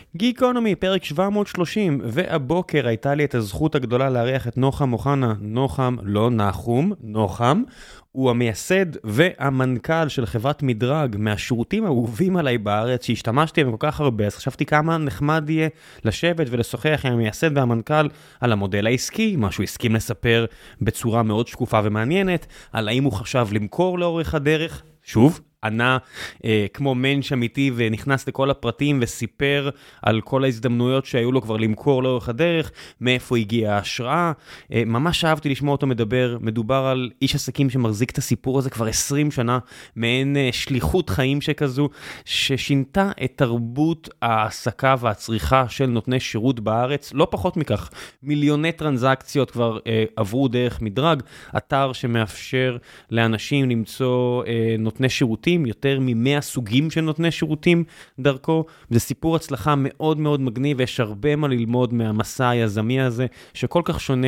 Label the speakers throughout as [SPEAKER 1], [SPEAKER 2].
[SPEAKER 1] גיקונומי, פרק 730, והבוקר הייתה לי את הזכות הגדולה לארח את נוחם אוחנה. נוחם, לא נחום, נוחם, הוא המייסד והמנכ"ל של חברת מדרג, מהשירותים האהובים עליי בארץ, שהשתמשתי בהם כל כך הרבה, אז חשבתי כמה נחמד יהיה לשבת ולשוחח עם המייסד והמנכ"ל על המודל העסקי, מה שהוא הסכים לספר בצורה מאוד שקופה ומעניינת, על האם הוא חשב למכור לאורך הדרך, שוב, ענה כמו מנש אמיתי ונכנס לכל הפרטים וסיפר על כל ההזדמנויות שהיו לו כבר למכור לאורך הדרך, מאיפה הגיעה ההשראה. ממש אהבתי לשמוע אותו מדובר על איש עסקים שמחזיק את הסיפור הזה כבר 20 שנה, מעין שליחות חיים שכזו, ששינתה את תרבות העסקה והצריכה של נותני שירות בארץ, לא פחות מכך, מיליוני טרנזקציות כבר עברו דרך מדרג, אתר שמאפשר לאנשים למצוא נותני שירותים, יותר מ100 סוגים של נותני שירותים דרכו, זה סיפור הצלחה מאוד מאוד מגניב, ויש הרבה מה ללמוד מהמסע היזמי הזה, שכל כך שונה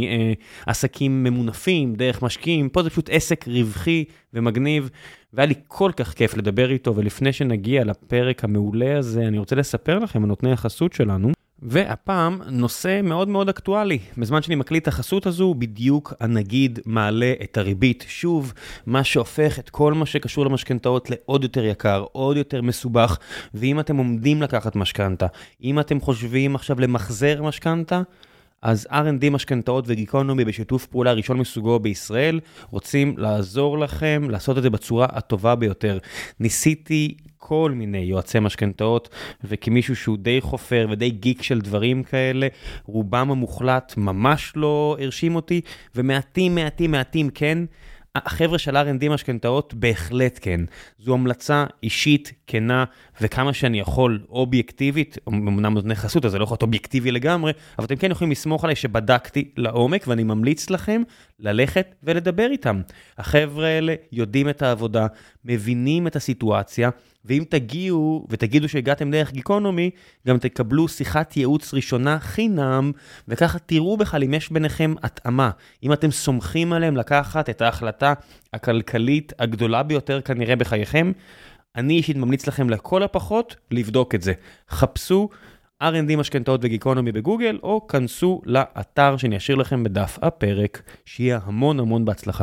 [SPEAKER 1] מעסקים ממונפים, דרך משקיעים, פה זה פשוט עסק רווחי ומגניב, והיה לי כל כך כיף לדבר איתו, ולפני שנגיע לפרק המעולה הזה, אני רוצה לספר לכם על נותני החסות שלנו, והפעם נושא מאוד מאוד אקטואלי. בזמן שאני מקליט את החסות הזו, בדיוק הנגיד מעלה את הריבית. שוב, מה שהופך את כל מה שקשור למשכנתאות לעוד יותר יקר, עוד יותר מסובך, ואם אתם עומדים לקחת משכנתה, אם אתם חושבים עכשיו למחזר משכנתה, אז R&D משכנתאות וגיקונומי בשיתוף פעולה ראשון מסוגו בישראל, רוצים לעזור לכם לעשות את זה בצורה הטובה ביותר. ניסיתי כל מיני יועצי משכנתאות, וכמישהו שהוא די חופר ודי גיק של דברים כאלה, רובם המוחלט ממש לא הרשים אותי, ומעטים כן, החבר'ה של R&D משכנתאות בהחלט כן. זו המלצה אישית, כנה, וכמה שאני יכול אובייקטיבית, אמנם נותני חסות, אז זה לא יכול להיות אובייקטיבי לגמרי, אבל אתם כן יכולים לסמוך עליי שבדקתי לעומק, ואני ממליץ לכם ללכת ולדבר איתם. החבר'ה האלה יודעים את העבודה, מבינים את הסיטואציה, ואם תגיעו ותגידו שהגעתם דרך גיקונומי, גם תקבלו שיחת ייעוץ ראשונה חינם, וככה תראו בכלל אם יש ביניכם התאמה. אם אתם סומכים עליהם לקחת את ההחלטה הכלכלית הגדולה ביותר כנראה בחייכם, אני אישית ממליץ לכם לכל הפחות לבדוק את זה. חפשו R&D משכנתאות וגיקונומי בגוגל, או כנסו לאתר שאני אשאיר לכם בדף הפרק, שיהיה המון המון בהצלחה.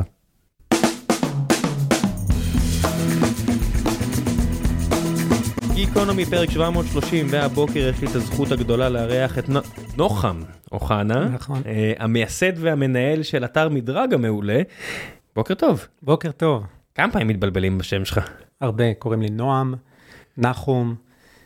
[SPEAKER 1] גיקונומי פרק 730, והבוקר יש לי את הזכות הגדולה לארח את נוחם אוחנה,
[SPEAKER 2] נכון.
[SPEAKER 1] המייסד והמנהל של אתר מדרג המעולה. בוקר טוב.
[SPEAKER 2] בוקר טוב.
[SPEAKER 1] כמה פעמים מתבלבלים בשם שלך?
[SPEAKER 2] הרבה, קוראים לי נועם, נחום,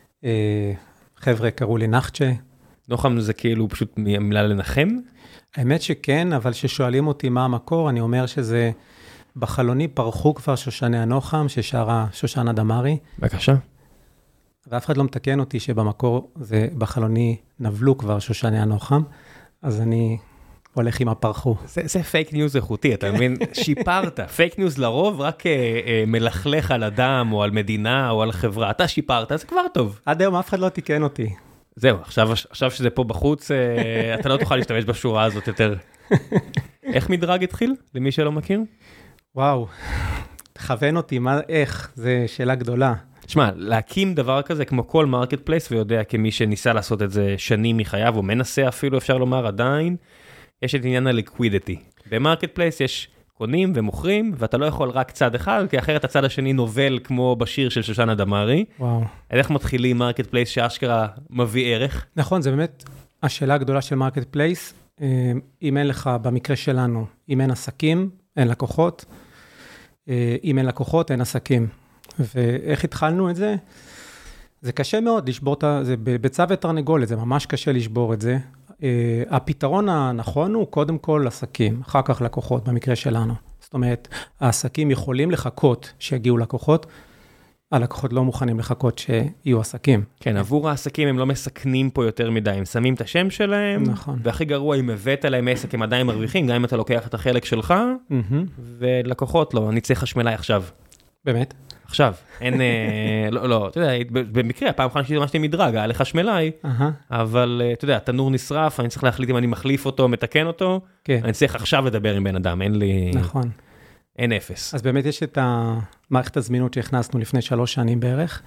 [SPEAKER 2] חבר'ה קראו לי נחצ'ה.
[SPEAKER 1] נוחם זה כאילו פשוט מילה לנחם?
[SPEAKER 2] האמת שכן, אבל ששואלים אותי מה המקור, אני אומר שזה בחלוני פרחו כבר שושני הנוחם, ששרה שושנה דמרי.
[SPEAKER 1] בבקשה.
[SPEAKER 2] ואף אחד לא מתקן אותי שבמקור זה בחלוני נבלו כבר שושני הנוחם, אז אני הולך עם הפרחו.
[SPEAKER 1] זה פייק ניוז איכותי, אתה מבין? שיפרת. פייק ניוז לרוב רק מלכלך על אדם או על מדינה או על חברה. אתה שיפרת, זה כבר טוב.
[SPEAKER 2] עד היום אף אחד לא תיקן אותי.
[SPEAKER 1] זהו, עכשיו שזה פה בחוץ, אתה לא תוכל להשתמש בשורה הזאת יותר. איך מדרג התחיל, למי שלא מכיר?
[SPEAKER 2] וואו, תכוון אותי, איך? זו שאלה גדולה.
[SPEAKER 1] תשמע, להקים דבר כזה כמו כל מרקט פלייס, ויודע כמי שניסה לעשות את זה שנים מחייו, או מנסה אפילו, אפשר לומר עדיין, יש את עניין הליקווידיטי. במרקט פלייס יש קונים ומוכרים, ואתה לא יכול רק צד אחד, כי אחרת הצד השני נובל כמו בשיר של שושנה דמרי.
[SPEAKER 2] וואו.
[SPEAKER 1] איך מתחילים מרקט פלייס שאשכרה מביא ערך?
[SPEAKER 2] נכון, זה באמת השאלה הגדולה של מרקט פלייס. אם אין לך, במקרה שלנו, אם אין עסקים, אין לקוחות. אם אין לקוחות, אין עסקים. ואיך התחלנו את זה? זה קשה מאוד לשבור זה בצו ותרנגולת, זה ממש קשה לשבור את זה. הפתרון הנכון הוא קודם כל עסקים, אחר כך לקוחות במקרה שלנו. זאת אומרת, העסקים יכולים לחכות שיגיעו לקוחות, הלקוחות לא מוכנים לחכות שיהיו עסקים.
[SPEAKER 1] כן, עבור העסקים הם לא מסכנים פה יותר מדי, הם שמים את השם שלהם,
[SPEAKER 2] נכון.
[SPEAKER 1] והכי גרוע אם הבאת להם עסק, הם עדיין מרוויחים, גם אם אתה לוקח את החלק שלך, ולקוחות לא, אני צריך חשמלאי עכשיו.
[SPEAKER 2] באמת?
[SPEAKER 1] עכשיו, אין, לא, אתה יודע, במקרה, הפעם אחת שתמשתי מדרג, היה לחשמלאי, אבל אתה יודע, תנור נשרף, אני צריך להחליט אם אני מחליף אותו, מתקן אותו, אני צריך עכשיו לדבר עם בן אדם, אין לי...
[SPEAKER 2] נכון.
[SPEAKER 1] אין אפס.
[SPEAKER 2] אז באמת יש את המערכת הזמינות שהכנסנו לפני 3 שנים בערך,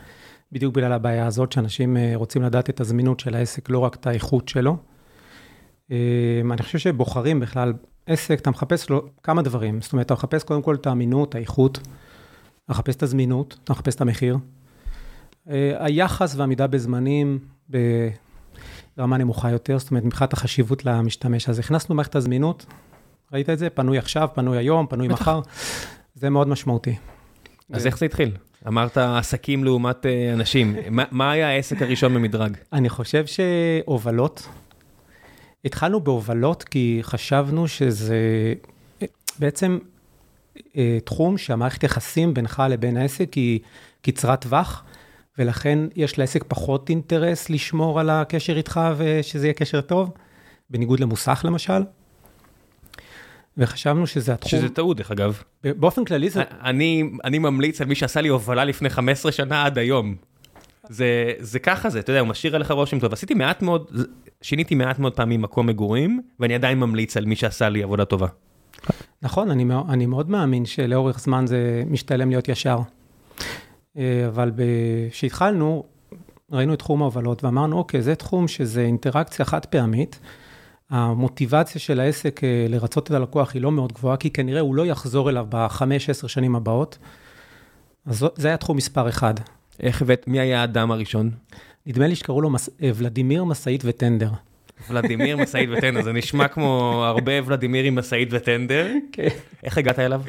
[SPEAKER 2] בדיוק בגלל הבעיה הזאת, שאנשים רוצים לדעת את הזמינות של העסק, לא רק את האיכות שלו. אני חושב שבוחרים בכלל עסק, אתה מחפש לו כמה דברים. זאת אומרת, אתה מחפש קודם כל את האמינות, האיכות, אתה מחפש את הזמינות, אתה מחפש את המחיר. היחס והעמידה בזמנים ברמה נמוכה יותר, זאת אומרת, מבחינת החשיבות למשתמש. אז הכנסנו מערכת הזמינות, ראית את זה? פנוי עכשיו, פנוי היום, פנוי מחר. זה מאוד משמעותי.
[SPEAKER 1] אז איך זה התחיל? אמרת עסקים לעומת אנשים. מה היה העסק הראשון במדרג?
[SPEAKER 2] אני חושב שהובלות. התחלנו בהובלות כי חשבנו שזה בעצם תחום שהמערכת יחסים בינך לבין העסק היא קצרת טווח, ולכן יש לעסק פחות אינטרס לשמור על הקשר איתך ושזה יהיה קשר טוב, בניגוד למוסך למשל. וחשבנו שזה התחום...
[SPEAKER 1] שזה טעות, דרך אגב.
[SPEAKER 2] באופן כללי זה...
[SPEAKER 1] אני ממליץ על מי שעשה לי הובלה לפני 15 שנה עד היום. זה ככה זה, אתה יודע, הוא משאיר עליך רושם טוב. שיניתי מעט מאוד פעמים מקום מגורים, ואני עדיין ממליץ על מי שעשה לי עבודה טובה.
[SPEAKER 2] נכון, אני מאוד מאמין שלאורך זמן זה משתלם להיות ישר. אבל כשהתחלנו, ראינו את תחום ההובלות, ואמרנו, אוקיי, זה תחום שזה אינטראקציה חד פעמית, המוטיבציה של העסק לרצות את הלקוח היא לא מאוד גבוהה, כי כנראה הוא לא יחזור אליו ב5-10 שנים הבאות. אז זה היה תחום מספר 1.
[SPEAKER 1] איך הבאת, מי היה האדם הראשון?
[SPEAKER 2] נדמה לי שקראו לו ולדימיר מסעית וטנדר.
[SPEAKER 1] ולדימיר מסעית וטנדר, זה נשמע כמו הרבה ולדימירים מסעית וטנדר. איך הגעת אליו?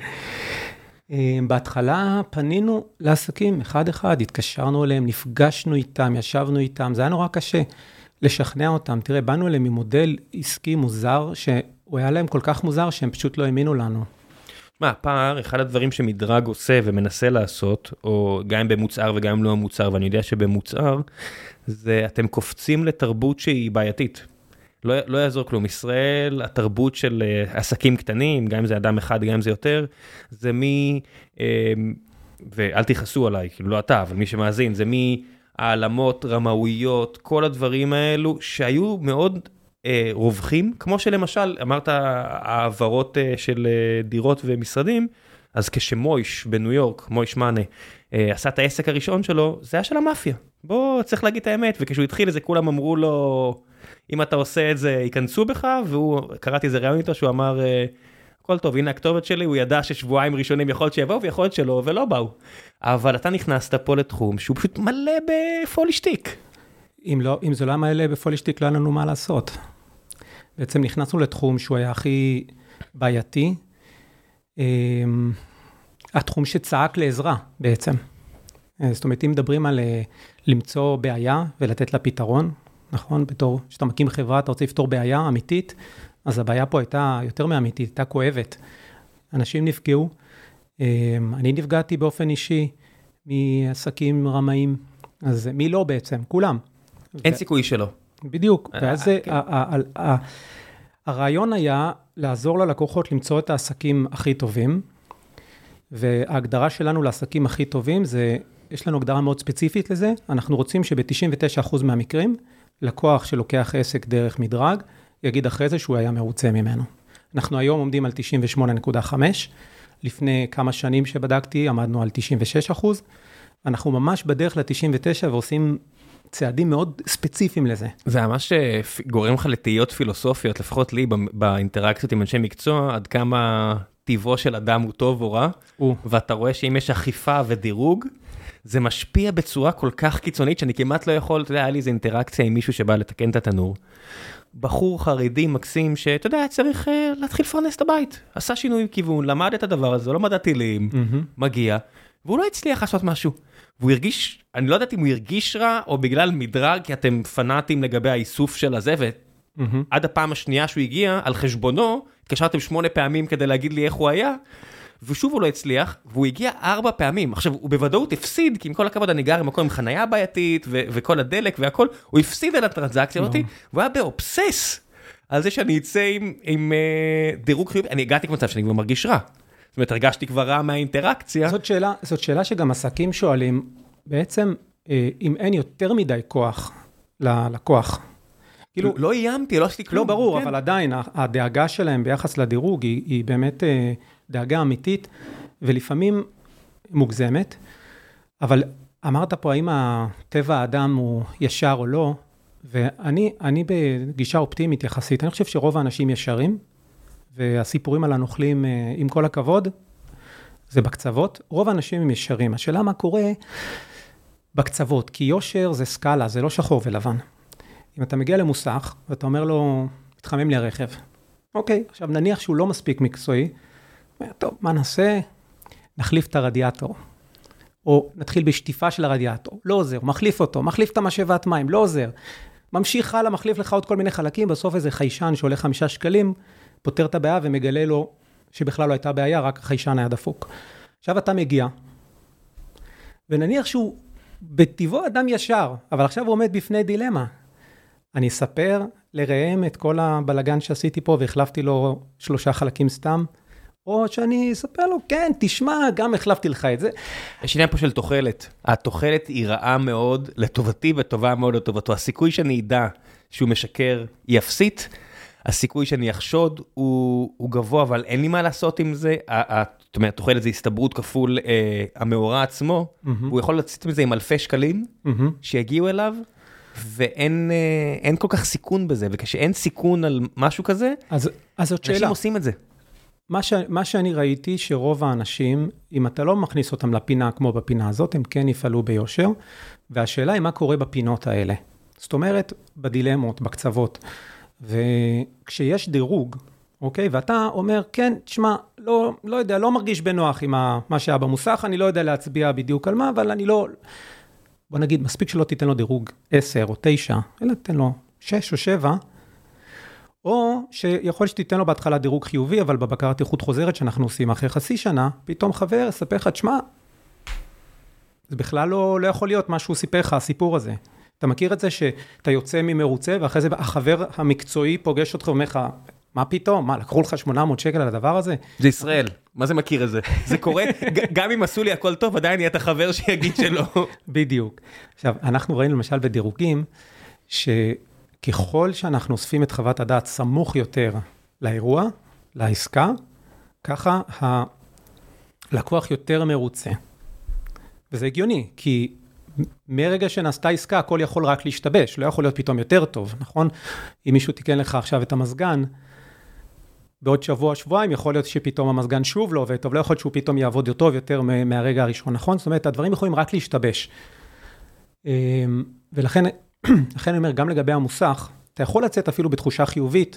[SPEAKER 2] בהתחלה פנינו לעסקים אחד, התקשרנו אליהם, נפגשנו איתם, ישבנו איתם, זה היה נורא קשה לשכנע אותם. תראה, באנו אליהם ממודל עסקי מוזר, שהוא היה להם כל כך מוזר שהם פשוט לא האמינו לנו.
[SPEAKER 1] מה, פער, אחד הדברים שמדרג עושה ומנסה לעשות, או גם במוצר וגם לא מוצר, ואני יודע שבמוצר, זה אתם קופצים לתרבות שהיא בעייתית. לא יעזור כלום. ישראל, התרבות של עסקים קטנים, גם אם זה אדם אחד, גם אם זה יותר, זה ואל תיחסו עליי, כאילו לא אתה, אבל מי שמאזין, זה העלמות, רמאויות, כל הדברים האלו, שהיו מאוד רווחים, כמו שלמשל, אמרת, העברות של דירות ומשרדים, אז כשמויש בניו יורק, מויש מאנה, עשה את העסק הראשון שלו, זה היה של המאפיה. בוא, צריך להגיד את האמת, וכשהוא התחיל את זה, כולם אמרו לו, אם אתה עושה את זה, ייכנסו בך, והוא, קראתי איזה רעיון איתו, שהוא אמר, הכל טוב, הנה הכתובת שלי, הוא ידע ששבועיים ראשונים יכול להיות שיבואו, ויכול להיות שלא, ולא באו. אבל אתה נכנסת פה לתחום, שהוא פשוט מלא בפולישטיק.
[SPEAKER 2] אם זה לא היה מלא בפולישטיק, לא היה לנו מה לעשות. בעצם נכנסנו לתחום שהוא היה הכי בעייתי, התחום שצעק לעזרה בעצם. זאת אומרת, אם מדברים על למצוא בעיה ולתת לה פתרון, נכון? בתור שאתה מקים חברה, אתה רוצה לפתור בעיה אמיתית, אז הבעיה פה הייתה יותר מאמיתית, הייתה כואבת. אנשים נפגעו, אני נפגעתי באופן אישי מעסקים רמאים, אז מי לא בעצם? כולם.
[SPEAKER 1] אין סיכוי שלא.
[SPEAKER 2] בדיוק, ואז הרעיון היה לעזור ללקוחות למצוא את העסקים הכי טובים, וההגדרה שלנו לעסקים הכי טובים זה, יש לנו הגדרה מאוד ספציפית לזה, אנחנו רוצים שב-99% מהמקרים, לקוח שלוקח עסק דרך מדרג, יגיד אחרי זה שהוא היה מרוצה ממנו. אנחנו היום עומדים על 98.5, לפני כמה שנים שבדקתי עמדנו על 96%, אנחנו ממש בדרך ל-99 ועושים צעדים מאוד ספציפיים לזה.
[SPEAKER 1] זה ממש גורם לך לתהיות פילוסופיות, לפחות לי באינטראקציות עם אנשי מקצוע, עד כמה טיבו של אדם הוא טוב או רע, ואתה רואה שאם יש אכיפה ודירוג, זה משפיע בצורה כל כך קיצונית, שאני כמעט לא יכול, אתה יודע, היה לי איזו אינטראקציה עם מישהו שבא לתקן את התנור. בחור חרדי מקסים, שאתה יודע, צריך להתחיל לפרנס את הבית. עשה שינוי כיוון, למד את הדבר הזה, לא מדע טילים, מגיע, והוא לא הצליח לעשות משהו. והוא הרגיש, אני לא יודעת אם הוא הרגיש רע, או בגלל מדרג, כי אתם פנאטים לגבי האיסוף של הזה, ועד הפעם השנייה שהוא הגיע, על חשבונו, התקשרתם 8 פעמים כדי להגיד לי איך הוא היה, ושוב הוא לא הצליח, והוא הגיע 4 פעמים. עכשיו, הוא בוודאות הפסיד, כי עם כל הכבוד אני גר עם מקום עם חנייה בעייתית, וכל הדלק והכל, הוא הפסיד על הטרנזקציה אותי, והוא היה באובסס על זה שאני אצא עם דירוג חיובי. אני הגעתי כמצב שאני כבר מרגיש רע. זאת אומרת, הרגשתי כבר רע מהאינטראקציה.
[SPEAKER 2] זאת שאלה שגם עסקים שואלים, בעצם, אם אין יותר מדי כוח ללקוח.
[SPEAKER 1] כאילו, לא איימתי, לא עשיתי כלום.
[SPEAKER 2] לא ברור, אבל עדיין, הדאגה שלהם ביחס לדירוג היא באמת דאגה אמיתית, ולפעמים מוגזמת, אבל אמרת פה, האם הטבע האדם הוא ישר או לא, ואני בגישה אופטימית יחסית, אני חושב שרוב האנשים ישרים, והסיפורים על הנוכלים, עם כל הכבוד, זה בקצוות, רוב האנשים הם ישרים. השאלה מה קורה בקצוות, כי יושר זה סקאלה, זה לא שחור ולבן. אם אתה מגיע למוסך, ואתה אומר לו, מתחמם לי הרכב. אוקיי, עכשיו נניח שהוא לא מספיק מקצועי, טוב, מה נעשה? נחליף את הרדיאטור. או נתחיל בשטיפה של הרדיאטור. לא עוזר, מחליף אותו, מחליף את המשאבת מים, לא עוזר. ממשיך הלאה, מחליף לך עוד כל מיני חלקים, בסוף איזה חיישן שעולה 5 שקלים, פותר את הבעיה ומגלה לו שבכלל לא הייתה בעיה, רק החיישן היה דפוק. עכשיו אתה מגיע, ונניח שהוא בטבעו אדם ישר, אבל עכשיו הוא עומד בפני דילמה. אני אספר לראם את כל הבלגן שעשיתי פה, והחלפתי לו 3 חלקים סתם, או שאני אספר לו, כן, תשמע, גם החלפתי לך את זה.
[SPEAKER 1] יש עניין פה של תוחלת. התוחלת היא רעה מאוד לטובתי וטובה מאוד לטובתו. הסיכוי שאני אדע שהוא משקר היא אפסית, הסיכוי שאני אחשוד הוא גבוה, אבל אין לי מה לעשות עם זה. זאת אומרת, תוחלת זה הסתברות כפול המאורע עצמו, הוא יכול לצאת מזה עם אלפי שקלים שיגיעו אליו, ואין כל כך סיכון בזה, וכשאין סיכון על משהו כזה,
[SPEAKER 2] אז זאת שאלה.
[SPEAKER 1] אנשים עושים את זה.
[SPEAKER 2] מה שאני ראיתי, שרוב האנשים, אם אתה לא מכניס אותם לפינה כמו בפינה הזאת, הם כן יפעלו ביושר, והשאלה היא מה קורה בפינות האלה. זאת אומרת, בדילמות, בקצוות, וכשיש דירוג, אוקיי, ואתה אומר, כן, תשמע, לא יודע, לא מרגיש בנוח עם מה שהיה במוסך, אני לא יודע להצביע בדיוק על מה, אבל אני לא, בוא נגיד, מספיק שלא תיתן לו דירוג 10 או 9, אלא תיתן לו 6 או 7, או שיכול שתיתן לו בהתחלה דירוג חיובי, אבל בבקרת איכות חוזרת שאנחנו עושים אחרי חצי שנה, פתאום חבר יספר לך, תשמע, זה בכלל לא יכול להיות מה שהוא סיפר לך, הסיפור הזה. אתה מכיר את זה שאתה יוצא ממרוצה, ואחרי זה החבר המקצועי פוגש אותך ואומר לך, מה פתאום? מה, לקחו לך 800 שקל על הדבר הזה?
[SPEAKER 1] זה ישראל. מה זה מכיר את זה? זה קורה, גם אם עשו לי הכל טוב, עדיין יהיה את החבר שיגיד שלא.
[SPEAKER 2] בדיוק. עכשיו, אנחנו ראינו למשל בדירוגים, שככל שאנחנו אוספים את חוות הדעת סמוך יותר לאירוע, לעסקה, ככה הלקוח יותר מרוצה. וזה הגיוני, כי מרגע שנעשתה עסקה, הכל יכול רק להשתבש, לא יכול להיות פתאום יותר טוב, נכון? אם מישהו תיקן לך עכשיו את המזגן, בעוד שבוע, שבועיים, יכול להיות שפתאום המזגן שוב לא עובד טוב, לא יכול להיות שהוא פתאום יעבוד טוב יותר מהרגע הראשון, נכון? זאת אומרת, הדברים יכולים רק להשתבש. ולכן אני אומר, גם לגבי המוסך, אתה יכול לצאת אפילו בתחושה חיובית,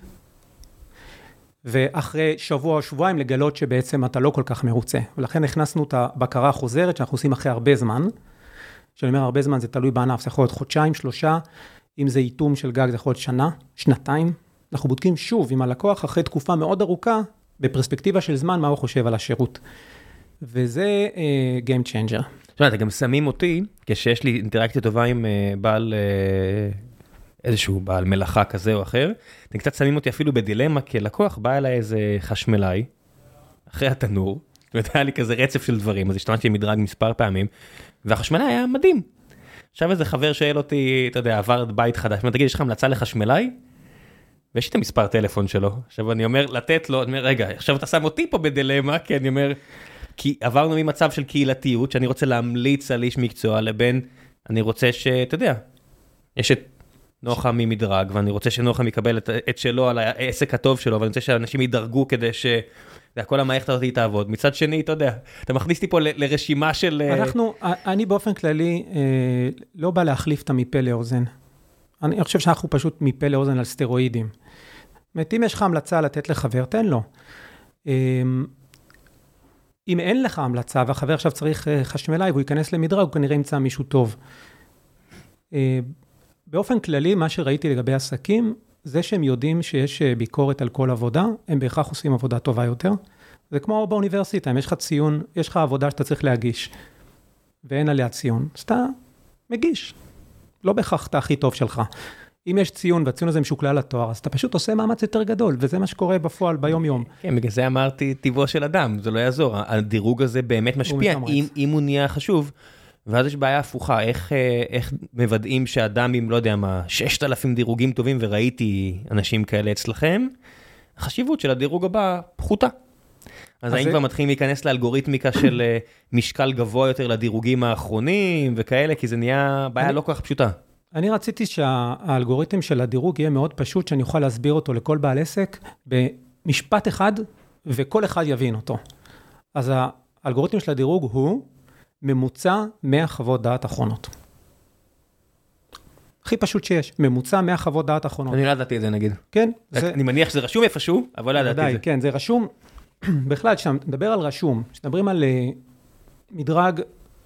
[SPEAKER 2] ואחרי שבוע או שבועיים לגלות שבעצם אתה לא כל כך מרוצה. ולכן הכנסנו את הבקרה החוזרת, שאנחנו עושים אחרי הרבה זמן, שאני אומר, הרבה זמן זה תלוי בענף, זה יכול להיות חודשיים, 3, אם זה איתום של גג, זה יכול להיות שנה, 2, אנחנו בודקים שוב עם הלקוח, אחרי תקופה מאוד ארוכה, בפרספקטיבה של זמן, מה הוא חושב על השירות. וזה game changer.
[SPEAKER 1] עכשיו, אתה גם שמים אותי, כשיש לי אינטראקציה טובה עם בעל, איזשהו בעל מלאכה כזה או אחר, אתם קצת שמים אותי אפילו בדילמה, כלקוח בא אליי איזה חשמלאי, אחרי התנור, והיה לי כזה רצף של דברים, אז השתמשתי מדרג מספר פעמים, והחשמלאי היה מדהים. עכשיו איזה חבר שאל אותי, אתה יודע, עבר בית חדש, תגיד, יש לך המלצה לחשמלאי? ויש את המספר טלפון שלו. עכשיו אני אומר, לתת לו, אני אומר, רגע, עכשיו אתה שם אותי פה בדילמה, כי אני אומר, כי עברנו ממצב של קהילתיות, שאני רוצה להמליץ על איש מקצוע, לבין, אני רוצה שאתה יודע, יש את נוחם ממדרג, ואני רוצה שנוחם יקבל את שלו על העסק הטוב שלו, ואני רוצה שאנשים ידרגו כדי כל המערכת הזאת תעבוד. מצד שני, אתה יודע, אתה מכניס לי פה לרשימה של...
[SPEAKER 2] אני באופן כללי לא בא להחליף את מפה לאוזן. אני חושב שאנחנו פשוט מפה לאוזן על סטרואידים. אם יש לך המלצה לתת לחבר, תן לו. אם אין לך המלצה, והחבר עכשיו צריך חשמלאי, והוא ייכנס למדרג, הוא כנראה ימצא מישהו טוב. באופן כללי, מה שראיתי לגבי עסקים, זה שהם יודעים שיש ביקורת על כל עבודה, הם בהכרח עושים עבודה טובה יותר. זה כמו באוניברסיטה, אם יש לך ציון, יש לך עבודה שאתה צריך להגיש, ואין עליה ציון, אז אתה מגיש. לא בהכרח אתה הכי טוב שלך. אם יש ציון, והציון הזה משוקלל לתואר, אז אתה פשוט עושה מאמץ יותר גדול, וזה מה שקורה בפועל ביום יום.
[SPEAKER 1] כן, בגלל זה אמרתי, טבעו של אדם, זה לא יעזור. הדירוג הזה באמת משפיע, אם הוא נהיה חשוב, ואז יש בעיה הפוכה, איך מוודאים שאדם עם, לא יודע מה, 6,000 דירוגים טובים, וראיתי אנשים כאלה אצלכם, החשיבות של הדירוג הבא פחותה. אז האם כבר מתחילים להיכנס לאלגוריתמיקה של משקל גבוה יותר לדירוגים האחרונים וכאלה, כי זה נהיה בעיה לא כל כך פשוטה.
[SPEAKER 2] אני רציתי שהאלגוריתם של הדירוג יהיה מאוד פשוט, שאני אוכל להסביר אותו לכל בעל עסק במשפט אחד, וכל אחד יבין אותו. אז האלגוריתם של הדירוג הוא ממוצע 100 חוות דעת אחרונות. הכי פשוט שיש, ממוצע 100 חוות דעת אחרונות.
[SPEAKER 1] אני לא ידעתי את זה נגיד.
[SPEAKER 2] כן.
[SPEAKER 1] אני מניח שזה רשום איפשהו, אבל לא ידעתי את זה.
[SPEAKER 2] כן, זה רשום. בכלל, כשנדבר על רשום, כשנדברים על מדרג,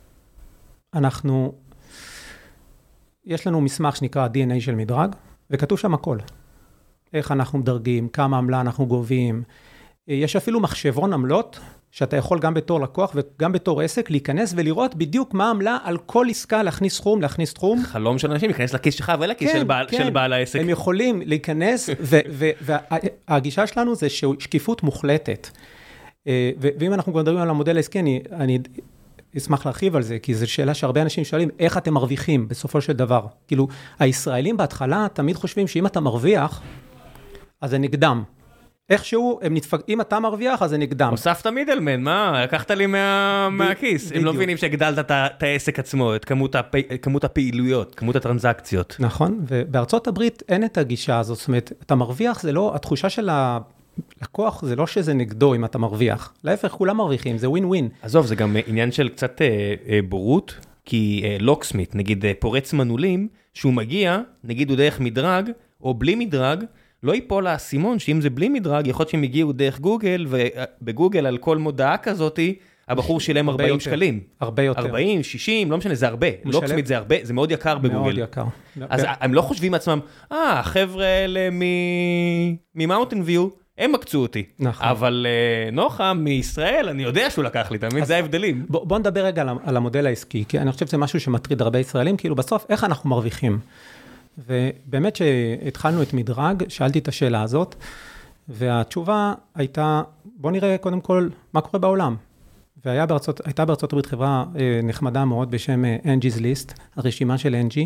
[SPEAKER 2] יש לנו מסמך שנקרא DNA של מדרג, וכתוב שם הכל. איך אנחנו מדרגים, כמה עמלה אנחנו גובים. יש אפילו מחשבון עמלות, שאתה יכול גם בתור לקוח וגם בתור עסק להיכנס ולראות בדיוק מה עמלה על כל עסקה, להכניס תחום.
[SPEAKER 1] חלום של אנשים, להיכנס לכיס שלך ולכיס של בעל העסק.
[SPEAKER 2] הם יכולים להיכנס, והגישה שלנו זה שקיפות מוחלטת. ואם אנחנו כבר מדברים על המודל העסקי, אני אשמח להרחיב על זה, כי זו שאלה שהרבה אנשים שואלים, איך אתם מרוויחים בסופו של דבר? כאילו, הישראלים בהתחלה תמיד חושבים שאם אתה מרוויח, אז זה נקדם. איכשהו, אם אתה מרוויח, אז זה נקדם.
[SPEAKER 1] הוספת מידלמן, מה? לקחת לי מהכיס. הם לא מבינים שהגדלת את העסק עצמו, את כמות הפעילויות, כמות הטרנזקציות.
[SPEAKER 2] נכון, ובארצות הברית אין את הגישה הזאת, זאת אומרת, אתה מרוויח, זה לא, התחושה של הלקוח, זה לא שזה נגדו אם אתה מרוויח. להפך, כולם מרוויחים, זה ווין ווין.
[SPEAKER 1] עזוב, זה גם עניין של קצת בורות, כי לוקסמית, נגיד פורץ מנעולים, שהוא מגיע, נגיד הוא דרך מדרג, או בלי מדרג, לא ייפול האסימון, שאם זה בלי מדרג, יכול להיות שהם הגיעו דרך גוגל, ובגוגל על כל מודעה כזאת, הבחור שילם 40 שקלים.
[SPEAKER 2] הרבה יותר.
[SPEAKER 1] 40, 60, לא משנה, זה הרבה. לוקסמית זה הרבה, זה מאוד יקר בגוגל.
[SPEAKER 2] מאוד יקר.
[SPEAKER 1] אז הם לא חושבים עצמם, החבר'ה האלה ממאונטן ויו, הם מקצו אותי.
[SPEAKER 2] נכון.
[SPEAKER 1] אבל נוחם מישראל, אני יודע שהוא לקח לי, תמיד זה ההבדלים.
[SPEAKER 2] בוא נדבר רגע על המודל העסקי, כי אני חושב שזה משהו שמטריד הרבה ישראלים, כאילו בסוף, איך אנחנו מרוויחים? ובאמת שהתחלנו את מדרג, שאלתי את השאלה הזאת, והתשובה הייתה, בוא נראה קודם כל מה קורה בעולם. והייתה בארצות הברית חברה נחמדה מאוד בשם Angie's List, הרשימה של Angie,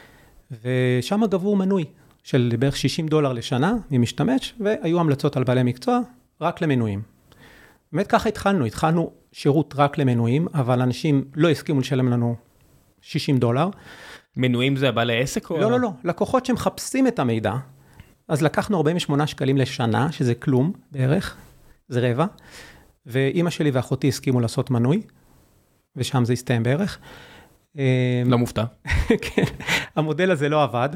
[SPEAKER 2] ושם גבו מנוי של בערך $60 לשנה ממשתמש, והיו המלצות על בעלי מקצוע רק למנויים. באמת ככה התחלנו שירות רק למנויים, אבל אנשים לא הסכימו לשלם לנו $60.
[SPEAKER 1] מנויים זה הבעלי עסק?
[SPEAKER 2] לא, לקוחות שמחפשים את המידע, אז לקחנו 48 שקלים לשנה, שזה כלום בערך, זה רבע, ואמא שלי ואחותי הסכימו לעשות מנוי, ושם זה הסתיים בערך.
[SPEAKER 1] לא מופתע.
[SPEAKER 2] כן, המודל הזה לא עבד,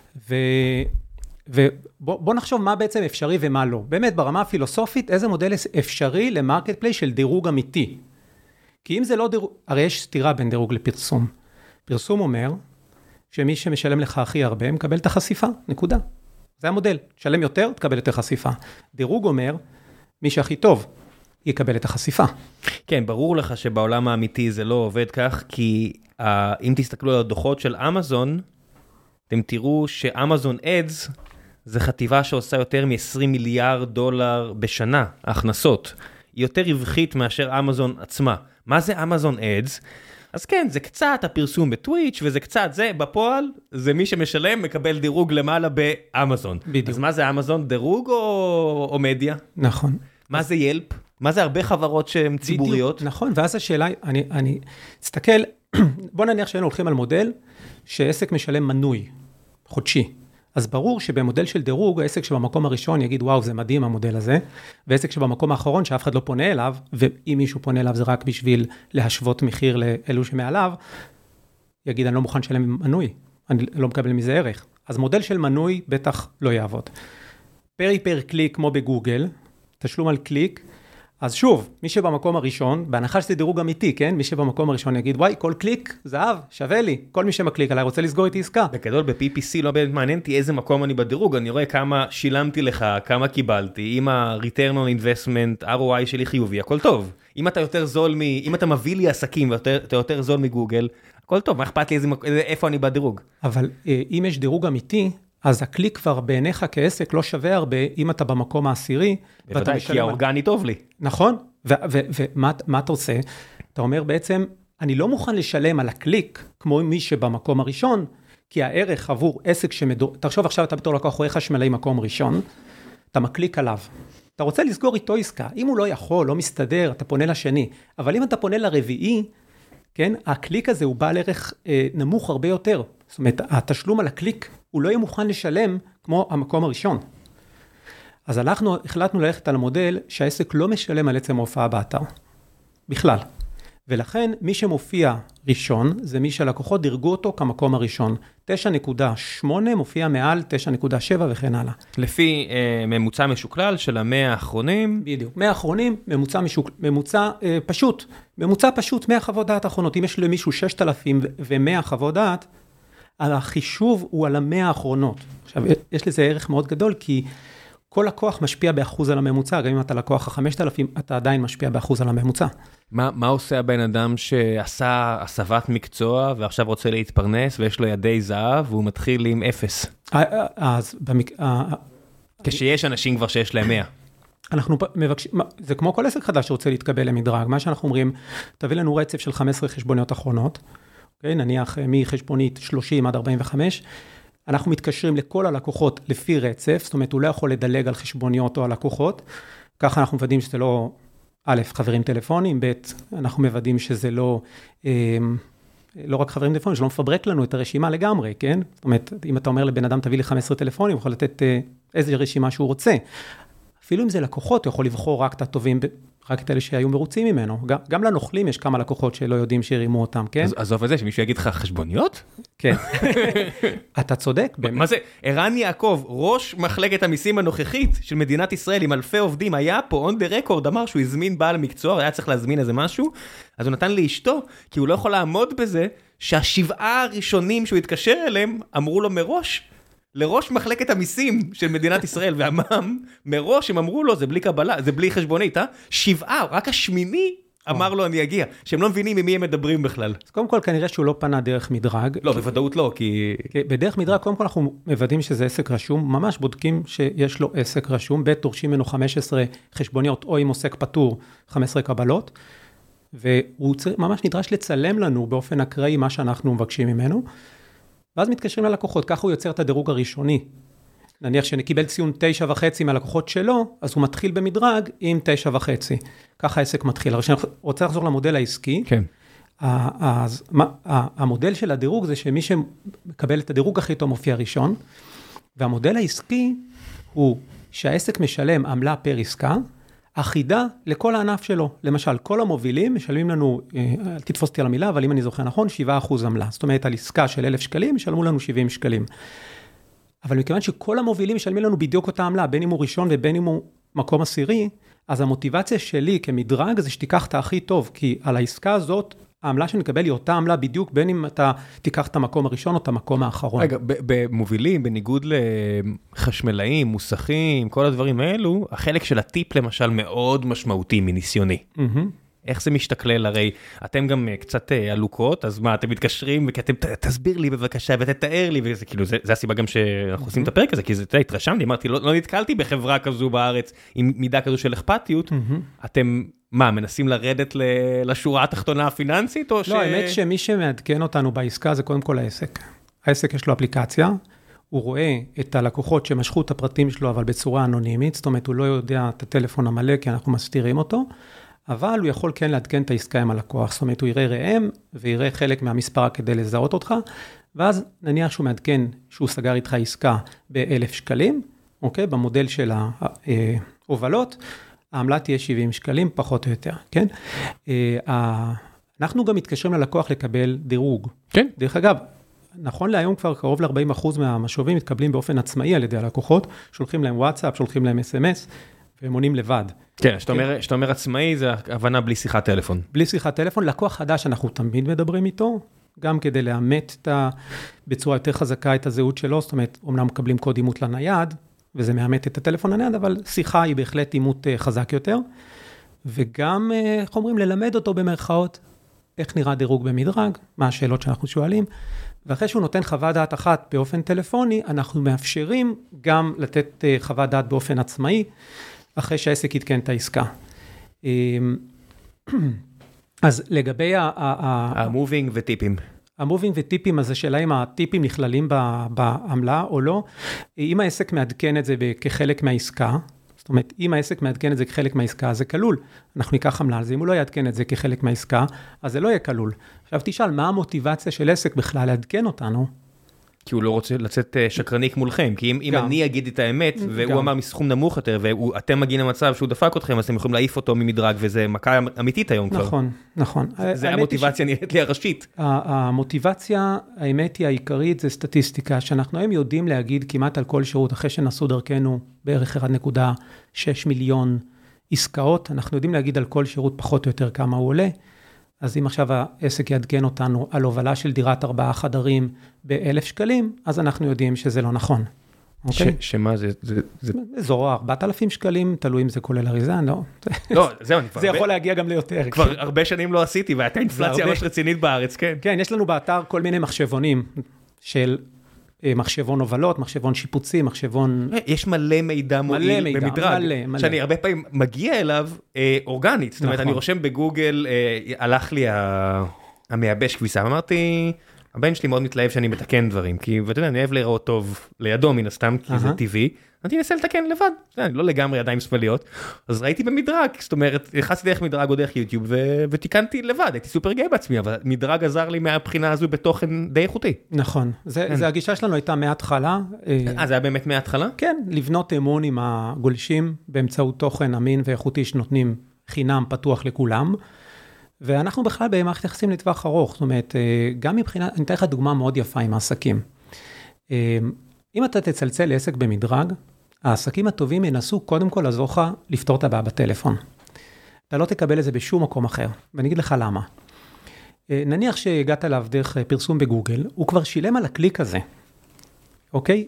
[SPEAKER 2] ובוא נחשוב מה בעצם אפשרי ומה לא. באמת, ברמה הפילוסופית, איזה מודל אפשרי למרקט פלייס של דירוג אמיתי? כי אם זה לא דירוג, הרי יש סתירה בין דירוג לפרסום. פרסום אומר, שמי שמשלם לך הכי הרבה, מקבל את החשיפה, נקודה. זה המודל, שלם יותר, תקבל יותר חשיפה. דירוג אומר, מי שהכי טוב, יקבל את החשיפה.
[SPEAKER 1] כן, ברור לך שבעולם האמיתי זה לא עובד כך, כי אם תסתכלו על הדוחות של אמזון, אתם תראו שאמזון אדס, זה חטיבה שעושה יותר מ$20 מיליארד בשנה, ההכנסות. היא יותר רווחית מאשר אמזון עצמה. מה זה אמזון אדס? אז כן, זה קצת הפרסום בטוויץ' וזה קצת זה, בפועל, זה מי שמשלם מקבל דירוג למעלה באמזון.
[SPEAKER 2] בדיוק.
[SPEAKER 1] אז מה זה אמזון, דירוג או מדיה?
[SPEAKER 2] נכון.
[SPEAKER 1] מה זה ילפ? מה זה הרבה חברות שהן ציבוריות?
[SPEAKER 2] בדיוק, נכון, ואז השאלה, אני אסתכל, בוא נניח שהיינו הולכים על מודל, שעסק משלם מנוי, חודשי. אז ברור שבמודל של דירוג, העסק שבמקום הראשון יגיד, וואו, זה מדהים המודל הזה, ועסק שבמקום האחרון, שאף אחד לא פונה אליו, ואם מישהו פונה אליו זה רק בשביל להשוות מחיר לאלו שמעליו, יגיד, אני לא מוכן לשלם מנוי, אני לא מקבל מזה ערך. אז מודל של מנוי בטח לא יעבוד. פר קליק כמו בגוגל, תשלום על קליק, אז שוב, מי שבמקום הראשון, בהנחה שזה דירוג אמיתי, כן? מי שבמקום הראשון יגיד, וואי, כל קליק, זהב, שווה לי. כל מי שמקליק עליי רוצה לסגור איתי עסקה.
[SPEAKER 1] בגדול, ב-PPC לא באמת מעניין אותי איזה מקום אני בדירוג, אני רואה כמה שילמתי לך, כמה קיבלתי, אם ה-return on investment, ROI שלי חיובי, הכל טוב. אם אתה יותר זול אם אתה מביא לי עסקים ואתה יותר זול מגוגל, הכל טוב, מה אכפת לי איפה אני בדירוג?
[SPEAKER 2] אבל אם יש דירוג אמיתי, אז הקליק כבר בעיניך כעסק לא שווה הרבה, אם אתה במקום העשירי.
[SPEAKER 1] בוודאי, כי האורגני טוב לי.
[SPEAKER 2] נכון, ומה אתה עושה? אתה אומר בעצם, אני לא מוכן לשלם על הקליק, כמו מי שבמקום הראשון, כי הערך עבור עסק תחשוב עכשיו אתה בתור לקוח רואה חשמלאי מקום ראשון, אתה מקליק עליו, אתה רוצה לסגור איתו עסקה. אם הוא לא יכול, לא מסתדר, אתה פונה לשני. אבל אם אתה פונה לרביעי, כן, הקליק הזה הוא בעל ערך נמוך הרבה יותר. זאת אומרת, התשלום על הקליק, הוא לא יהיה מוכן לשלם כמו המקום הראשון. אז אנחנו החלטנו ללכת על המודל שהעסק לא משלם על עצם ההופעה באתר. בכלל. ולכן מי שמופיע ראשון, זה מי שהלקוחות דירגו אותו כמקום הראשון. 9.8 מופיע מעל 9.7 וכן הלאה.
[SPEAKER 1] לפי ממוצע משוקלל של 100 האחרונים.
[SPEAKER 2] בדיוק. 100 האחרונים, ממוצע פשוט. ממוצע פשוט 100 חוות דעת האחרונות. אם יש למישהו 6,100 חוות דעת, החישוב הוא על 100 האחרונות. עכשיו, יש לזה ערך מאוד גדול, כי כל לקוח משפיע באחוז על הממוצע, גם אם אתה לקוח 5,000, אתה עדיין משפיע באחוז על הממוצע.
[SPEAKER 1] מה עושה הבן אדם שעשה הסבת מקצוע, ועכשיו רוצה להתפרנס, ויש לו ידי זהב, והוא מתחיל עם 0? כשיש אנשים כבר שיש להם 100.
[SPEAKER 2] אנחנו מבקשים, זה כמו כל עסק חדש שרוצה להתקבל למדרג, מה שאנחנו אומרים, תביא לנו רצף של 15 חשבוניות אחרונות, נניח מחשבונית 30 עד 45, אנחנו מתקשרים לכל הלקוחות לפי רצף, זאת אומרת, הוא לא יכול לדלג על חשבוניות או על לקוחות, ככה אנחנו מוודאים שזה לא, א', חברים טלפונים, ב', אנחנו מוודאים שזה לא רק חברים טלפונים, שלא מפברק לנו את הרשימה לגמרי, כן? זאת אומרת, אם אתה אומר לבן אדם, תביא לי 15 טלפונים, הוא יכול לתת איזו רשימה שהוא רוצה. אפילו אם זה לקוחות, הוא יכול לבחור רק את הטובים, רק את אלה שהיו מרוצים ממנו. גם לנוכלים יש כמה לקוחות שלא יודעים שהרימו אותם, כן?
[SPEAKER 1] אז עזוב את זה, שמישהו יגיד לך חשבוניות?
[SPEAKER 2] כן. אתה צודק.
[SPEAKER 1] מה זה? ערן יעקב, ראש מחלקת המיסים הנוכחית של מדינת ישראל, עם אלפי עובדים, היה פה on the record, אמר שהוא הזמין בעל מקצוע, היה צריך להזמין איזה משהו, אז הוא נתן לאשתו, כי הוא לא יכול לעמוד בזה, שהשבעה הראשונים שהוא התקשר אליהם, אמרו לו מראש, לראש מחלקת המיסים של מדינת ישראל, והמם, מראש הם אמרו לו, זה בלי קבלה, זה בלי חשבונית, שבעה, רק השמיני אמר לו אני אגיע, שהם לא מבינים ממי הם מדברים בכלל.
[SPEAKER 2] אז קודם כל כנראה שהוא לא פנה דרך מדרג.
[SPEAKER 1] לא, בוודאות לא, כי...
[SPEAKER 2] בדרך מדרג, קודם כל אנחנו מוודאים שזה עסק רשום, ממש בודקים שיש לו עסק רשום, ב' דורשים ממנו 15 חשבוניות, או עם עוסק פטור, 15 קבלות, והוא ממש נדרש לצלם לנו באופן אקראי מה שאנחנו מבקשים ממנו, ואז מתקשרים ללקוחות, ככה הוא יוצר את הדירוג הראשוני. נניח שקיבל ציון 9.5 מהלקוחות שלו, אז הוא מתחיל במדרג עם 9.5. ככה העסק מתחיל. אני רוצה לחזור למודל העסקי.
[SPEAKER 1] כן.
[SPEAKER 2] אז המודל של הדירוג זה שמי שמקבל את הדירוג הכי טוב מופיע ראשון, והמודל העסקי הוא שהעסק משלם עמלה פר עסקה, אחידה לכל הענף שלו. למשל, כל המובילים משלמים לנו, תתפוס אותי על המילה, אבל אם אני זוכר נכון, 7% עמלה. זאת אומרת, על עסקה של 1,000 שקלים, משלמו לנו 70 שקלים. אבל מכיוון שכל המובילים משלמים לנו בדיוק אותה עמלה, בין אם הוא ראשון ובין אם הוא מקום עשירי, אז המוטיבציה שלי כמדרג זה שתיקח את הכי טוב, כי על העסקה הזאת, העמלה שנקבל היא אותה עמלה בדיוק, בין אם אתה תיקח את המקום הראשון או את המקום האחרון.
[SPEAKER 1] רגע, במובילים, בניגוד לחשמלאים, מוסכים, כל הדברים האלו, החלק של הטיפ למשל מאוד משמעותי מניסיוני. איך זה משתכלל? הרי אתם גם קצת עלוקות, אז מה, אתם מתקשרים, וכי תסביר לי בבקשה, ותתאר לי, וזה כאילו, זה הסיבה גם שאנחנו עושים את הפרק הזה, כי זה התרשמתי, אמרתי, לא נתקלתי בחברה כזו בארץ, עם מידה כזו של אכפתיות, אתם, מה, מנסים לרדת לשורה התחתונה הפיננסית, או ש...
[SPEAKER 2] לא, האמת שמי שמעדכן אותנו בעסקה, זה קודם כל העסק. העסק יש לו אפליקציה, הוא רואה את הלקוחות שמשכו את הפרטים שלו, אבל בצורה אנונימית, זאת אומרת, הוא לא יודע את הטלפון המלא, כי אנחנו מסתירים אותו, אבל הוא יכול כן לעדכן את העסקה עם הלקוח, זאת אומרת, הוא יראה ראם, ויראה חלק מהמספר כדי לזהות אותך, ואז נניח שהוא מעדכן שהוא סגר איתך עסקה ב1,000 שקלים, אוקיי? במודל של ההובלות, העמלה תהיה 70 שקלים, פחות או יותר, כן? אנחנו גם מתקשרים ללקוח לקבל דירוג.
[SPEAKER 1] כן.
[SPEAKER 2] דרך אגב, נכון להיום כבר קרוב ל-40% מהמשובים מתקבלים באופן עצמאי על ידי הלקוחות, שולחים להם וואטסאפ, שולחים להם SMS, והם עונים לבד.
[SPEAKER 1] כן, שאתה אומר עצמאי, זה הבנה בלי שיחת טלפון.
[SPEAKER 2] בלי שיחת טלפון, לקוח חדש, אנחנו תמיד מדברים איתו, גם כדי לאמת בצורה יותר חזקה את הזהות שלו, זאת אומרת, אומנם מקבלים קוד אימות לנייד, וזה מאמת את הטלפון הנייד, אבל שיחה היא בהחלט אימות חזק יותר, וגם, איך אומרים, ללמד אותו במרכאות, איך נראה דירוג במדרג, מה השאלות שאנחנו שואלים, ואחרי שהוא נותן חוות דעת אחת באופן טלפוני, אנחנו מאפשרים גם לתת חוות דעת באופן עצמאי, אחרי שהעסק יתקן את העסקה. אז לגבי
[SPEAKER 1] המובינג וטיפים.
[SPEAKER 2] המובינג וטיפים, אז השאלה אם הטיפים נכללים בעמלה או לא. אם העסק מעדכן את זה כחלק מהעסקה, זאת אומרת, אם העסק מעדכן את זה כחלק מהעסקה, זה כלול. אנחנו ניקח עמלה על זה, אם הוא לא יעדכן את זה כחלק מהעסקה, אז זה לא יהיה כלול. עכשיו תשאל, מה המוטיבציה של עסק בכלל לעדכן אותנו?
[SPEAKER 1] כי הוא לא רוצה לצאת שקרניק מולכם, כי אם אני אגיד את האמת, והוא אמר מסכום נמוך יותר, ואתם מגיעים למצב שהוא דפק אתכם, אז אתם יכולים להעיף אותו ממדרג, וזה מכה אמיתית היום כבר.
[SPEAKER 2] נכון, נכון.
[SPEAKER 1] זה המוטיבציה נראית לי הראשית.
[SPEAKER 2] המוטיבציה, האמת היא העיקרית, זה סטטיסטיקה, שאנחנו היום יודעים להגיד כמעט על כל שירות, אחרי שנסו דרכנו בערך 1.6 מיליון עסקאות, אנחנו יודעים להגיד על כל שירות פחות או יותר כמה הוא עולה, אז אם עכשיו העסק יעדכן אותנו על הובלה של דירת 4 חדרים ב1,000 שקלים, אז אנחנו יודעים שזה לא נכון. אוקיי?
[SPEAKER 1] שמה זה?
[SPEAKER 2] אזור 4,000 שקלים, תלוי אם זה כולל אריזה, לא.
[SPEAKER 1] לא, זהו, אני כבר...
[SPEAKER 2] זה יכול להגיע גם ליותר.
[SPEAKER 1] כבר הרבה שנים לא עשיתי, והייתה אינפלציה ממש רצינית בארץ, כן.
[SPEAKER 2] כן, יש לנו באתר כל מיני מחשבונים של מחשבון הובלות, מחשבון שיפוצי, מחשבון...
[SPEAKER 1] יש מלא מידע מועיל במדרג, שאני הרבה פעמים מגיע אליו אורגנית, זאת אומרת, אני רושם בגוגל, הלך לי המייבש כביסה, אמרתי, הבן שלי מאוד מתלהב שאני מתקן דברים, כי ואתה יודע, אני אוהב להיראות טוב לידו מן הסתם, כי זה טבעי, אני אנסה לתקן לבד, אני לא לגמרי ידיים שמאליות, אז ראיתי במדרג, זאת אומרת, נכנסתי דרך מדרג או דרך יוטיוב, ותיקנתי לבד, הייתי סופר גאה בעצמי, אבל מדרג עזר לי מהבחינה הזו בתוכן די איכותי.
[SPEAKER 2] נכון, זה הגישה שלנו הייתה מההתחלה.
[SPEAKER 1] זה היה באמת מההתחלה?
[SPEAKER 2] כן, לבנות אמון עם הגולשים, באמצעות תוכן אמין ואיכותי שנותנים חינם פתוח לכולם, ואנחנו בכלל במערכת יחסים לטווח ארוך, זאת אומרת, גם מבחינת, אני אתן לך דוגמה מאוד יפה עם העסקים. אם אתה תצלצל לעסק במדרג, העסקים הטובים ינסו קודם כל לעזור לך לפתור את הבעיה בטלפון. אתה לא תקבל את זה בשום מקום אחר, ואני אגיד לך למה. נניח שהגעת אליו דרך פרסום בגוגל, הוא כבר שילם על הקליק הזה. אוקיי?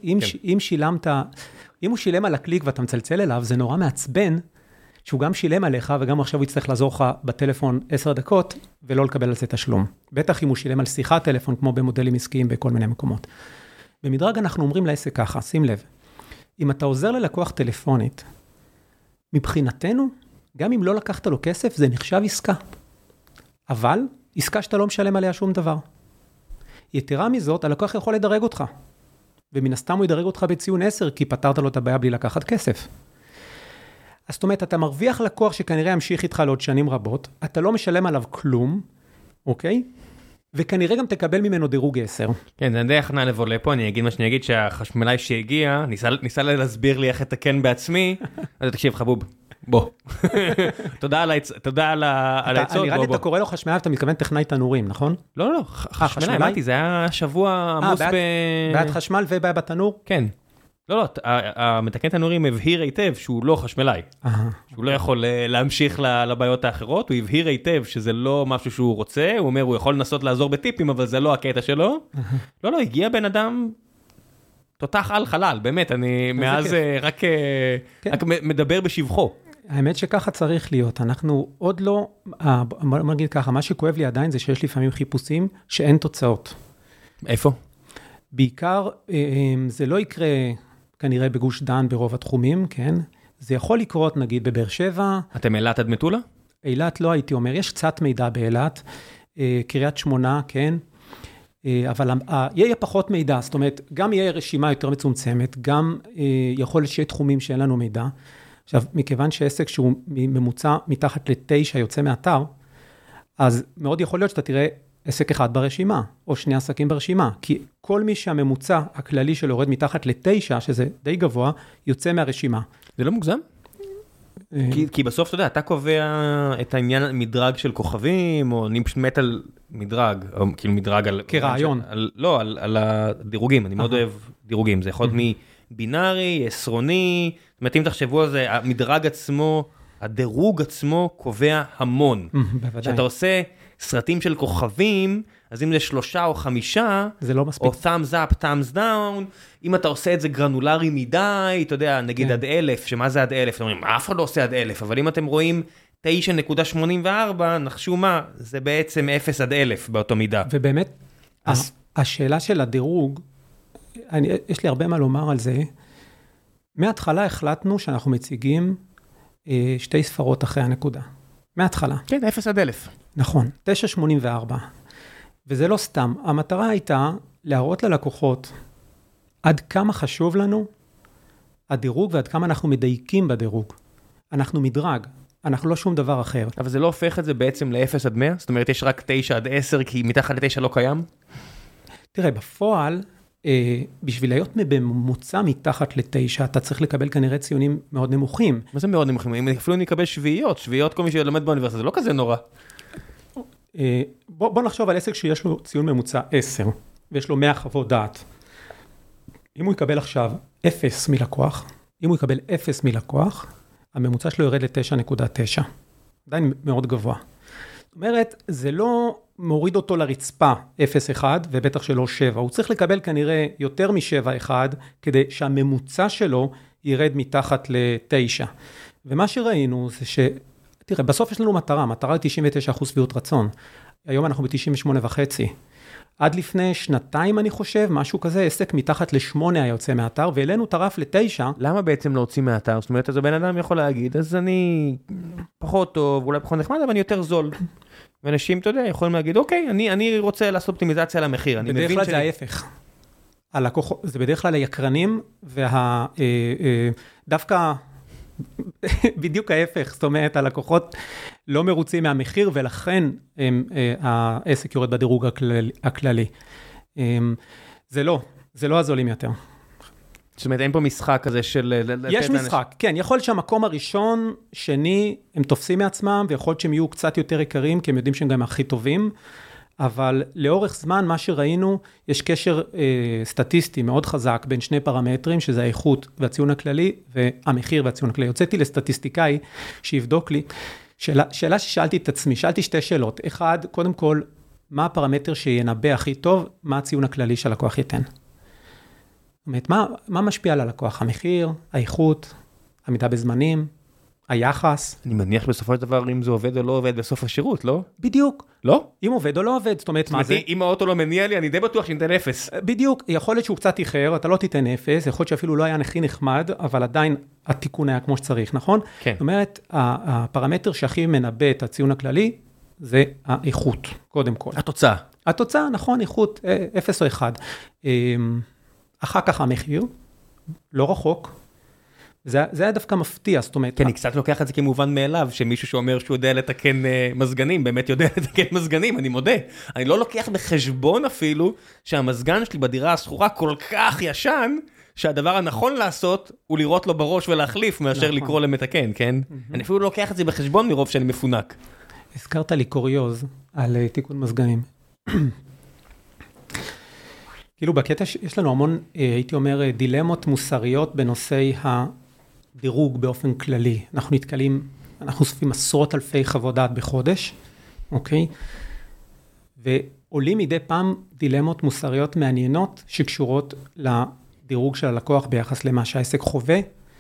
[SPEAKER 2] אם הוא שילם על הקליק ואתה מצלצל אליו, זה נורא מעצבן, שהוא גם שילם עליך, וגם עכשיו הוא יצטרך לעזור לך בטלפון 10 דקות, ולא לקבל על זה תשלום. בטח אם הוא שילם על שיחת טלפון, כמו במודלים עסקיים בכל מיני מקומות. במדרג אנחנו אומרים לעסק ככה, שים לב, אם אתה עוזר ללקוח טלפונית, מבחינתנו, גם אם לא לקחת לו כסף, זה נחשב עסקה. אבל, עסקה שאתה לא משלם עליה שום דבר. יתרה מזאת, הלקוח יכול לדרג אותך. ומן הסתם הוא ידרג אותך בציון 10, כי פתרת לו את הבעיה בלי לקחת כסף. אז זאת אומרת, אתה מרוויח לקוח שכנראה ימשיך איתך לעוד שנים רבות, אתה לא משלם עליו כלום, אוקיי? וכנראה גם תקבל ממנו דירוג 10.
[SPEAKER 1] כן, זה די הכנה לבוא לפה, אני אגיד מה שאני אגיד, שהחשמלאי שהגיע, ניסה להסביר לי איך לתקן בעצמי, אז תקשיב חבוב, בוא. תודה על העצות.
[SPEAKER 2] נראה לי אתה קורא לו חשמלאי, אתה מתכוון טכנאי תנורים, נכון?
[SPEAKER 1] לא, חשמלאי, אמרתי, זה היה שבוע עמוס
[SPEAKER 2] בעד חשמל ובעד בתנור?
[SPEAKER 1] כן. לא, המתקן תנורים הבהיר היטב שהוא לא חשמלאי, שהוא לא יכול להמשיך לבעיות האחרות, הוא הבהיר היטב שזה לא משהו שהוא רוצה, הוא אומר, הוא יכול לנסות לעזור בטיפים, אבל זה לא הקטע שלו. לא, הגיע בן אדם תותח על חלל, באמת, אני מאז רק מדבר בשבחו.
[SPEAKER 2] האמת שככה צריך להיות, אנחנו עוד לא, בוא נגיד ככה, מה שכואב לי עדיין זה שיש לפעמים חיפושים שאין תוצאות.
[SPEAKER 1] איפה?
[SPEAKER 2] בעיקר, זה לא יקרה כנראה בגוש דן ברוב התחומים, כן? זה יכול לקרות נגיד בבאר שבע.
[SPEAKER 1] אתם אילת עד מטולה?
[SPEAKER 2] אילת לא הייתי אומר, יש קצת מידע באילת, קריית שמונה, כן? אבל יהיה פחות מידע, זאת אומרת, גם יהיה רשימה יותר מצומצמת, גם יכול שיהיה תחומים שאין לנו מידע. עכשיו, מכיוון שעסק שהוא ממוצע מתחת ל9 יוצא מאתר, אז מאוד יכול להיות שאתה תראה עסק אחד ברשימה, או 2 עסקים ברשימה, כי כל מי שהממוצע הכללי שלו יורד מתחת ל9, שזה די גבוה, יוצא מהרשימה.
[SPEAKER 1] זה לא מוגזם? כי בסוף, אתה יודע, אתה קובע את העניין מדרג של כוכבים, או אני פשוט מת על מדרג, או כאילו מדרג על...
[SPEAKER 2] כרעיון.
[SPEAKER 1] לא, על הדירוגים, אני מאוד אוהב דירוגים, זה יכול להיות מבינארי, עשרוני, זאת אומרת, אם תחשבו על זה, המדרג עצמו, הדירוג עצמו קובע המון.
[SPEAKER 2] בוודאי.
[SPEAKER 1] שאתה עושה סרטים של כוכבים, אז אם זה 3 או 5,
[SPEAKER 2] זה לא מספיק.
[SPEAKER 1] או thumbs up, thumbs down, אם אתה עושה את זה גרנולרי מדי, אתה יודע, נגיד עד 1,000, שמה זה עד 1,000? אתם אומרים, אף אחד לא עושה עד 1,000, אבל אם אתם רואים 9.84, נחשו מה, זה בעצם 0 עד 1,000 באותו מידה.
[SPEAKER 2] ובאמת, השאלה של הדירוג, יש לי הרבה מה לומר על זה, מההתחלה החלטנו שאנחנו מציגים 2 ספרות אחרי הנקודה. מההתחלה.
[SPEAKER 1] כן, 0 עד 1,000.
[SPEAKER 2] נכון, 9.84. וזה לא סתם. המטרה הייתה להראות ללקוחות עד כמה חשוב לנו הדירוג ועד כמה אנחנו מדייקים בדירוג. אנחנו מדרג, אנחנו לא שום דבר אחר.
[SPEAKER 1] אבל זה לא הופך את זה בעצם ל-0 עד 100? זאת אומרת, יש רק 9 עד 10, כי מתחת ל-9 לא קיים?
[SPEAKER 2] תראה, בפועל, בשביל להיות בממוצע מתחת ל-9, אתה צריך לקבל כנראה ציונים מאוד נמוכים.
[SPEAKER 1] מה זה מאוד נמוכים? אם אפילו נקבל שביעיות כל מי שלומד באוניברסיטה, זה לא כזה נורא.
[SPEAKER 2] בוא נחשוב על עסק שיש לו ציון ממוצע 10, ויש לו 100 חוות דעת. אם הוא יקבל עכשיו 0 מלקוח, אם הוא יקבל 0 מלקוח, הממוצע שלו יורד ל-9.9. עדיין מאוד גבוה. זאת אומרת, זה לא מוריד אותו לרצפה 0.1, ובטח שלא 7. הוא צריך לקבל כנראה יותר מ-7.1, כדי שהממוצע שלו ירד מתחת ל-9. ומה שראינו זה תראה, בסוף יש לנו מטרה היא 99% שביעות רצון. היום אנחנו ב-98.5. עד לפני שנתיים, אני חושב, משהו כזה, עסק מתחת ל8 היה יוצא מהאתר, ואלינו טרף ל9.
[SPEAKER 1] למה בעצם להוציא מהאתר? זאת אומרת, אז הבן אדם יכול להגיד, אז אני פחות טוב, אולי פחות נחמד, אבל אני יותר זול. ואנשים, אתה יודע, יכולים להגיד, אוקיי, אני רוצה לעשות אופטימיזציה למחיר.
[SPEAKER 2] בדרך כלל זה ההפך. זה בדרך כלל היצרנים, דווקא בדיוק ההפך, זאת אומרת, הלקוחות לא מרוצים מהמחיר, ולכן העסק יורד בדירוג הכללי. זה לא הזולים יותר.
[SPEAKER 1] זאת אומרת, אין פה משחק כזה של...
[SPEAKER 2] יש משחק, כן, יכול להיות שהמקום הראשון, שני, הם תופסים מעצמם, ויכול להיות שהם יהיו קצת יותר יקרים, כי הם יודעים שהם גם הכי טובים, אבל לאורך זמן, מה שראינו, יש קשר סטטיסטי מאוד חזק בין שני פרמטרים, שזה האיכות והציון הכללי, והמחיר והציון הכללי. יוצאתי לסטטיסטיקאי שיבדוק לי, שאלה ששאלתי את עצמי, שאלתי שתי שאלות. אחד, קודם כל, מה הפרמטר שינבא הכי טוב, מה הציון הכללי שהלקוח ייתן? זאת אומרת, מה משפיע על הלקוח? המחיר, האיכות, עמידה בזמנים, היחס.
[SPEAKER 1] אני מניח בסופו של דבר אם זה עובד או לא עובד בסוף השירות, לא?
[SPEAKER 2] בדיוק.
[SPEAKER 1] לא?
[SPEAKER 2] אם עובד או לא עובד, זאת אומרת, מה זה?
[SPEAKER 1] אם האוטו לא מניע לי, אני די בטוח שניתן 0.
[SPEAKER 2] בדיוק, יכול להיות שהוא קצת איחר, אתה לא תיתן 0, יכול להיות שאפילו לא היה הכי נחמד, אבל עדיין התיקון היה כמו שצריך, נכון?
[SPEAKER 1] כן.
[SPEAKER 2] זאת אומרת, הפרמטר שהכי מנבא את הציון הכללי, זה האיכות, קודם כל.
[SPEAKER 1] התוצאה.
[SPEAKER 2] התוצאה, נכון, איכות 0 או 1. אחר כך המחיר, לא רחוק, זה היה דווקא מפתיע, זאת אומרת...
[SPEAKER 1] כי אני קצת לוקח את זה כמובן מאליו, שמישהו שאומר שהוא יודע לתקן מזגנים, באמת יודע לתקן מזגנים, אני מודה. אני לא לוקח בחשבון אפילו שהמזגן שלי בדירה השכורה כל כך ישן, שהדבר הנכון לעשות הוא לראות לו בראש ולהחליף, מאשר לקרוא למתקן, כן? אני אפילו לא לוקח את זה בחשבון מרוב שאני מפונק.
[SPEAKER 2] הזכרת לי קוריוז על תיקון מזגנים. כאילו בקטע יש לנו המון, הייתי אומר, דילמות מוסריות בנושאי הדירוג באופן כללי. אנחנו נתקלים, אנחנו אוספים עשרות אלפי חוות דעת בחודש, אוקיי? ועולים מדי פעם דילמות מוסריות מעניינות שקשורות לדירוג של הלקוח ביחס למה שהעסק חווה.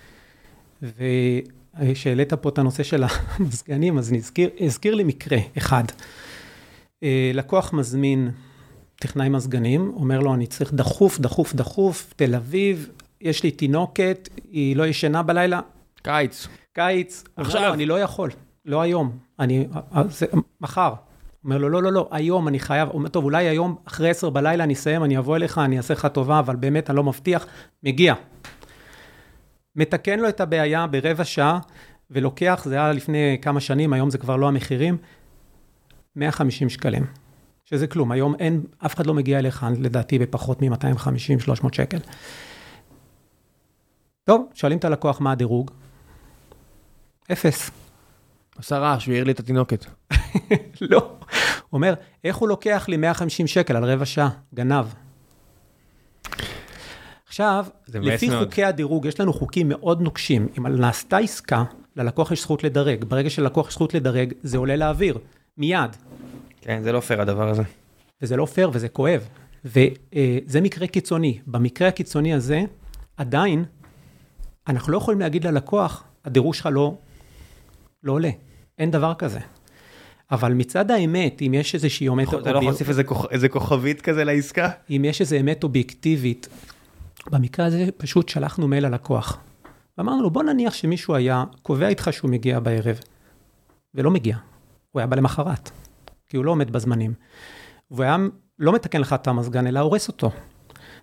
[SPEAKER 2] ושאלת פה את הנושא של המזגנים, אז הזכיר לי מקרה אחד. לקוח מזמין טכנאי מזגנים, אומר לו, אני צריך דחוף, דחוף, דחוף, תל אביב, יש לי תינוקת, היא לא ישנה בלילה. קיץ. עכשיו. אני לא יכול, לא היום, מחר. אומר לו, לא, לא, לא, היום אני חייב, אומר, טוב, אולי היום אחרי 10 בלילה אני אסיים, אני אבוא אליך, אני אעשה לך טובה, אבל באמת אני לא מבטיח, מגיע. מתקן לו את הבעיה ברבע שעה, ולוקח, זה היה לפני כמה שנים, היום זה כבר לא המחירים, 150 שקלים. שזה כלום, היום אף אחד לא מגיע אליך, לדעתי, בפחות מ-250-300 שקל. טוב, שואלים את הלקוח מה הדירוג? 0.
[SPEAKER 1] עשה רעש, והעיר לי את התינוקת.
[SPEAKER 2] לא. הוא אומר, איך הוא לוקח לי 150 שקל על רבע שעה? גנב. עכשיו, לפי חוקי הדירוג, יש לנו חוקים מאוד נוקשים. אם נעשתה עסקה, ללקוח יש זכות לדרג. ברגע שללקוח יש זכות לדרג, זה עולה לאוויר. מיד.
[SPEAKER 1] כן, זה לא פייר הדבר הזה.
[SPEAKER 2] וזה לא פייר וזה כואב. וזה מקרה קיצוני. במקרה הקיצוני הזה, עדיין, אנחנו לא יכולים להגיד ללקוח, הדירוג שלך לא עולה. אין דבר כזה. אבל מצד האמת, אם יש איזושהי אמת...
[SPEAKER 1] אתה לא יכול להוסיף איזה כוכבית כזה לעסקה?
[SPEAKER 2] אם יש איזו אמת אובייקטיבית, במקרה הזה פשוט שלחנו מייל ללקוח. ואמרנו לו, בוא נניח שמישהו היה קובע איתך שהוא מגיע בערב, ולא מגיע. הוא היה בא למחרת, כי הוא לא עומד בזמנים. והוא היה לא מתקן לך את המזגן, אלא הורס אותו.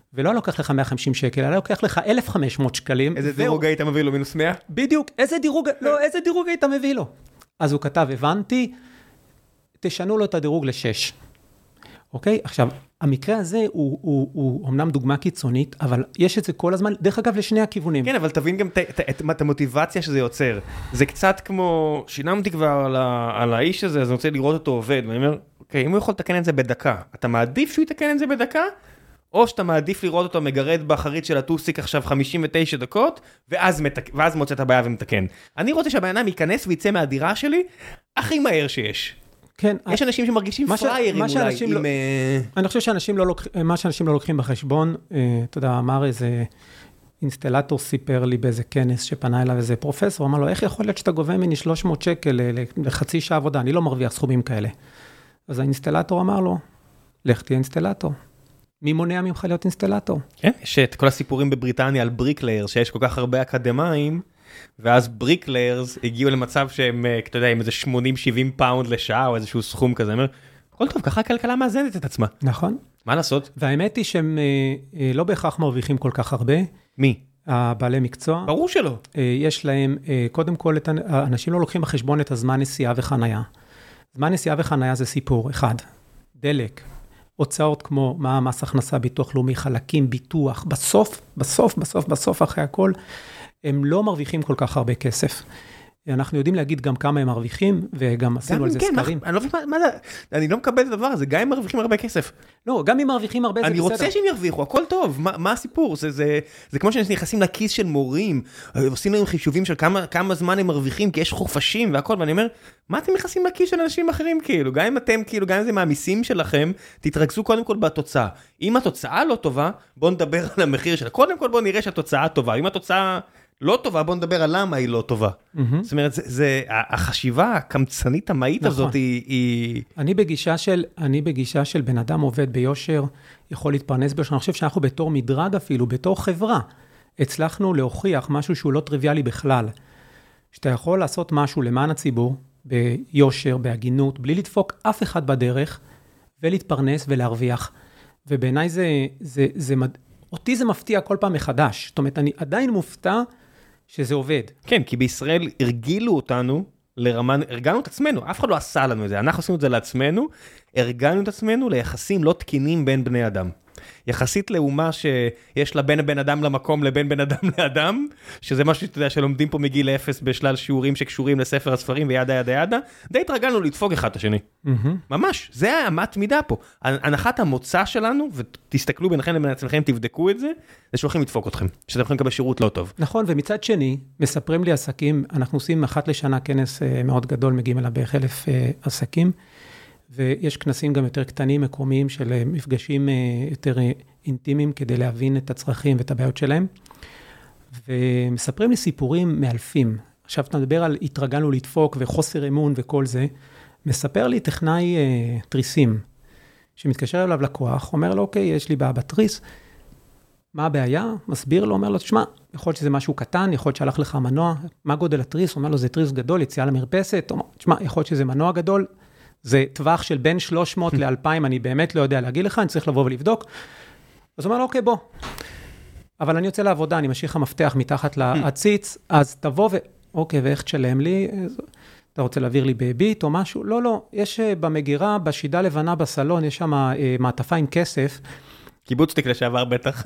[SPEAKER 2] ולא לוקח לך 150 שקל, אלא לוקח לך 1,500 שקלים.
[SPEAKER 1] איזה דירוג היית מביא לו מינוס 100?
[SPEAKER 2] בדיוק, איזה דירוג היית מביא לו? אז הוא כתב, הבנתי, תשנו לו את הדירוג ל-6. אוקיי? עכשיו, המקרה הזה הוא אמנם דוגמה קיצונית, אבל יש את זה כל הזמן, דרך אגב, לשני הכיוונים.
[SPEAKER 1] כן, אבל תבין גם את המוטיבציה שזה יוצר. זה קצת כמו, שינמתי כבר על האיש הזה, אז אני רוצה לראות אותו עובד, ואני אומר, אוקיי, אם הוא יכול לתקן את זה בדקה, אתה מעדיף שהוא יתקן את זה בדקה? או שאתה מעדיף לראות אותו מגרד באחרית של הטוסיק עכשיו 59 דקות, ואז מוצא את הבעיה ומתקן. אני רוצה שהבן אדם ייכנס ויצא מהדירה שלי הכי מהר שיש.
[SPEAKER 2] כן.
[SPEAKER 1] יש אנשים שמרגישים פריירים אולי.
[SPEAKER 2] אני חושב מה שאנשים לא לוקחים בחשבון, אתה יודע, אמר איזה אינסטלטור סיפר לי באיזה כנס שפנה אליו איזה פרופסור, אמר לו, איך יכול להיות שאתה גובה ממני 300 שקל לחצי שעה עבודה? אני לא מרוויח סכומים כאלה. אז האינסטלטור אמר לו, לך תהיה אינסטלטור. מי מונע ממך להיות אינסטלטור?
[SPEAKER 1] כן, יש את כל הסיפורים בבריטניה על בריקליירס, שיש כל כך הרבה אקדמיים, ואז בריקליירס הגיעו למצב שהם, אתה יודע, עם איזה 80-70 פאונד לשעה, או איזשהו סכום כזה, אומר, כל טוב, ככה הכלכלה מאזנת את עצמה.
[SPEAKER 2] נכון.
[SPEAKER 1] מה לעשות?
[SPEAKER 2] והאמת היא שהם לא בהכרח מרוויחים כל כך הרבה.
[SPEAKER 1] מי?
[SPEAKER 2] הבעלי מקצוע.
[SPEAKER 1] ברור שלא.
[SPEAKER 2] יש להם, קודם כל, אנשים לא לוקחים בחשבון את הזמן נסיעה וחנייה. זמן נסיעה וחנייה זה סיפור, אחד. דלק. הוצאות כמו מה מס הכנסה, ביטוח לאומי, חלקים, ביטוח, בסוף, אחרי הכל, הם לא מרוויחים כל כך הרבה כסף. אנחנו יודעים להגיד גם כמה הם מרוויחים, וגם עשינו על זה סקרים.
[SPEAKER 1] אני לא מבין מה זה, אני לא מקבל את הדבר הזה, גם אם מרוויחים הרבה כסף.
[SPEAKER 2] לא, גם אם מרוויחים הרבה זה בסדר.
[SPEAKER 1] אני רוצה שהם ירוויחו, הכל טוב, מה הסיפור? זה כמו שנכנסים לכיס של מורים, עושים להם חישובים של כמה זמן הם מרוויחים, כי יש חופשים והכל, ואני אומר, מה אתם נכנסים לכיס של אנשים אחרים כאילו? גם אם אתם כאילו, גם אם זה מהמיסים שלכם, תתרכזו קודם כל בתוצאה. אם התוצאה לא טובה, בואו נדבר על המחיר שלה. קודם כל בואו נראה שהתוצאה טובה. אם התוצאה לא טובה, בואו נדבר על למה היא לא טובה. זאת אומרת, החשיבה הקמצנית המאית הזאת היא...
[SPEAKER 2] אני בגישה של בן אדם עובד ביושר, יכול להתפרנס ביושר. אני חושב שאנחנו בתור מדרג אפילו, בתור חברה, הצלחנו להוכיח משהו שהוא לא טריוויאלי בכלל. שאתה יכול לעשות משהו למען הציבור, ביושר, בהגינות, בלי לדפוק אף אחד בדרך, ולהתפרנס ולהרוויח. ובעיניי אותי זה מפתיע כל פעם מחדש. זאת אומרת, אני עדיין מופתע שזה עובד.
[SPEAKER 1] כן, כי בישראל הרגילו אותנו לרמה, הרגלנו את עצמנו, אף אחד לא עשה לנו את זה, אנחנו עשינו את זה לעצמנו, הרגלנו את עצמנו ליחסים לא תקינים בין בני אדם. יחסית לאומה שיש לה בין בן אדם למקום לבין בן אדם לאדם, שזה משהו שאתה יודע שלומדים פה מגיל 0 בשלל שיעורים שקשורים לספר הספרים וידה, די התרגלנו לדפוק אחד את השני. ממש, זה האמת מידה פה. הנחת המוצא שלנו, ותסתכלו ביניכם לבין עצמכם, תבדקו את זה, זה שהולכים לדפוק אתכם, שאתם יכולים לקבל שירות לא טוב.
[SPEAKER 2] נכון, ומצד שני, מספרים לי עסקים, אנחנו עושים אחת לשנה כנס מאוד גדול, מגיעים אליו בערך 1,000 עסקים, ויש כנסים גם יותר קטנים, מקומיים, של מפגשים יותר אינטימיים, כדי להבין את הצרכים ואת הבעיות שלהם. ומספרים לי סיפורים מאלפים. עכשיו, אתה מדבר על התרגלנו לדפוק וחוסר אמון וכל זה. מספר לי טכנאי תריסים, שמתקשר אליו לקוח, אומר לו, אוקיי, יש לי בעיה בתריס, מה הבעיה? מסביר לו, אומר לו, תשמע, יכול להיות שזה משהו קטן, יכול להיות שהלך לך מנוע, מה גודל התריס? אומר לו, זה תריס גדול, יציאה למרפסת, תשמע, יכול להיות שזה מנוע גדול, זה טווח של בין 300 ל-2,000, אני באמת לא יודע להגיד לך, אני צריך לבוא ולבדוק. אז הוא אומר לו, אוקיי, בוא. אבל אני יוצא לעבודה, אני משאיר לך מפתח מתחת לעציץ, אז תבוא אוקיי, ואיך תשלם לי? אתה רוצה להעביר לי בביט או משהו? לא, לא, יש במגירה, בשידה לבנה בסלון, יש שם מעטפה עם כסף.
[SPEAKER 1] קיבוצניק לשעבר בטח.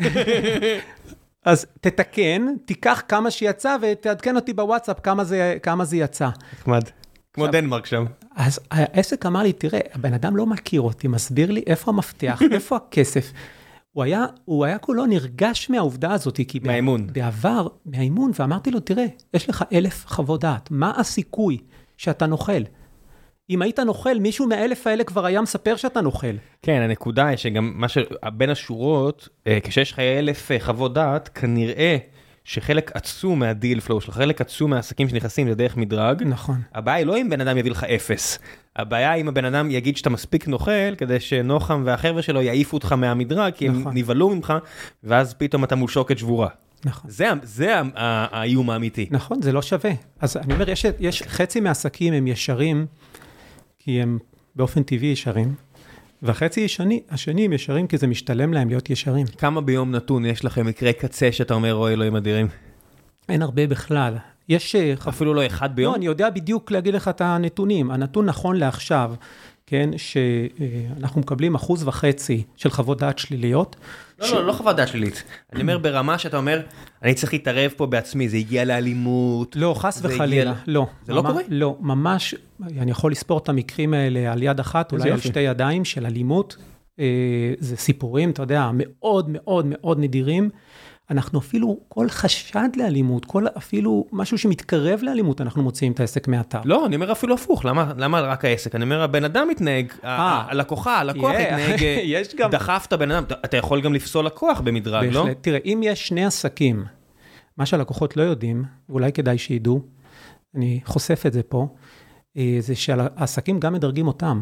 [SPEAKER 2] אז תתקן, תיקח כמה שיצא, ותעדכן אותי בוואטסאפ כמה זה יצא. נחמד.
[SPEAKER 1] כמו דנמרק שם.
[SPEAKER 2] אז העסק אמר לי, תראה, הבן אדם לא מכיר אותי, מסביר לי איפה המפתח, איפה הכסף. הוא היה כולו נרגש מהעובדה הזאת, כי
[SPEAKER 1] מהאימון.
[SPEAKER 2] בעבר, מהאימון, ואמרתי לו, תראה, יש לך 1,000 חוות דעת, מה הסיכוי שאתה נוכל? אם היית נוכל, מישהו מה1,000 האלה כבר היה מספר שאתה נוכל.
[SPEAKER 1] כן, הנקודה היא שגם מה שבין השורות, כשיש לך 1,000 חוות דעת, כנראה שחלק עצום מהדיל פלואו שלך, חלק עצום מהעסקים שנכנסים לדרך מדרג.
[SPEAKER 2] נכון.
[SPEAKER 1] הבעיה היא לא אם בן אדם יביא לך 0. הבעיה היא אם הבן אדם יגיד שאתה מספיק נוכל, כדי שנוחם והחבר'ה שלו יעיפו אותך מהמדרג, כי הם נבלו ממך, ואז פתאום אתה מול שוקת שבורה.
[SPEAKER 2] נכון.
[SPEAKER 1] זה האיום האמיתי.
[SPEAKER 2] נכון, זה לא שווה. אז אני אומר, יש חצי מהעסקים הם ישרים, כי הם באופן טבעי ישרים, והחצי השני הם ישרים, כי זה משתלם להם להיות ישרים.
[SPEAKER 1] כמה ביום נתון יש לכם מקרה קצה שאתה אומר, אוי, אלוהים אדירים?
[SPEAKER 2] אין הרבה בכלל. יש...
[SPEAKER 1] אפילו לא אחד ביום?
[SPEAKER 2] לא, אני יודע בדיוק להגיד לך את הנתונים. הנתון נכון לעכשיו, כן, שאנחנו מקבלים 1.5% של חוות דעת שליליות.
[SPEAKER 1] לא חוות דעת שלילית. אני אומר ברמה שאתה אומר, אני צריך להתערב פה בעצמי, זה הגיע לאלימות.
[SPEAKER 2] לא, חס וחלילה, לא.
[SPEAKER 1] זה לא קורה?
[SPEAKER 2] לא, ממש, אני יכול לספור את המקרים האלה על יד אחת, אולי על שתי ידיים של אלימות. זה סיפורים, אתה יודע, מאוד מאוד מאוד נדירים. אנחנו אפילו, כל חשד לאלימות, כל אפילו משהו שמתקרב לאלימות, אנחנו מוציאים את העסק מהאתר.
[SPEAKER 1] לא, אני אומר אפילו הפוך, למה רק העסק? אני אומר, הבן אדם מתנהג, הלקוח מתנהג, דחף את הבן אדם, אתה יכול גם לפסול לקוח במדרג, לא?
[SPEAKER 2] תראה, אם יש שני עסקים, מה שהלקוחות לא יודעים, ואולי כדאי שידעו, אני חושף את זה פה, זה שהעסקים גם מדרגים אותם.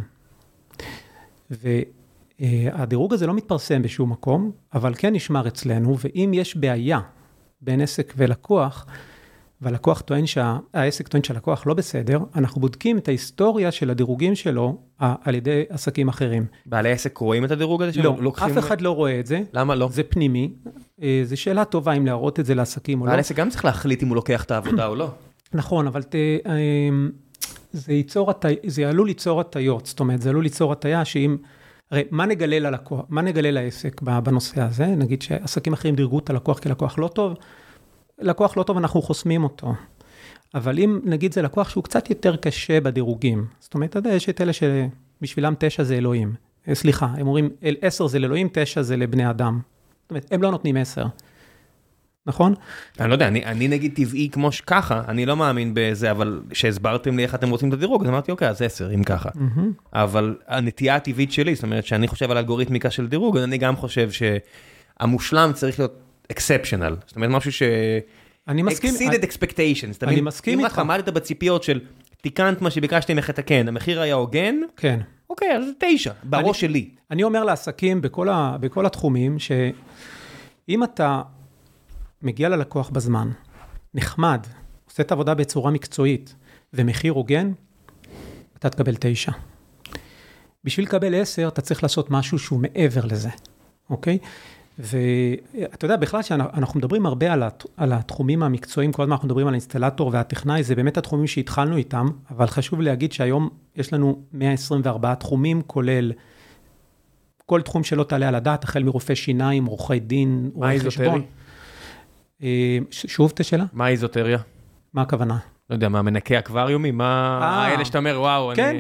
[SPEAKER 2] הדירוג הזה לא מתפרסם בשום מקום, אבל כן נשמר אצלנו, ואם יש בעיה בין עסק ולקוח, והלקוח טוען העסק טוען שהלקוח לא בסדר, אנחנו בודקים את ההיסטוריה של הדירוגים שלו על ידי עסקים אחרים.
[SPEAKER 1] בעלי עסק רואים את הדירוג הזה?
[SPEAKER 2] לא, אף אחד לא רואה את זה.
[SPEAKER 1] למה לא? זה
[SPEAKER 2] פנימי. זו שאלה טובה אם להראות את זה לעסקים או לא.
[SPEAKER 1] בעלי עסק גם צריך להחליט אם הוא לוקח את העבודה או לא.
[SPEAKER 2] נכון, אבל זה עלול ליצור הטיות. זאת אומרת, זה עלול ליצור הטיה שאם... הרי, מה נגלה ללקוח? מה נגלה לעסק בנושא הזה? נגיד שעסקים אחרים דירגו את הלקוח כלקוח לא טוב, לקוח לא טוב אנחנו חוסמים אותו. אבל אם נגיד זה לקוח שהוא קצת יותר קשה בדירוגים, זאת אומרת, אתה יודע, יש את אלה שבשבילם 9 זה אלוהים. סליחה, הם אומרים 10 זה לאלוהים, 9 זה לבני אדם. זאת אומרת, הם לא נותנים 10. נכון?
[SPEAKER 1] אני לא יודע, אני נגיד טבעי כמו ככה, אני לא מאמין בזה, אבל שהסברתם לי איך אתם רוצים את הדירוג, אז אמרתי, אוקיי, אז 10, אם ככה. אבל הנטייה הטבעית שלי, זאת אומרת, שאני חושב על אלגוריתמיקה של דירוג, אני גם חושב שהמושלם צריך להיות exceptional. זאת אומרת, משהו ש...
[SPEAKER 2] אני מסכים.
[SPEAKER 1] exceeded expectations.
[SPEAKER 2] אני מסכים איתך.
[SPEAKER 1] אם רק עמדת בציפיות של, תיקנת מה שביקשתי ממך לתקן, המחיר היה הוגן,
[SPEAKER 2] כן.
[SPEAKER 1] אוקיי, אז 9, בראש שלי.
[SPEAKER 2] אני אומר לעסקים בכל התחומים, שאם אתה מגיע ללקוח בזמן, נחמד, עושה את העבודה בצורה מקצועית, ומחיר הוגן, אתה תקבל 9. בשביל לקבל 10, אתה צריך לעשות משהו שהוא מעבר לזה, אוקיי? ואתה יודע, בכלל שאנחנו מדברים הרבה על התחומים המקצועיים, כל הזמן אנחנו מדברים על האינסטלטור והטכנאי, זה באמת התחומים שהתחלנו איתם, אבל חשוב להגיד שהיום יש לנו 124 תחומים, כולל כל תחום שלא תעלה על הדעת, החל מרופא שיניים, עורכי דין,
[SPEAKER 1] רואי חשבון.
[SPEAKER 2] שוב את השאלה?
[SPEAKER 1] מה האיזוטריה?
[SPEAKER 2] מה הכוונה?
[SPEAKER 1] לא יודע, מה מנקי אקווריומי? מה האלה שאתה אומר, וואו,
[SPEAKER 2] כן,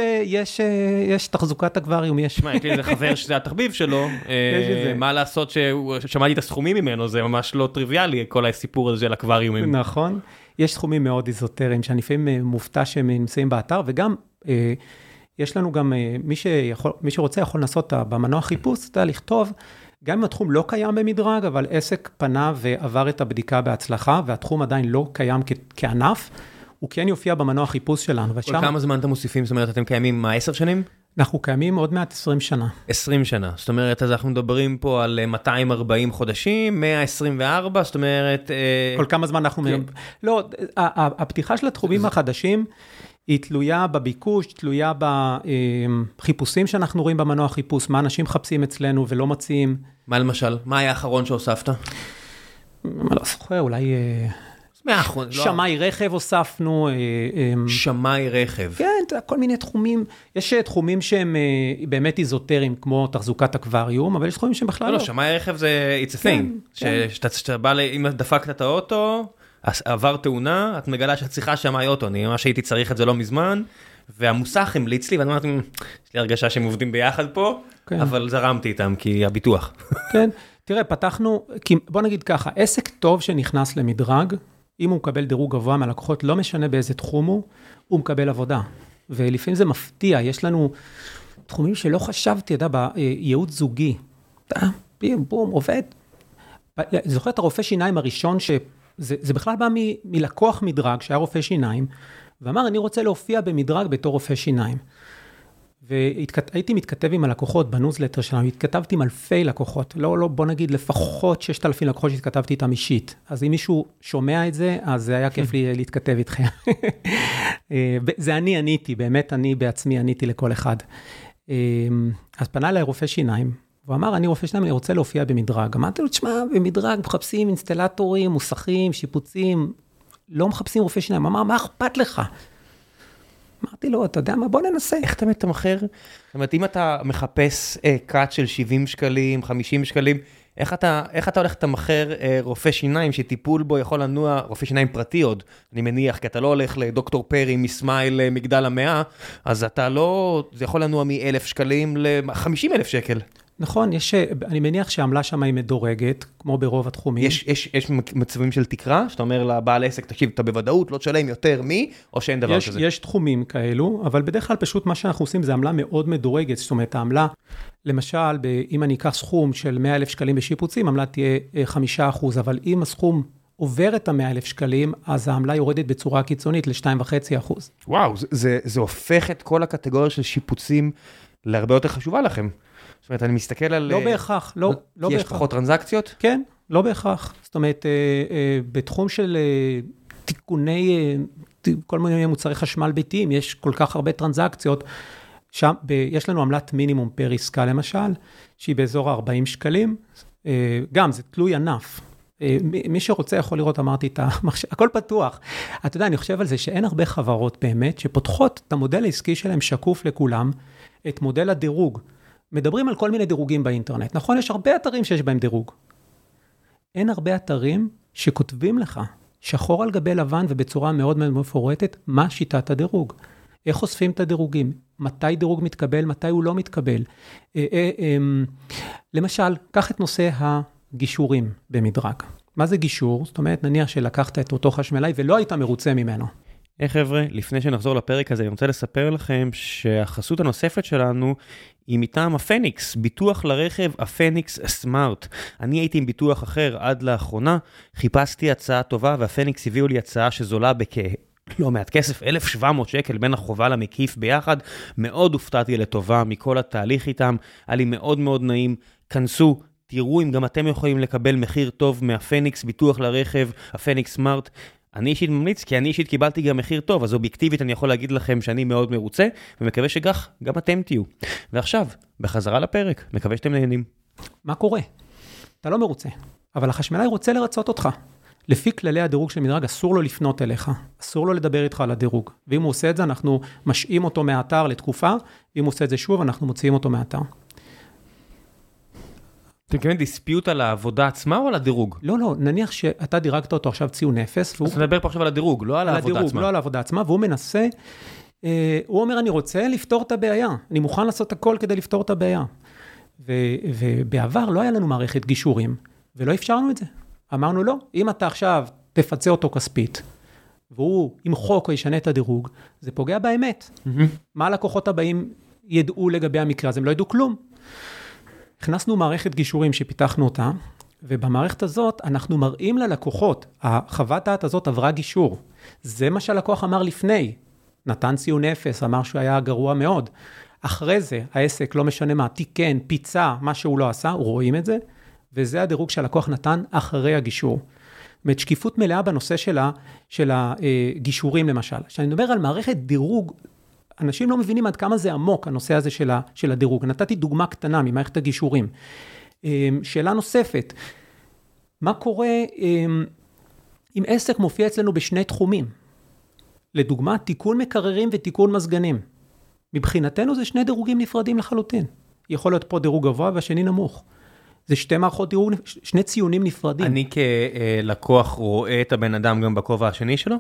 [SPEAKER 2] יש תחזוקת אקווריום, יש.
[SPEAKER 1] יש לי איזה חבר שזה התחביב שלו, מה לעשות ששמעתי את הסכומים ממנו, זה ממש לא טריוויאלי, כל הסיפור הזה של אקווריומים.
[SPEAKER 2] נכון, יש תחומים מאוד איזוטריים, שאני לפעמים מופתע שהם נמצאים באתר, וגם יש לנו גם, מי שרוצה יכול לנסות במנוע חיפוש, לכתוב, גם אם התחום לא קיים במדרג, אבל עסק פנה ועבר את הבדיקה בהצלחה, והתחום עדיין לא קיים כענף, הוא כן יופיע במנוע חיפוש שלנו.
[SPEAKER 1] כל כמה זמן אתם מוסיפים? זאת אומרת, אתם קיימים 10 שנים?
[SPEAKER 2] אנחנו קיימים עוד מעט 20 שנה.
[SPEAKER 1] 20 שנה. זאת אומרת, אז אנחנו מדברים פה על 240 חודשים, 124, זאת אומרת...
[SPEAKER 2] כל כמה זמן אנחנו... לא, הפתיחה של התחומים החדשים, היא תלויה בביקוש, תלויה בחיפושים שאנחנו רואים במנוע חיפוש, מה אנשים מחפשים אצלנו ולא מציעים.
[SPEAKER 1] מה למשל? מה היה האחרון שהוספת?
[SPEAKER 2] מה לא זוכר, אולי... שמאי רכב הוספנו.
[SPEAKER 1] שמאי רכב.
[SPEAKER 2] כן, כל מיני תחומים. יש תחומים שהם באמת איזוטריים, כמו תחזוקת אקווריום, אבל יש תחומים שהם בכלל לא.
[SPEAKER 1] לא, שמאי רכב זה it's a thing. שאתה בא, אם דפקת את האוטו, עבר תאונה, את מגלה שאת צריכה שמאי אוטו, אני ממש הייתי צריך את זה לא מזמן, והמוסך המליץ לי, ואני אומרת, יש לי הרגשה שהם עובדים ביחד פה, אבל זרמתי איתם, כי הביטוח.
[SPEAKER 2] כן, תראה, פתחנו, בוא נגיד ככה, עסק טוב שנכנס למדרג, אם הוא מקבל דירוג גבוה מהלקוחות, לא משנה באיזה תחום הוא מקבל עבודה. ולפעמים זה מפתיע, יש לנו תחומים שלא חשבתי, אתה יודע, בייעוץ זוגי, בום, עובד. זוכר את הרופא שיניים הראשון זה בכלל בא מלקוח מדרג, שהיה רופא שיניים, ואמר, אני רוצה להופיע במדרג בתור רופא שיניים. והייתי מתכתב עם הלקוחות בניוזלטר שלנו, התכתבתי עם אלפי לקוחות, לא בוא נגיד לפחות 6,000 לקוחות שהתכתבתי איתם אישית. אז אם מישהו שומע את זה, אז זה היה כיף לי להתכתב איתכם. זה אני עניתי, באמת אני בעצמי עניתי לכל אחד. אז פנה אליי רופא שיניים, והוא אמר, אני רופא שיניים, אני רוצה להופיע במדרג. אמרתי לו, תשמע, במדרג מחפשים אינסטלטורים, מוסכים, שיפוצים, לא מחפשים רופא שיניים. הוא אמר, מה אכפת לך? אמרתי לו, אתה יודע מה, בוא ננסה.
[SPEAKER 1] איך אתה מתמחר? זאת אומרת, אם אתה מחפש קאט של 70 שקלים, 50 שקלים, איך אתה הולך לתמחר רופא שיניים שטיפול בו יכול לנוע, רופא שיניים פרטי עוד, אני מניח, כי אתה לא הולך לדוקטור פרי מסמייל מגדל המאה, אז אתה לא, זה יכול לנוע מ1,000 שקלים ל50,000 שקל.
[SPEAKER 2] נכון, אני מניח שהעמלה שם היא מדורגת, כמו ברוב התחומים.
[SPEAKER 1] יש מצבים של תקרה, שאתה אומר לבעל עסק, תקשיב, אתה בוודאות לא תשלם יותר מי, או שאין דבר כזה?
[SPEAKER 2] יש תחומים כאלו, אבל בדרך כלל פשוט מה שאנחנו עושים זה עמלה מאוד מדורגת, זאת אומרת, העמלה, למשל, אם אני אקח סכום של 100,000 שקלים בשיפוצים, העמלה תהיה 5%, אבל אם הסכום עובר את ה100,000 שקלים, אז העמלה יורדת בצורה קיצונית ל2.5%.
[SPEAKER 1] וואו, זה הופך את כל הקטגוריה של שיפוצים להרבה יותר חשובה לכם. זאת אומרת, אני מסתכל על...
[SPEAKER 2] לא בהכרח, לא בהכרח.
[SPEAKER 1] יש פחות טרנזקציות?
[SPEAKER 2] כן, לא בהכרח. זאת אומרת, בתחום של תיקוני, כל מיני מוצרי חשמל ביתיים, יש כל כך הרבה טרנזקציות. שם, יש לנו עמלת מינימום פר עסקה, למשל, שהיא באזור 40 שקלים. גם, זה תלוי ענף. מי שרוצה יכול לראות, אמרתי, הכל פתוח. אתה יודע, אני חושב על זה שאין הרבה חברות באמת, שפותחות את המודל העסקי שלהם שקוף לכולם, את מודל הדירוג. מדברים על כל מיני דירוגים באינטרנט. נכון, יש הרבה אתרים שיש בהם דירוג. אין הרבה אתרים שכותבים לך, שחור על גבי לבן ובצורה מאוד מאוד מפורטת, מה שיטת הדירוג. איך חושפים את הדירוגים? מתי דירוג מתקבל, מתי הוא לא מתקבל. למשל, קח את נושא הגישורים במדרג. מה זה גישור? זאת אומרת, נניח שלקחת את אותו חשמלאי ולא היית מרוצה ממנו.
[SPEAKER 1] חבר'ה, לפני שנחזור לפרק הזה, אני רוצה לספר לכם שהחסות הנוספת שלנו היא מטעם הפניקס, ביטוח לרכב הפניקס סמארט. אני הייתי עם ביטוח אחר עד לאחרונה, חיפשתי הצעה טובה, והפניקס הביאו לי הצעה שזולה לא מעט כסף, 1,700 שקל בין החובה למקיף ביחד. מאוד הופתעתי לטובה מכל התהליך איתם, היה לי מאוד מאוד נעים. כנסו, תראו אם גם אתם יכולים לקבל מחיר טוב מהפניקס, ביטוח לרכב, הפניקס סמארט. אני אישית ממליץ, כי אני אישית קיבלתי גם מחיר טוב, אז אובייקטיבית אני יכול להגיד לכם שאני מאוד מרוצה, ומקווה שכך גם אתם תהיו. ועכשיו, בחזרה לפרק, מקווה שאתם נהנים.
[SPEAKER 2] מה קורה? אתה לא מרוצה, אבל החשמלאי רוצה לרצות אותך. לפי כללי הדירוג של מדרג, אסור לו לפנות אליך, אסור לו לדבר איתך על הדירוג. ואם הוא עושה את זה, אנחנו משאים אותו מהאתר לתקופה, ואם הוא עושה את זה שוב, אנחנו מוציאים אותו מהאתר.
[SPEAKER 1] אתם מתכוונים דיספיוט על העבודה עצמה או על הדירוג?
[SPEAKER 2] לא, נניח שאתה דירגת אותו עכשיו ציון 0.
[SPEAKER 1] אז נדבר פה עכשיו על הדירוג, לא על העבודה עצמה.
[SPEAKER 2] לא על העבודה עצמה, והוא מנסה, הוא אומר, אני רוצה לפתור את הבעיה, אני מוכן לעשות הכל כדי לפתור את הבעיה. ובעבר לא היה לנו מערכת גישורים, ולא אפשרנו את זה. אמרנו לא, אם אתה עכשיו תפצה אותו כספית, והוא ימחוק או ישנה את הדירוג, זה פוגע באמת. מה הלקוחות הבאים ידעו לגבי המקרה הזה? הם לא ידעו כלום. הכנסנו מערכת גישורים שפיתחנו אותה, ובמערכת הזאת אנחנו מראים ללקוחות, החוות דעת הזאת עברה גישור. זה מה שהלקוח אמר לפני. נתן ציון 0, אמר שהוא היה גרוע מאוד. אחרי זה, העסק לא משנה מה, תיקן, פיצה, מה שהוא לא עשה, רואים את זה, וזה הדירוג שהלקוח נתן אחרי הגישור. זאת אומרת, שקיפות מלאה בנושא של הגישורים למשל. כשאני מדבר על מערכת דירוג, אנשים לא מבינים עד כמה זה עמוק, הנושא הזה של הדירוג. נתתי דוגמה קטנה ממערכת הגישורים. שאלה נוספת, מה קורה אם עסק מופיע אצלנו בשני תחומים? לדוגמה, תיקון מקררים ותיקון מזגנים. מבחינתנו זה שני דירוגים נפרדים לחלוטין. יכול להיות פה דירוג גבוה והשני נמוך. זה שתי מערכות דירוג, שני ציונים נפרדים.
[SPEAKER 1] אני כלקוח רואה את הבן אדם גם בכובע השני שלו?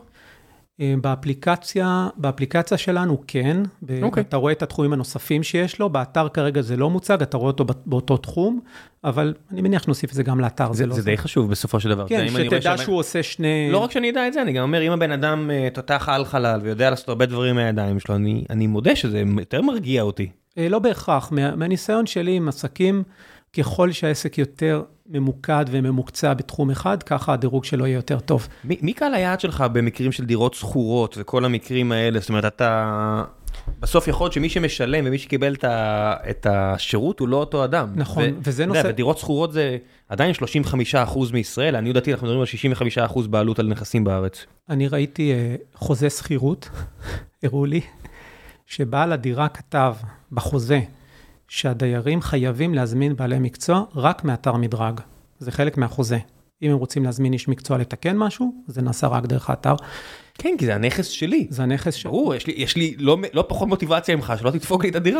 [SPEAKER 2] באפליקציה שלנו כן, אתה רואה את התחומים הנוספים שיש לו, באתר כרגע זה לא מוצג, אתה רואה אותו באותו תחום, אבל אני מניח שנוסיף את זה גם לאתר.
[SPEAKER 1] זה די חשוב בסופו של דבר.
[SPEAKER 2] כן, שתדע שהוא עושה שני...
[SPEAKER 1] לא רק שאני יודע את זה, אני גם אומר, אם הבן אדם תותח על חלל ויודע לעשות הרבה דברים מהידיים שלו, אני מודה שזה יותר מרגיע אותי.
[SPEAKER 2] לא בהכרח, מהניסיון שלי עם עסקים, ככל שהעסק יותר ממוקד וממוקצע בתחום אחד, ככה הדירוג שלו יהיה יותר טוב.
[SPEAKER 1] מי קהל היעד שלך במקרים של דירות סחורות וכל המקרים האלה? זאת אומרת, אתה... בסוף יכול להיות שמי שמשלם ומי שקיבל את השירות הוא לא אותו אדם.
[SPEAKER 2] נכון, וזה נושא...
[SPEAKER 1] ודירות סחורות זה עדיין 35% מישראל, אני יודעתי, אנחנו מדברים על 65% בעלות על נכסים בארץ.
[SPEAKER 2] אני ראיתי חוזה שכירות, הראו לי, שבעל הדירה כתב בחוזה, שהדיירים חייבים להזמין בעלי מקצוע רק מאתר מדרג. זה חלק מהחוזה. אם הם רוצים להזמין איש מקצוע לתקן משהו, זה נעשה רק דרך האתר.
[SPEAKER 1] כן, כי זה הנכס שלי.
[SPEAKER 2] זה הנכס שלי.
[SPEAKER 1] ברור, יש לי לא פחות מוטיבציה ממך, שלא תדפוק לי את הדירה.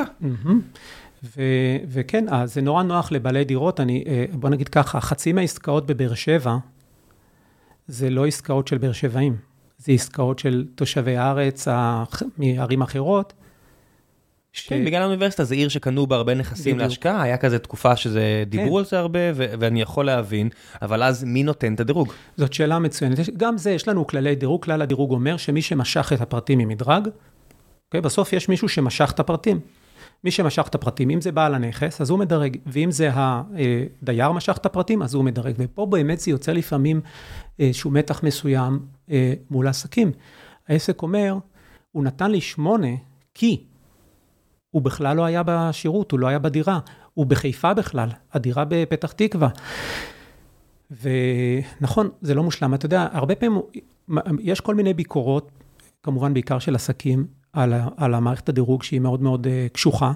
[SPEAKER 2] וכן, זה נורא נוח לבעלי דירות. בוא נגיד ככה, חצי מהעסקאות בבאר שבע, זה לא עסקאות של באר שבעים. זה עסקאות של תושבי הארץ, מערים אחרות.
[SPEAKER 1] כן, בגלל האוניברסיטה, זה עיר שקנו בה הרבה נכסים להשקעה, היה כזה תקופה שזה דיברו על זה הרבה, ואני יכול להבין, אבל אז מי נותן את הדירוג?
[SPEAKER 2] זאת שאלה מצוינת. גם זה, יש לנו כללי דירוג, כלל הדירוג אומר שמי שמשך את הפרטים ממדרג, בסוף יש מישהו שמשך את הפרטים. מי שמשך את הפרטים, אם זה בעל הנכס, אז הוא מדרג, ואם זה הדייר משך את הפרטים, אז הוא מדרג. ופה באמת זה יוצר לפעמים שהוא מתח מסוים מול העסקים. העסק אומר, הוא נתן לי 8, כי הוא בכלל לא היה בשירות, הוא לא היה בדירה, הוא בחיפה בכלל, הדירה בפתח תקווה. ונכון, זה לא מושלם. אתה יודע, הרבה פעמים יש כל מיני ביקורות, כמובן בעיקר של עסקים, על המערכת הדירוג שהיא מאוד מאוד קשוחה,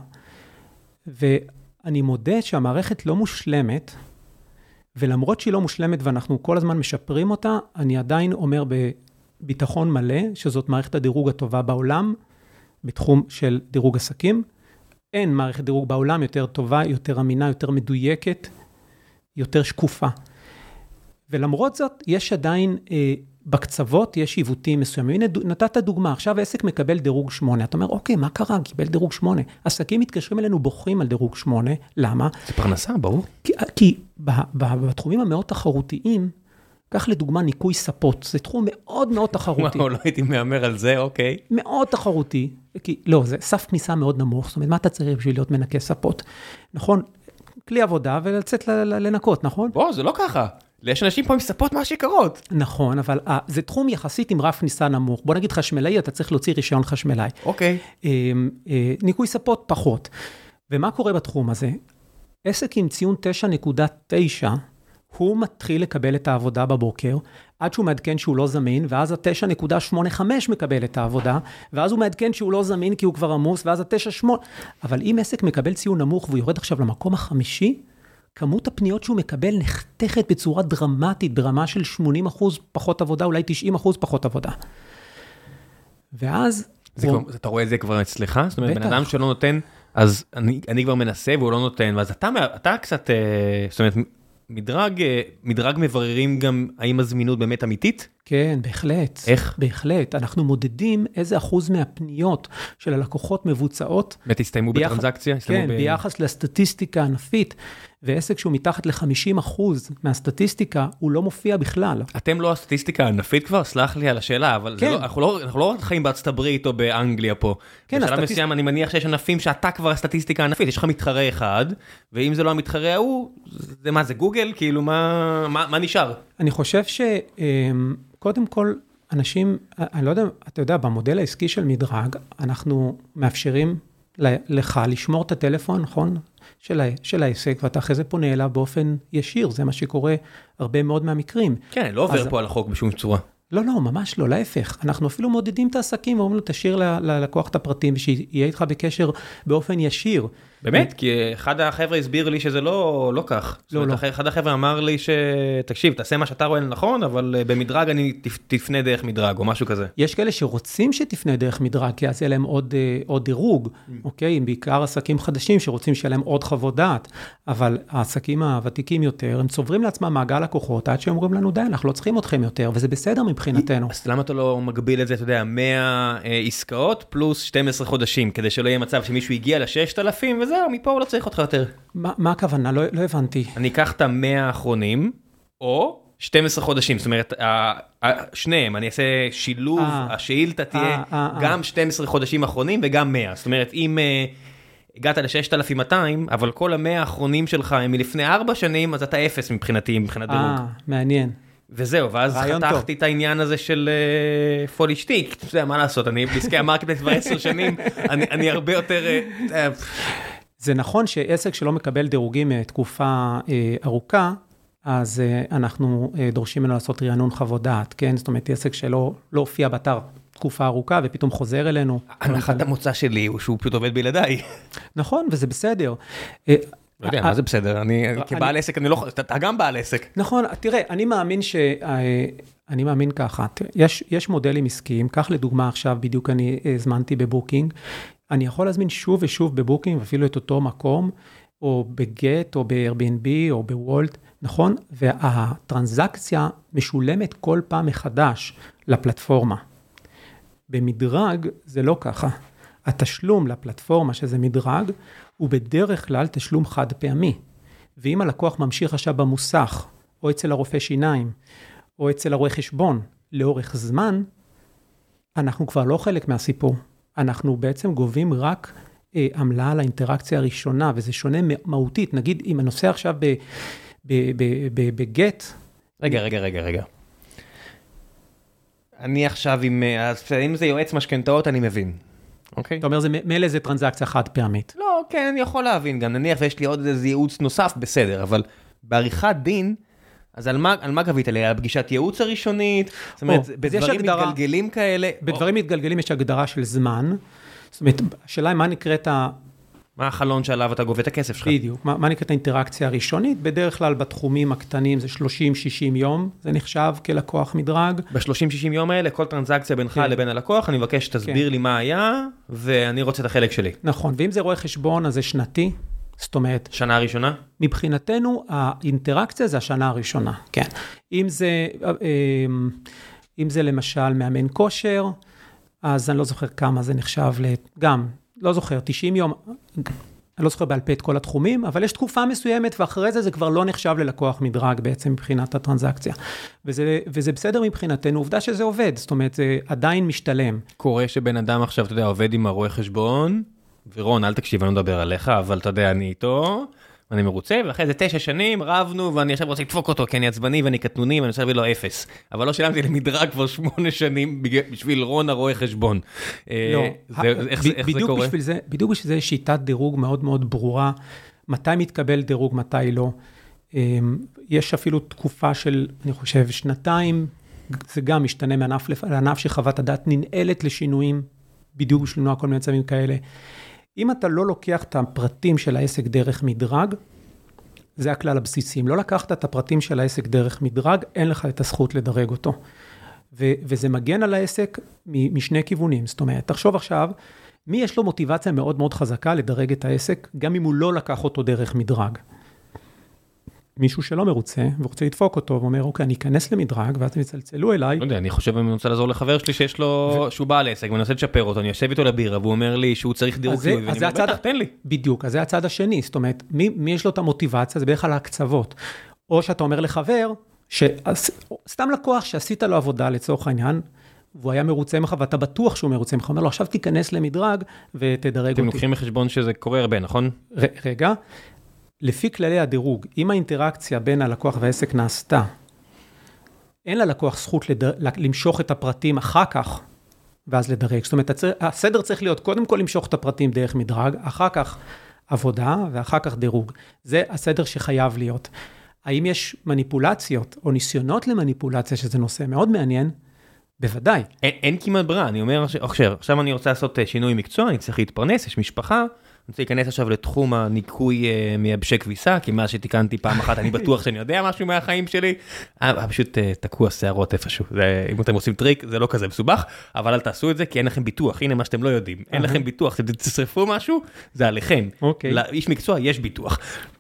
[SPEAKER 2] ואני מודה שהמערכת לא מושלמת, ולמרות שהיא לא מושלמת ואנחנו כל הזמן משפרים אותה, אני עדיין אומר בביטחון מלא, שזאת מערכת הדירוג הטובה בעולם, בתחום של דירוג עסקים. אין מערכת דירוג בעולם יותר טובה, יותר אמינה, יותר מדויקת, יותר שקופה. ולמרות זאת, יש עדיין בקצוות, יש עיוותים מסוימים. הנה, נתת דוגמה, עכשיו העסק מקבל דירוג 8. אתה אומר, אוקיי, מה קרה? קיבל דירוג 8. עסקים מתקשרים אלינו, בוחרים על דירוג 8. למה?
[SPEAKER 1] זה פרנסה, ברור.
[SPEAKER 2] כי בתחומים המאוד תחרותיים, כך לדוגמה ניקוי ספות, זה תחום מאוד מאוד תחרותי.
[SPEAKER 1] לא הייתי מאמר על זה, אוקיי.
[SPEAKER 2] מאוד תחרותי, לא, זה סף כניסה מאוד נמוך, זאת אומרת, מה אתה צריך בשביל להיות מנקה ספות? נכון, כלי עבודה ולצאת לנקות, נכון?
[SPEAKER 1] בוא, זה לא ככה. יש אנשים פה עם ספות מה שיקרות.
[SPEAKER 2] נכון, אבל זה תחום יחסית עם רף כניסה נמוך. בוא נגיד חשמלאי, אתה צריך להוציא רישיון חשמלאי.
[SPEAKER 1] אוקיי.
[SPEAKER 2] ניקוי ספות פחות. ומה קורה בתחום הזה? עסק עם ציון 9.9, הוא מתחיל לקבל את העבודה בבוקר, עד שהוא מעדכן שהוא לא זמין, ואז ה-9.85 מקבל את העבודה, ואז הוא מעדכן שהוא לא זמין כי הוא כבר עמוס, ואז ה-9.8. אבל אם עסק מקבל ציון נמוך, והוא יורד עכשיו למקום החמישי, כמות הפניות שהוא מקבל נחתכת בצורה דרמטית, ברמה של 80% פחות עבודה, אולי 90% פחות עבודה. ואז...
[SPEAKER 1] אתה רואה את זה כבר אצלך? זאת אומרת, בן אדם שלא נותן, אז אני כבר מנסה והוא לא נותן, ואז אתה קצת, זאת אומרת, מדרג מבררים גם האם הזמינות באמת אמיתית?
[SPEAKER 2] כן, בהחלט.
[SPEAKER 1] איך?
[SPEAKER 2] בהחלט. אנחנו מודדים איזה אחוז מהפניות של הלקוחות מבוצעות.
[SPEAKER 1] ותסתיימו בטרנזקציה?
[SPEAKER 2] כן, ביחס לסטטיסטיקה הענפית, ועסק שהוא מתחת ל-50% מהסטטיסטיקה, הוא לא מופיע בכלל.
[SPEAKER 1] אתם לא הסטטיסטיקה הענפית כבר? סלח לי על השאלה, אבל
[SPEAKER 2] כן.
[SPEAKER 1] אנחנו לא חיים בארצות הברית או באנגליה פה.
[SPEAKER 2] כן,
[SPEAKER 1] בשלב מסוים אני מניח שיש ענפים שאתה כבר הסטטיסטיקה הענפית, יש לך מתחרה אחד, ואם זה לא המתחרה ההוא, זה מה, זה גוגל? כאילו, מה נשאר?
[SPEAKER 2] אני חושב שקודם כל, אנשים, אני לא יודע, אתה יודע, במודל העסקי של מדרג, אנחנו מאפשרים לך לשמור את הטלפון, נכון? של העסק, ואתה אחרי זה פונה אליו באופן ישיר, זה מה שקורה הרבה מאוד מהמקרים.
[SPEAKER 1] כן, לא עובר פה על החוק בשום צורה.
[SPEAKER 2] לא, ממש לא, להפך. אנחנו אפילו מודדים את העסקים, ואומרים לו, תשאיר ללקוח את הפרטים, ושיהיה איתך בקשר באופן ישיר.
[SPEAKER 1] באמת? כי אחד החבר'ה הסביר לי שזה לא כך.
[SPEAKER 2] לא.
[SPEAKER 1] אחד החבר'ה אמר לי תקשיב, תעשה מה שאתה רואה לנכון, אבל במדרג אני תפנה דרך מדרג, או משהו כזה.
[SPEAKER 2] יש כאלה שרוצים שתפנה דרך מדרג, כי אז יהיה להם עוד דירוג, אוקיי? בעיקר עסקים חדשים שרוצים שיהיה להם עוד חוות דעת, אבל העסקים הוותיקים יותר, הם צוברים לעצמם מעגל לקוחות, עד שהם אומרים לנו, די, אנחנו לא צריכים אתכם יותר, וזה בסדר מבחינתנו.
[SPEAKER 1] אז למה אתה לא מגביל את זה, אתה יודע, 100 עסקאות פלוס 12 חודשים, כדי שלא יהיה מצב שמישהו הגיע ל-6,000 וזהו, מפה הוא לא צריך אותך יותר.
[SPEAKER 2] מה הכוונה? לא הבנתי.
[SPEAKER 1] אני אקח את 100 האחרונים, או 12 חודשים, זאת אומרת, שניהם, אני אעשה שילוב, השאילתה תהיה גם 12 חודשים אחרונים וגם 100. זאת אומרת, אם הגעת ל-6,200, אבל כל ה-100 האחרונים שלך הם מלפני 4 שנים, אז אתה 0 מבחינתי, מבחינת דירוג.
[SPEAKER 2] מעניין.
[SPEAKER 1] וזהו, ואז חתכתי את העניין הזה של פולי שטיק, אתה יודע, מה לעשות, אני בעסקי המרקטפלייס כבר 10 שנים, אני הרבה יותר...
[SPEAKER 2] זה נכון שעסק שלא מקבל דירוגים תקופה ארוכה, אז אנחנו דורשים ממנו לעשות רענון חוות דעת, כן? זאת אומרת, עסק שלא הופיע באתר תקופה ארוכה ופתאום חוזר אלינו.
[SPEAKER 1] הנחת המוצא שלי הוא שהוא פשוט עובד בלעדיי.
[SPEAKER 2] נכון, וזה בסדר.
[SPEAKER 1] לא יודע, מה זה בסדר? אני כבעל עסק, אני לא... אתה גם בעל עסק.
[SPEAKER 2] נכון, תראה, אני מאמין ככה, יש מודלים עסקיים, כך לדוגמה עכשיו, בדיוק אני הזמנתי בבוקינג, אני יכול להזמין שוב ושוב בבוקינג, אפילו את אותו מקום, או בגט, או ב-Airbnb, או בוולט, נכון? והטרנזקציה משולמת כל פעם מחדש לפלטפורמה. במדרג זה לא ככה. התשלום לפלטפורמה, שזה מדרג, הוא בדרך כלל תשלום חד פעמי. ואם הלקוח ממשיך עכשיו במוסך, או אצל הרופא שיניים, או אצל הרואה חשבון, לאורך זמן, אנחנו כבר לא חלק מהסיפור. אנחנו בעצם גובים רק עמלה על האינטראקציה הראשונה, וזה שונה מהותית. נגיד, אם הנושא עכשיו בגט...
[SPEAKER 1] רגע. אני עכשיו אם זה יועץ משכנתאות, אני מבין. אוקיי?
[SPEAKER 2] אתה אומר, מילא זה טרנזקציה חד פעמית.
[SPEAKER 1] לא, כן, אני יכול להבין. גם נניח ויש לי עוד איזה ייעוץ נוסף, בסדר, אבל בעריכת דין, אז על מה גבית עליה? על פגישת ייעוץ הראשונית? זאת אומרת, בדברים מתגלגלים כאלה?
[SPEAKER 2] בדברים מתגלגלים יש הגדרה של זמן. זאת אומרת, השאלה היא מה נקראת
[SPEAKER 1] מה החלון שעליו אתה גובה את הכסף שלך?
[SPEAKER 2] בדיוק. מה נקראת האינטראקציה הראשונית? בדרך כלל בתחומים הקטנים זה 30-60 יום, זה נחשב כלקוח מדרג.
[SPEAKER 1] ב-30-60 יום האלה, כל טרנזקציה בינך לבין הלקוח, אני מבקש שתסביר לי מה היה, ואני רוצה את החלק שלי.
[SPEAKER 2] נכון, ואם זה רואה חשבון, אז זה שנתי. זאת אומרת...
[SPEAKER 1] שנה הראשונה?
[SPEAKER 2] מבחינתנו, האינטראקציה זה השנה הראשונה, כן. אם זה למשל מאמן כושר, אז אני לא זוכר כמה זה נחשב גם, לא זוכר, 90 יום, אני לא זוכר בעל פה את כל התחומים, אבל יש תקופה מסוימת, ואחרי זה כבר לא נחשב ללקוח מדרג בעצם מבחינת הטרנזקציה. וזה בסדר מבחינתנו, עובדה שזה עובד, זאת אומרת, זה עדיין משתלם.
[SPEAKER 1] קורה שבן אדם עכשיו, אתה יודע, עובד עם הרואה חשבון, ורון, אל תקשיב, אני לא מדבר עליך, אבל אתה יודע, אני איתו, אני מרוצה, ואחרי זה 9 שנים, רבנו, ואני עכשיו רוצה לדפוק אותו, כי אני עצבני ואני קטנוני, ואני רוצה להביא לו 0. אבל לא שילמתי למדרג כבר 8 שנים, בשביל רון הרואה חשבון.
[SPEAKER 2] לא,
[SPEAKER 1] איך זה קורה?
[SPEAKER 2] בדיוק בשביל זה שיטת דירוג מאוד מאוד ברורה, מתי מתקבל דירוג, מתי לא. יש אפילו תקופה של, אני חושב, 2, זה גם משתנה לענף שחוות הדעת ננעלת לשינויים, בדיוק בשביל למנוע כל מיני מצבים כאלה. אם אתה לא לוקח את הפרטים של העסק דרך מדרג, זה הכלל הבסיסי. אם לא לקחת את הפרטים של העסק דרך מדרג, אין לך את הזכות לדרג אותו. וזה מגן על העסק משני כיוונים. זאת אומרת, תחשוב עכשיו, מי יש לו מוטיבציה מאוד מאוד חזקה לדרג את העסק, גם אם הוא לא לקח אותו דרך מדרג. מישהו שלא מרוצה, ורוצה לדפוק אותו, ואומר, אוקיי, אני אכנס למדרג, ואז הם יצלצלו אליי.
[SPEAKER 1] לא יודע, אני חושב, אני רוצה לעזור לחבר שלי שיש לו, שהוא בא לעסק, ואני רוצה לצ'פר אותו, אני יושב איתו לבירה, והוא אומר לי שהוא צריך דירוג חיובי, ואני אומר, בטח, תן לי.
[SPEAKER 2] בדיוק, אז זה הצד השני, זאת אומרת, מי יש לו את המוטיבציה, זה בערך על ההקצוות. או שאתה אומר לחבר, סתם לקוח שעשית לו עבודה לצורך העניין, והוא היה מרוצה ממך, ואתה בטוח שהוא מרוצה ממך, אומר לו, עכשיו תיכנס למדרג, ותדרג אותי.
[SPEAKER 1] אתם לוקחים בחשבון שזה קורה הרבה, נכון?
[SPEAKER 2] רגע. לפי כללי הדירוג, אם האינטראקציה בין הלקוח והעסק נעשתה, אין ללקוח זכות למשוך את הפרטים אחר כך, ואז לדרג. זאת אומרת, הסדר צריך להיות קודם כל למשוך את הפרטים דרך מדרג, אחר כך עבודה, ואחר כך דירוג. זה הסדר שחייב להיות. האם יש מניפולציות או ניסיונות למניפולציה, שזה נושא מאוד מעניין? בוודאי.
[SPEAKER 1] אין כמעט ברירה, אני אומר, עכשיו אני רוצה לעשות שינוי מקצוע, אני צריך להתפרנס, יש משפחה, אני רוצה להיכנס עכשיו לתחום הניקוי מייבשי כביסה, כי מאז שתיקנתי פעם אחת, אני בטוח שאני יודע משהו מהחיים שלי, פשוט תקעו השערות איפשהו, אם אתם עושים טריק, זה לא כזה מסובך, אבל אל תעשו את זה, כי אין לכם ביטוח, הנה מה שאתם לא יודעים, אין לכם ביטוח, אתם תצרפו משהו, זה עליכם, לאיש מקצוע יש ביטוח.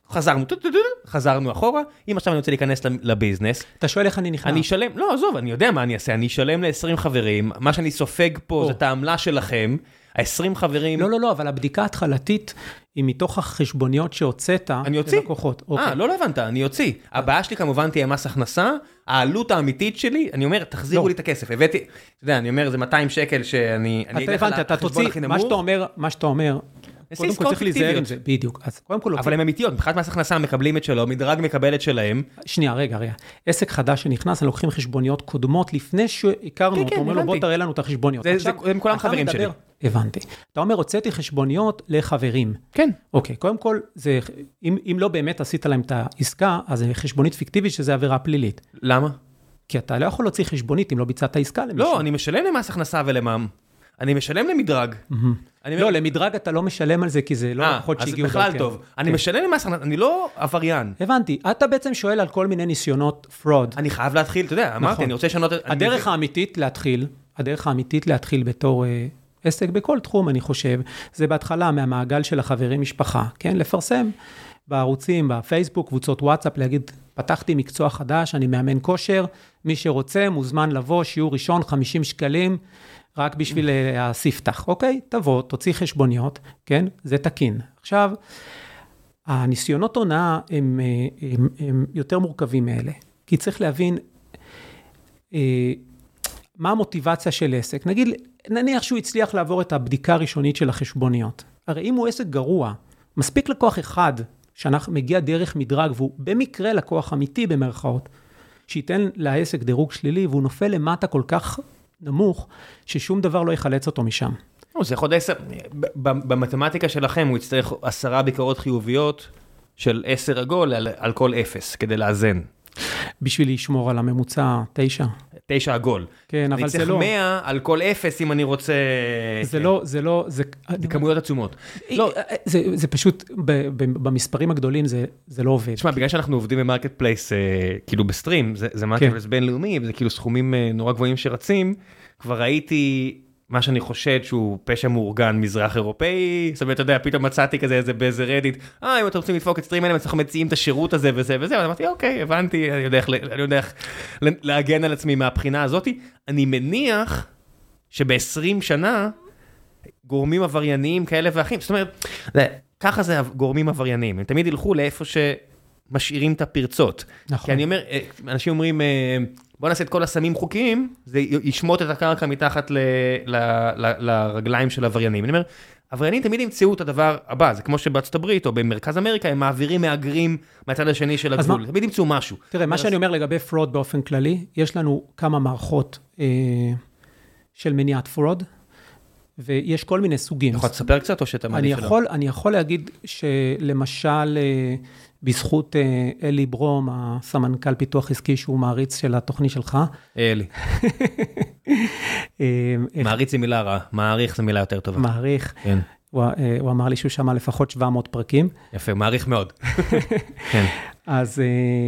[SPEAKER 1] חזרנו אחורה, אם עכשיו אני רוצה להיכנס לביזנס.
[SPEAKER 2] אתה שואל איך אני נכנס?
[SPEAKER 1] אני אשלם, לא, עזוב, אני יודע מה אני אעשה, אני אשלם ל-20 חברים, מה שאני סופג פה זה את העמלה שלכם, ה-20 חברים...
[SPEAKER 2] לא, אבל הבדיקה התחלתית היא מתוך החשבוניות שהוצאת...
[SPEAKER 1] אני יוציא? לא הבנת, אני יוציא. הבעיה שלי כמובן תהיה מס הכנסה, העלות האמיתית שלי, אני אומר, תחזירו לי את הכסף. הבאתי, אתה יודע, אני אומר, זה 200 שקל שאני...
[SPEAKER 2] אתה הבנת, אתה תוציא, מה שאתה אומר... קודם כל צריך להיזהר עם זה, בדיוק.
[SPEAKER 1] אבל הם אמיתיות, מבחינת מס הכנסה מקבלים את שלו, מדרג מקבל את שלהם.
[SPEAKER 2] שנייה, רגע. עסק חדש שנכנס, הם לוקחים חשבוניות קודמות, לפני שהכרנו, אתה אומר לו, בוא תראה לנו את החשבוניות.
[SPEAKER 1] הם כולם חברים שלי.
[SPEAKER 2] הבנתי. אתה אומר, הוצאתי חשבוניות לחברים.
[SPEAKER 1] כן.
[SPEAKER 2] אוקיי, קודם כל, אם לא באמת עשית להם את העסקה, אז זה חשבונית פיקטיבית שזה עבירה פלילית.
[SPEAKER 1] למה?
[SPEAKER 2] כי אתה לא יכול להוציא חשבונית אם לא ביצעת עסקה למישהו.
[SPEAKER 1] לא, אני משלם למס הכנסה ולמע"מ. אני משלם למדרג.
[SPEAKER 2] לא, למדרג אתה לא משלם על זה, כי זה לא לקוחות שהגיעו.
[SPEAKER 1] אז בכלל טוב. אני משלם למס הכנסה, אני לא עבריין.
[SPEAKER 2] הבנתי. אתה בעצם שואל על כל מיני ניסיונות פרוד.
[SPEAKER 1] אני חייב להתחיל, אתה יודע, אמרתי, אני רוצה לשנות...
[SPEAKER 2] הדרך האמיתית להתחיל בתור עסק בכל תחום, אני חושב, זה בהתחלה מהמעגל של החברים משפחה, כן? לפרסם בערוצים, בפייסבוק, קבוצות וואטסאפ, להגיד, פתחתי מקצוע חדש, אני מאמן כושר, מי שרוצה מוזמן לבוא, שיעור ראשון 50 שקלים, רק בשביל הספתח, אוקיי? תבוא, תוציא חשבוניות, כן? זה תקין. עכשיו, הניסיונות הונאה הם יותר מורכבים מאלה, כי צריך להבין מה המוטיבציה של עסק. נניח שהוא הצליח לעבור את הבדיקה הראשונית של החשבוניות. הרי אם הוא עסק גרוע, מספיק לקוח אחד שאנחנו מגיע דרך מדרג, והוא במקרה לקוח אמיתי במרכאות, שייתן לעסק דירוג שלילי, והוא נופל למטה כל כך נמוך, ששום דבר לא יחלץ אותו משם.
[SPEAKER 1] זה יכול להיות 10, במתמטיקה שלכם הוא יצטרך 10 ביקורות חיוביות של 10 עגול על כל 0, כדי לאזן.
[SPEAKER 2] בשביל לשמור על הממוצע 9.
[SPEAKER 1] 9 עגול.
[SPEAKER 2] כן, אבל זה לא...
[SPEAKER 1] אני צריך 100 על כל 0 אם אני רוצה...
[SPEAKER 2] זה לא...
[SPEAKER 1] זה כמויות עצומות.
[SPEAKER 2] לא, זה פשוט, במספרים הגדולים זה לא עובד.
[SPEAKER 1] תשמע, בגלל שאנחנו עובדים במרקט פלייס, כאילו בסטרים, זה מרקט פלייס בינלאומי, זה כאילו סכומים נורא גבוהים שרצים, כבר ראיתי... מה שאני חושד שהוא פשע מאורגן מזרח אירופאי, זאת אומרת, אתה יודע, פתאום מצאתי כזה באיזה רדיט, אם אתם רוצים לדפוק את סטרים האלה, אנחנו מציעים את השירות הזה וזה וזה, ואני אמרתי, אוקיי, הבנתי, אני יודע איך להגן על עצמי מהבחינה הזאת. אני מניח שב-20 שנה, גורמים עברייניים כאלה ואחרים, זאת אומרת, ככה זה גורמים עברייניים, הם תמיד ילכו לאיפה שמשאירים את הפרצות. נכון. כי אני אומר, אנשים אומרים, בוא נעשה את כל הסמים חוקיים, זה ישמוט את הקרקע מתחת לרגליים של עבריינים. אני אומר, עבריינים תמיד ימצאו את הדבר הבא, זה כמו שבארצות הברית או במרכז אמריקה, הם מעבירים מהגרים מהצד השני של הגבול, תמיד ימצאו משהו.
[SPEAKER 2] תראה, מה שאני אומר לגבי פרוד באופן כללי, יש לנו כמה מערכות של מניעת פרוד, ויש כל מיני סוגים.
[SPEAKER 1] יכול לספר קצת או שאתה מעדיף שלא?
[SPEAKER 2] אני יכול להגיד שלמשל... בזכות אלי ברום, הסמנכ"ל פיתוח עסקי, שהוא מעריץ של התוכנית שלך.
[SPEAKER 1] אלי. מעריץ זה מילה רעה, מעריך זה מילה יותר טובה.
[SPEAKER 2] מעריך.
[SPEAKER 1] כן.
[SPEAKER 2] הוא אמר לי שהוא שמע לפחות 700 פרקים.
[SPEAKER 1] יפה, מעריך מאוד. כן.
[SPEAKER 2] אז...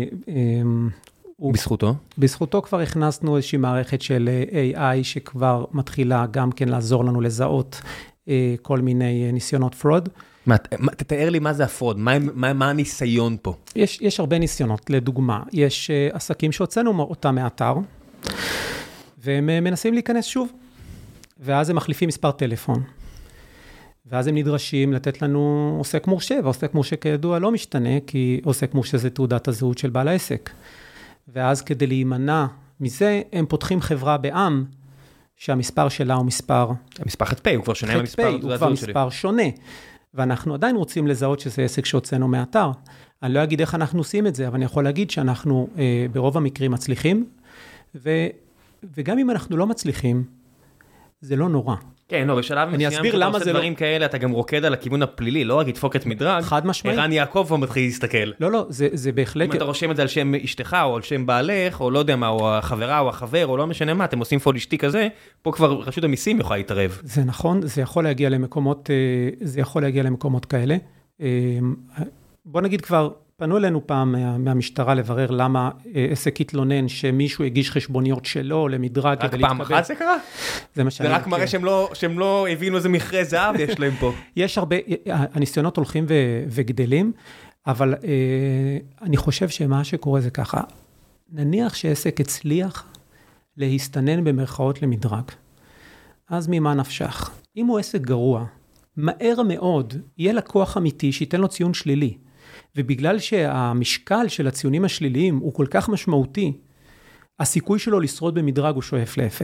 [SPEAKER 1] בזכותו?
[SPEAKER 2] בזכותו כבר הכנסנו איזושהי מערכת של AI, שכבר מתחילה גם כן לעזור לנו לזהות כל מיני ניסיונות פרוד.
[SPEAKER 1] תתאר לי מה זה הפרוד, מה הניסיון פה?
[SPEAKER 2] יש הרבה ניסיונות, לדוגמה, יש עסקים שהוצאנו אותם מאתר, והם מנסים להיכנס שוב, ואז הם מחליפים מספר טלפון, ואז הם נדרשים לתת לנו עוסק מורשה, ועוסק מורשה כידוע לא משתנה, כי עוסק מורשה זה תעודת הזהות של בעל העסק, ואז כדי להימנע מזה, הם פותחים חברה בעם, שהמספר שלה הוא מספר...
[SPEAKER 1] המספר ח"פ, הוא כבר שונה מהמספר תעודת הזהות שלי.
[SPEAKER 2] הוא כבר מספר שונה. ואנחנו עדיין רוצים לזהות שזה עסק שהוצאנו מאתר. אני לא אגיד איך אנחנו עושים את זה, אבל אני יכול להגיד שאנחנו ברוב המקרים מצליחים, וגם אם אנחנו לא מצליחים, זה לא נורא.
[SPEAKER 1] כן, לא, בשלב מסוים שאתה עושה דברים כאלה, אתה גם רוקד על הכיוון הפלילי, לא רק ידפוק את מדרג,
[SPEAKER 2] חד משמעית.
[SPEAKER 1] ערן יעקב הוא מתחיל להסתכל.
[SPEAKER 2] לא, זה בהחלט...
[SPEAKER 1] אם אתה רושם את זה על שם אשתך, או על שם בעלך, או לא יודע מה, או החברה, או החבר, או לא משנה מה, אתם עושים פול אשתי כזה, פה כבר רשות המיסים יכולה להתערב.
[SPEAKER 2] זה נכון, זה יכול להגיע למקומות כאלה. בוא נגיד כבר, פנו אלינו פעם מהמשטרה לברר למה עסק התלונן שמישהו הגיש חשבוניות שלו למדרג.
[SPEAKER 1] רק פעם אחת זה קרה? זה רק מראה שהם לא הבינו איזה מכרה זהב יש להם פה.
[SPEAKER 2] יש הרבה, הניסיונות הולכים וגדלים, אבל אני חושב שמה שקורה זה ככה, נניח שעסק הצליח להסתנן במרכאות למדרג, אז ממה נפשך? אם הוא עסק גרוע, מהר מאוד יהיה לקוח אמיתי שייתן לו ציון שלילי, ובגלל שהמשקל של הציונים השליליים הוא כל כך משמעותי, הסיכוי שלו לשרוד במדרג הוא שואף לאפס.
[SPEAKER 1] לא,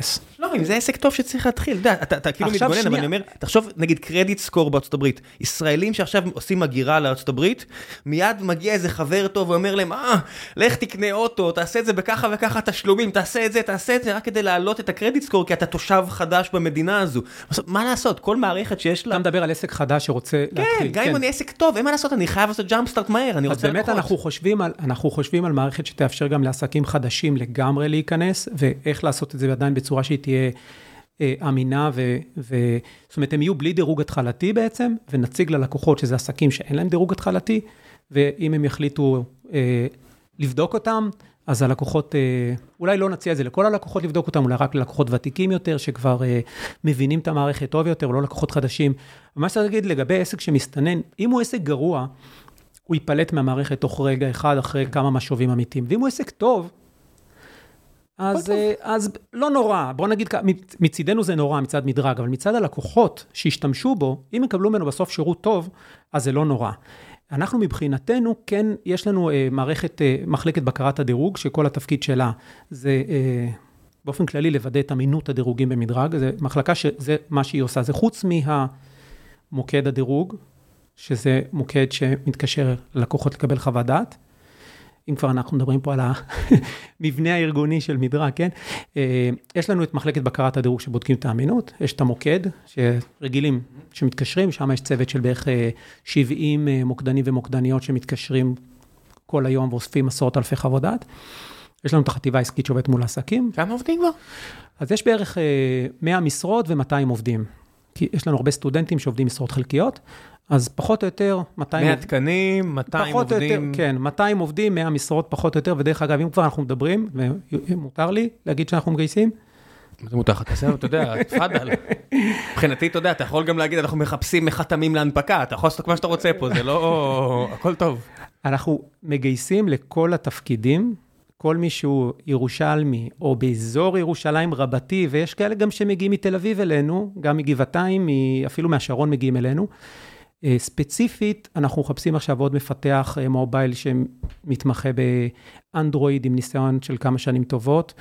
[SPEAKER 1] לא, אם זה עסק טוב שצריך להתחיל, אתה כאילו מתגונן, אבל אני אומר, תחשוב, נגיד קרדיט סקור בארצות הברית, ישראלים שעכשיו עושים הגירה לארצות הברית, מיד מגיע איזה חבר טוב ואומר להם, לך תקנה אוטו, תעשה את זה בככה וככה תשלומים, תעשה את זה, רק כדי להעלות את הקרדיט סקור, כי אתה תושב חדש במדינה הזו. מה לעשות? כל מערכת שיש לה...
[SPEAKER 2] אתה מדבר על עסק חדש שרוצה להתחיל.
[SPEAKER 1] כן, גם אם אני עסק טוב, אין מה לעשות, אני חייב לעשות ג'אמפ סטארט מהר, אני רוצה לקוחות.
[SPEAKER 2] אז באמת אנחנו חושבים על מערכת שתאפשר גם לעסקים חדשים לגמרי להיכנס, ואיך לעשות את זה עדיין בצורה שהיא תהיה אמינה, זאת אומרת, הם יהיו בלי דירוג התחלתי בעצם, ונציג ללקוחות שזה עסקים שאין להם דירוג התחלתי, ואם הם יחליטו לבדוק אותם, אז הלקוחות, אולי לא נציע את זה לכל הלקוחות לבדוק אותם, אולי רק ללקוחות ותיקים יותר, שכבר מבינים את המערכת טוב יותר, או לא לקוחות חדשים. ומה שאתה תגיד לגבי עסק שמסתנן, אם הוא עסק גרוע, הוא ייפלט מהמערכת תוך רגע אחד, אחרי כמה משובים אמיתיים. ואם הוא עסק טוב, אז לא נורא. בוא נגיד, מצידנו זה נורא, מצד מדרג, אבל מצד הלקוחות שהשתמשו בו, אם יקבלו ממנו בסוף שירות טוב, אז זה לא נורא. אנחנו מבחינתנו, כן, יש לנו מחלקת בקרת הדירוג, שכל התפקיד שלה זה באופן כללי לוודא את אמינות הדירוגים במדרג, זה מחלקה שזה מה שהיא עושה, זה חוץ מהמוקד הדירוג, שזה מוקד שמתקשר ללקוחות לקבל חוות דעת, אם כבר אנחנו מדברים פה על המבנה הארגוני של מדרג, כן? יש לנו את מחלקת בקרת הדירוג שבודקים את האמינות, יש את המוקד שרגילים שמתקשרים, שם יש צוות של בערך 70 מוקדנים ומוקדניות שמתקשרים כל היום ואוספים עשרות אלפי חוות דעת. יש לנו את החטיבה העסקית שעובדת מול העסקים.
[SPEAKER 1] כמה עובדים כבר?
[SPEAKER 2] אז יש בערך 100 משרות ו-200 עובדים. כי יש לנו הרבה סטודנטים שעובדים משרות חלקיות, אז פחות או יותר 200...
[SPEAKER 1] 100 תקנים, 200 עובדים.
[SPEAKER 2] כן, 200 עובדים, 100 משרות פחות או יותר, ודרך אגב, אם כבר אנחנו מדברים, ומותר לי להגיד שאנחנו מגייסים?
[SPEAKER 1] זה מותר לך, אתה יודע, תפדל. מבחינתי, אתה יודע, אתה יכול גם להגיד, אנחנו מחפשים מחתמים להנפקה, אתה יכול לעשות מה שאתה רוצה פה, זה לא... הכל טוב.
[SPEAKER 2] אנחנו מגייסים לכל התפקידים, כל מישהו ירושלמי, או באזור ירושלים רבתי, ויש כאלה גם שמגיעים מתל אביב אלינו, גם מגבעתיים, אפילו מהשרון מגיעים אלינו. ספציפית, אנחנו מחפשים עכשיו עוד מפתח מובייל שמתמחה באנדרואיד עם ניסיון של כמה שנים טובות,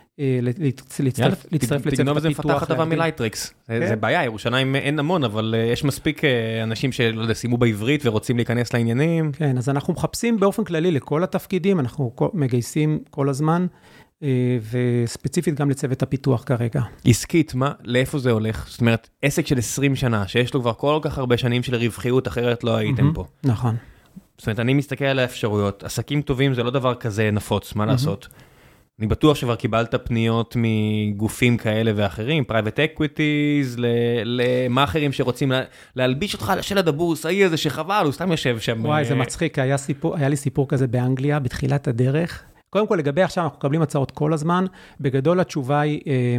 [SPEAKER 2] להצטרף לצוות הפיתוח.
[SPEAKER 1] תגנוב איזה מפתח הטבה מלייטריקס. זה בעיה, ירושלים אין המון, אבל יש מספיק אנשים שסיימו בעברית ורוצים להיכנס לעניינים.
[SPEAKER 2] כן, אז אנחנו מחפשים באופן כללי לכל התפקידים, אנחנו מגייסים כל הזמן, וספציפית גם לצוות הפיתוח כרגע.
[SPEAKER 1] עסקית, לאיפה זה הולך? זאת אומרת, עסק של 20 שנה, שיש לו כבר כל כך הרבה שנים של רווחיות, אחרת לא הייתם פה.
[SPEAKER 2] נכון.
[SPEAKER 1] זאת אומרת, אני מסתכל על האפשרויות, עסקים טובים זה לא דבר כזה נפוץ, מה לעשות? אני בטוח שכבר קיבלת פניות מגופים כאלה ואחרים, private equities, למאחרים שרוצים להלביש אותך לשלד הבורסאי הזה שחבל, הוא סתם יושב שם.
[SPEAKER 2] וואי, זה מצחיק, היה לי סיפור כזה באנגליה, בתחילת הדרך. קודם כל, לגבי עכשיו, אנחנו מקבלים הצעות כל הזמן. בגדול, התשובה היא,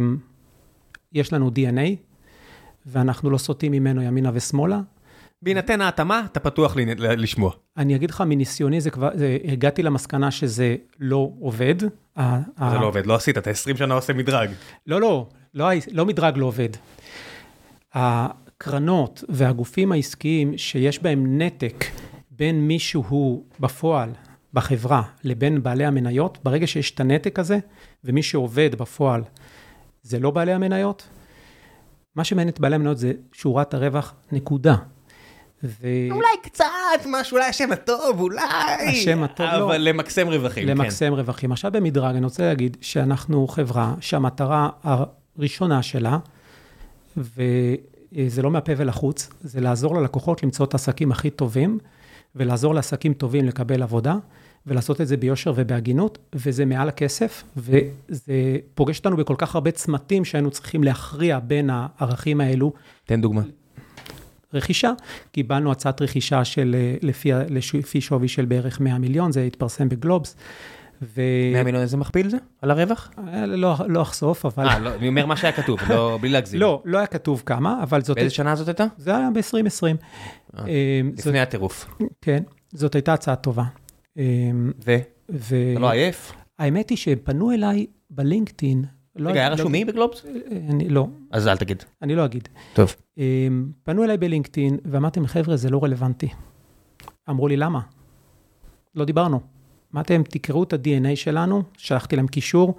[SPEAKER 2] יש לנו DNA, ואנחנו לא סוטים ממנו ימינה ושמאלה.
[SPEAKER 1] בהינתן ההתאמה, אתה פתוח לשמוע.
[SPEAKER 2] אני אגיד לך, מניסיוני, הגעתי למסקנה שזה לא עובד.
[SPEAKER 1] זה לא עובד, לא עשית, אתה 20 שנה עושה מדרג.
[SPEAKER 2] לא מדרג לא עובד. הקרנות והגופים העסקיים שיש בהם נתק בין מישהו בפועל, בחברה, לבין בעלי המניות, ברגע שיש את הנתק הזה, ומי שעובד בפועל, זה לא בעלי המניות, מה שמעניין את בעלי המניות זה שורת הרווח, נקודה.
[SPEAKER 1] אולי קצת משהו, אולי השם הטוב, אולי...
[SPEAKER 2] השם הטוב לא.
[SPEAKER 1] אבל למקסם רווחים, כן.
[SPEAKER 2] למקסם רווחים. עכשיו במדרג, אני רוצה להגיד שאנחנו חברה שהמטרה הראשונה שלה, וזה לא מהפה ולחוץ, זה לעזור ללקוחות למצוא את העסקים הכי טובים, ולעזור לעסקים טובים לקבל עבודה, ולעשות את זה ביושר ובהגינות, וזה מעל הכסף, וזה פוגש אותנו בכל כך הרבה צמתים שהיינו צריכים להכריע בין הערכים האלו.
[SPEAKER 1] תן דוגמה.
[SPEAKER 2] רכישה, קיבלנו הצעת רכישה לפי שווי של בערך 100 מיליון, זה התפרסם בגלובס.
[SPEAKER 1] 100 מיליון איזה מכפיל זה? על הרווח?
[SPEAKER 2] לא אחשוף, אבל...
[SPEAKER 1] אני אומר מה שהיה כתוב, בלי להגזים.
[SPEAKER 2] לא היה כתוב כמה, אבל זאת...
[SPEAKER 1] באיזה שנה זאת הייתה?
[SPEAKER 2] זה היה ב-2020.
[SPEAKER 1] לפני הטירוף.
[SPEAKER 2] כן, זאת הייתה הצעה טובה.
[SPEAKER 1] אתה לא עייף?
[SPEAKER 2] האמת היא שפנו אליי בלינקדאין.
[SPEAKER 1] רגע, היה רשומי בגלובס?
[SPEAKER 2] לא.
[SPEAKER 1] אז אל תגיד.
[SPEAKER 2] אני לא אגיד.
[SPEAKER 1] טוב.
[SPEAKER 2] פנו אליי בלינקדאין, ואמרתם, חבר'ה, זה לא רלוונטי. אמרו לי, למה? לא דיברנו. אמרתם, תקראו את ה-DNA שלנו, שלחתי להם קישור,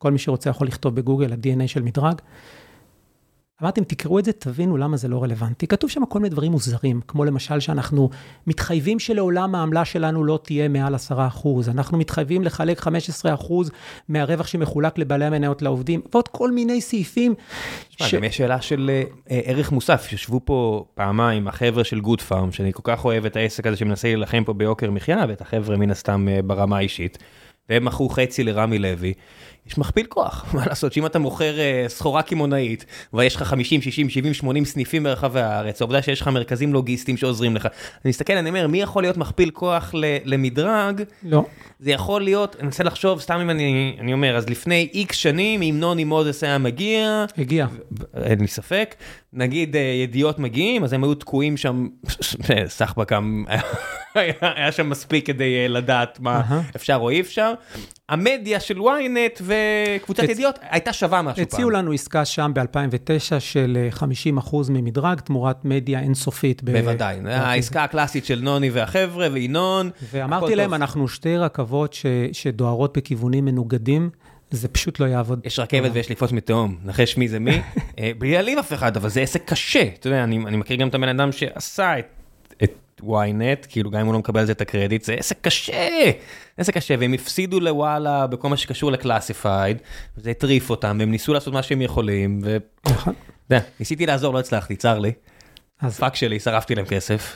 [SPEAKER 2] כל מי שרוצה יכול לכתוב בגוגל, ה-DNA של מדרג. אמרתי, אם תקראו את זה, תבינו למה זה לא רלוונטי. כתוב שם כל מיני דברים מוזרים, כמו למשל שאנחנו מתחייבים שלעולם העמלה שלנו לא תהיה מעל 10%, אנחנו מתחייבים לחלק 15% מהרווח שמחולק לבעלי המניות לעובדים, ועוד כל מיני סעיפים.
[SPEAKER 1] גם יש שאלה של ערך מוסף, ישבו פה פעמיים החבר'ה של גוד פארם, שאני כל כך אוהב את העסק הזה שמנסה להילחם פה ביוקר מחיה, ואת החבר'ה מן הסתם ברמה האישית, והם מכרו חצי לרמי לוי, יש מכפיל כוח, מה לעשות, שאם אתה מוכר סחורה כימונאית, ויש לך 50, 60, 70, 80 סניפים ברחבי הארץ, העובדה שיש לך מרכזים לוגיסטיים שעוזרים לך, אני מסתכל, אני אומר, מי יכול להיות מכפיל כוח למדרג?
[SPEAKER 2] לא.
[SPEAKER 1] זה יכול להיות, אני רוצה לחשוב, סתם אם אני אומר, אז לפני X שנים, אם נוני מוזס היה מגיע,
[SPEAKER 2] הגיע.
[SPEAKER 1] אין לי ספק, נגיד ידיעות מגיעים, אז הם היו תקועים שם, סך בקם, היה שם מספיק כדי לדעת מה אפשר או אי אפשר. המדיה של ynet וקבוצת ידיעות הייתה שווה משהו פעם.
[SPEAKER 2] הציעו לנו עסקה שם ב-2009 של 50% ממדרג, תמורת מדיה אינסופית.
[SPEAKER 1] בוודאי, העסקה הקלאסית של נוני והחבר'ה וינון.
[SPEAKER 2] ואמרתי להם, אנחנו שתי רכבות שדוהרות בכיוונים מנוגדים, זה פשוט לא יעבוד.
[SPEAKER 1] יש רכבת ויש לפוץ מתאום, נחש מי זה מי, בלי להעליב אף אחד, אבל זה עסק קשה. אתה יודע, אני מכיר גם את הבן אדם שעשה את ynet, כאילו גם אם הוא לא מקבל על זה את הקרדיט, זה עסק קשה, והם הפסידו לוואלה בכל מה שקשור לקלאסיפייד, וזה הטריף אותם, והם ניסו לעשות מה שהם יכולים, ניסיתי לעזור, לא הצלחתי, צר לי, פאק שלי, שרפתי להם כסף.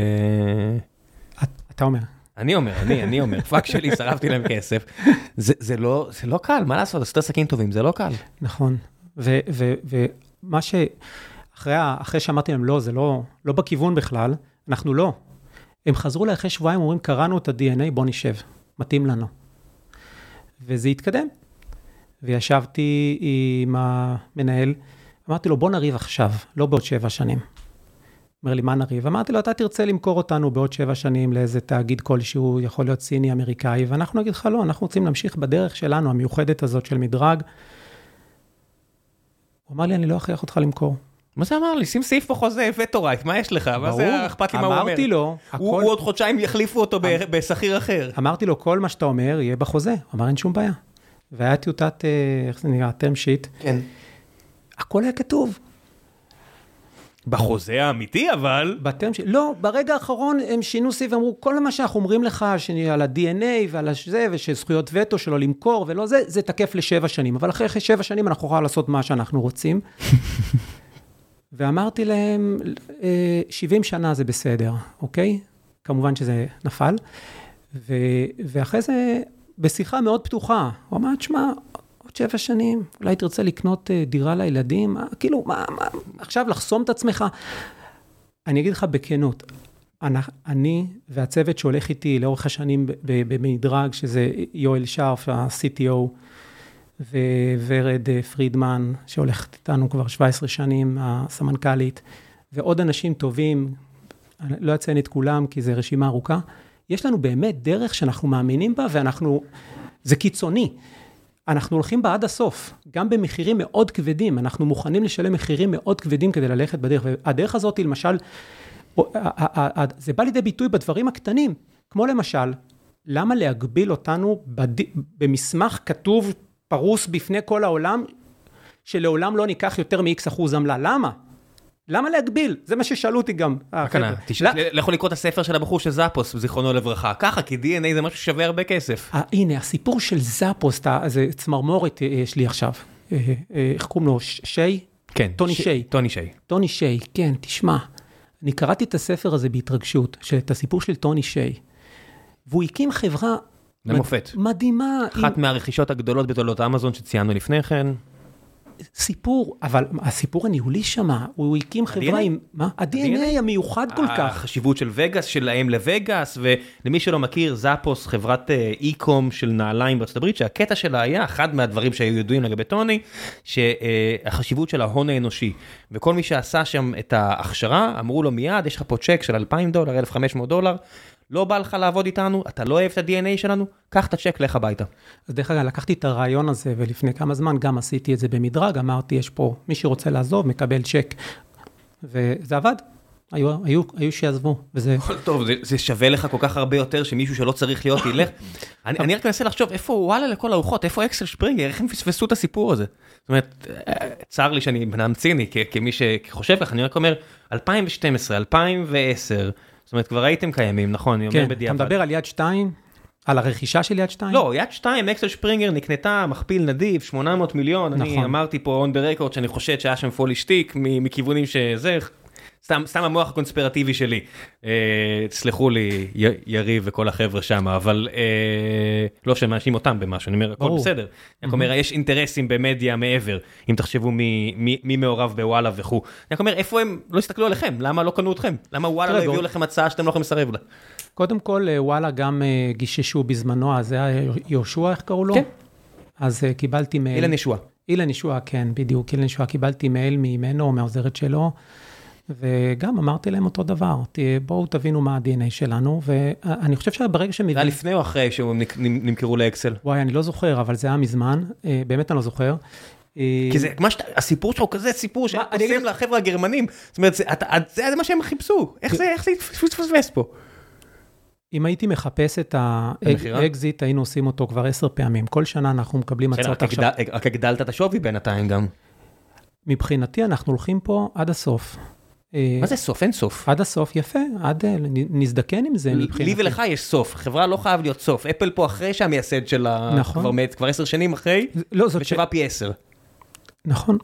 [SPEAKER 2] אתה אומר.
[SPEAKER 1] אני אומר, פאק שלי, שרפתי להם כסף, זה לא קל, מה לעשות, עשית עסקים טובים, זה לא קל.
[SPEAKER 2] נכון, ומה אחרי שאמרתי להם, לא, זה לא בכיוון בכלל, אנחנו לא. הם חזרו אליי אחרי שבועיים, אומרים, קראנו את ה-DNA, בוא נשב, מתאים לנו. וזה התקדם. וישבתי עם המנהל, אמרתי לו, בוא נריב עכשיו, לא בעוד 7 שנים. אומר לי, מה נריב? אמרתי לו, אתה תרצה למכור אותנו בעוד 7 שנים לאיזה תאגיד כלשהו, יכול להיות סיני, אמריקאי, ואנחנו נגיד לך, לא, אנחנו רוצים להמשיך בדרך שלנו, המיוחדת הזאת של מדרג. הוא אמר לי, אני לא אכריח אותך למכור.
[SPEAKER 1] מה זה אמר לי? שים סעיף בחוזה, וטורייט, מה יש לך? מה זה אכפת לי מה הוא אומר?
[SPEAKER 2] אמרתי לו,
[SPEAKER 1] הוא עוד חודשיים יחליפו אותו בשכיר אחר.
[SPEAKER 2] אמרתי לו, כל מה שאתה אומר יהיה בחוזה. הוא אמר, אין שום בעיה. והיה טיוטת, איך זה נראה, term sheet.
[SPEAKER 1] כן.
[SPEAKER 2] הכל היה כתוב.
[SPEAKER 1] בחוזה האמיתי, אבל...
[SPEAKER 2] לא, ברגע האחרון הם שינו סעיף, אמרו, כל מה שאנחנו אומרים לך, על ה-DNA ועל זה, ושזכויות וטו שלו למכור ולא זה, זה תקף ל7 שנים. אבל אחרי 7 שנים אנחנו יכולים לעשות מה שאנחנו רוצים. ואמרתי להם, 70 שנה זה בסדר, אוקיי? כמובן שזה נפל. ואחרי זה, בשיחה מאוד פתוחה, הוא אמר, תשמע, עוד 7 שנים, אולי תרצה לקנות דירה לילדים, כאילו, עכשיו לחסום את עצמך. אני אגיד לך בכנות, אני והצוות שהולך איתי לאורך השנים במדרג, שזה יואל שרף, ה-CTO, וורד פרידמן, שהולכת איתנו כבר 17 שנים, הסמנכלית, ועוד אנשים טובים, אני לא אציין את כולם, כי זו רשימה ארוכה, יש לנו באמת דרך שאנחנו מאמינים בה, זה קיצוני. אנחנו הולכים בה עד הסוף, גם במחירים מאוד כבדים, אנחנו מוכנים לשלם מחירים מאוד כבדים כדי ללכת בדרך, והדרך הזאת, למשל, זה בא לידי ביטוי בדברים הקטנים, כמו למשל, למה להגביל אותנו במסמך כתוב פרוס בפני כל העולם, שלעולם לא ניקח יותר מ-X% עמלה. למה? למה להגביל? זה מה ששאלו אותי גם.
[SPEAKER 1] לכו לקרוא את הספר של הבחור של זאפוס, זיכרונו לברכה. ככה, כי DNA זה משהו שווה הרבה כסף.
[SPEAKER 2] הנה, הסיפור של זאפוס, זה צמרמורת יש לי עכשיו. איך קוראים לו? שי?
[SPEAKER 1] כן.
[SPEAKER 2] טוני שי, כן, תשמע. אני קראתי את הספר הזה בהתרגשות, את הסיפור של טוני שי. והוא הקים חברה
[SPEAKER 1] למופת.
[SPEAKER 2] מדהימה.
[SPEAKER 1] אחת מהרכישות הגדולות בתולדות אמזון שציינו לפני כן.
[SPEAKER 2] סיפור, אבל הסיפור הניהולי שמה, הוא הקים חברה עם, מה? ה-DNA המיוחד כל כך.
[SPEAKER 1] החשיבות של וגאס, של האם לווגאס, ולמי שלא מכיר, זאפוס, חברת אי-קום של נעליים בארצות הברית, שהקטע שלה היה, אחד מהדברים שהיו ידועים לגבי טוני, שהחשיבות של ההון האנושי, וכל מי שעשה שם את ההכשרה, אמרו לו מיד, יש לך פה צ'ק של $2,000, $1,500, לא בא לך לעבוד איתנו, אתה לא אוהב את ה-DNA שלנו, קח את הצ'ק, לך הביתה.
[SPEAKER 2] אז דרך אגב, לקחתי את הרעיון הזה, ולפני כמה זמן גם עשיתי את זה במדרג, אמרתי, יש פה מי שרוצה לעזוב, מקבל צ'ק, וזה עבד. היו שיעזבו, וזה...
[SPEAKER 1] טוב, זה שווה לך כל כך הרבה יותר שמישהו שלא צריך להיות ילך. אני רק מנסה לחשוב, איפה וואלה לכל הארוחות, איפה אקסל שפרינגר, איך הם פספסו את הסיפור הזה? זאת אומרת, צר לי שאני בנם ציני, כמי שחושב כך, אני רק אומר, 2012, 2010, זאת אומרת, כבר הייתם קיימים, נכון?
[SPEAKER 2] כן, אתה מדבר על יד 2? על הרכישה של יד 2?
[SPEAKER 1] לא, יד 2, אקסל שפרינגר נקנתה, מכפיל נדיב, 800 מיליון, אני אמרתי פה on the record שאני חושד שהיה שם פולי שטיק, מכיוונים שזה, סתם המוח הקונספירטיבי שלי, תסלחו לי יריב וכל החבר'ה שם, אבל לא שמאשים אותם במשהו, אני אומר, הכל בסדר. אני אומר, יש אינטרסים במדיה מעבר, אם תחשבו מי מעורב בוואלה וכו'. אני אומר, איפה הם לא הסתכלו עליכם? למה לא קנו אתכם? למה וואלה לא הביאו לכם הצעה שאתם לא יכולים לסרב לה?
[SPEAKER 2] קודם כל, וואלה גם גיששו בזמנו, אז זה היה יהושע, איך קראו לו? כן. אז קיבלתי מייל. אילן ישוע, כן, בדיוק. אילן ישוע, קיבלתי מייל ממנו, מהעוזרת שלו, וגם אמרתי להם אותו דבר, בואו תבינו מה ה-DNA שלנו, ואני חושב שברגע שהם...
[SPEAKER 1] זה היה לפני או אחרי שהם נמכרו לאקסל?
[SPEAKER 2] וואי, אני לא זוכר, אבל זה היה מזמן, באמת אני לא זוכר.
[SPEAKER 1] כי זה, הסיפור שלו כזה סיפור שעושים לחבר'ה הגרמנים, זאת אומרת, זה מה שהם חיפשו, איך זה יתפספס פה?
[SPEAKER 2] אם הייתי מחפש את האקזיט, היינו עושים אותו כבר 10 פעמים, כל שנה אנחנו מקבלים הצעות עכשיו.
[SPEAKER 1] רק הגדלת את השווי בינתיים גם.
[SPEAKER 2] מבחינתי אנחנו הולכים פה עד הסוף.
[SPEAKER 1] מה זה סוף? אין סוף.
[SPEAKER 2] עד הסוף, יפה, נזדקן עם זה מבחינתי.
[SPEAKER 1] לי ולך יש סוף, חברה לא חייב להיות סוף. אפל פה אחרי שהמייסד שלה כבר מת, כבר 10 שנים אחרי, ושווה פי 10.
[SPEAKER 2] נכון,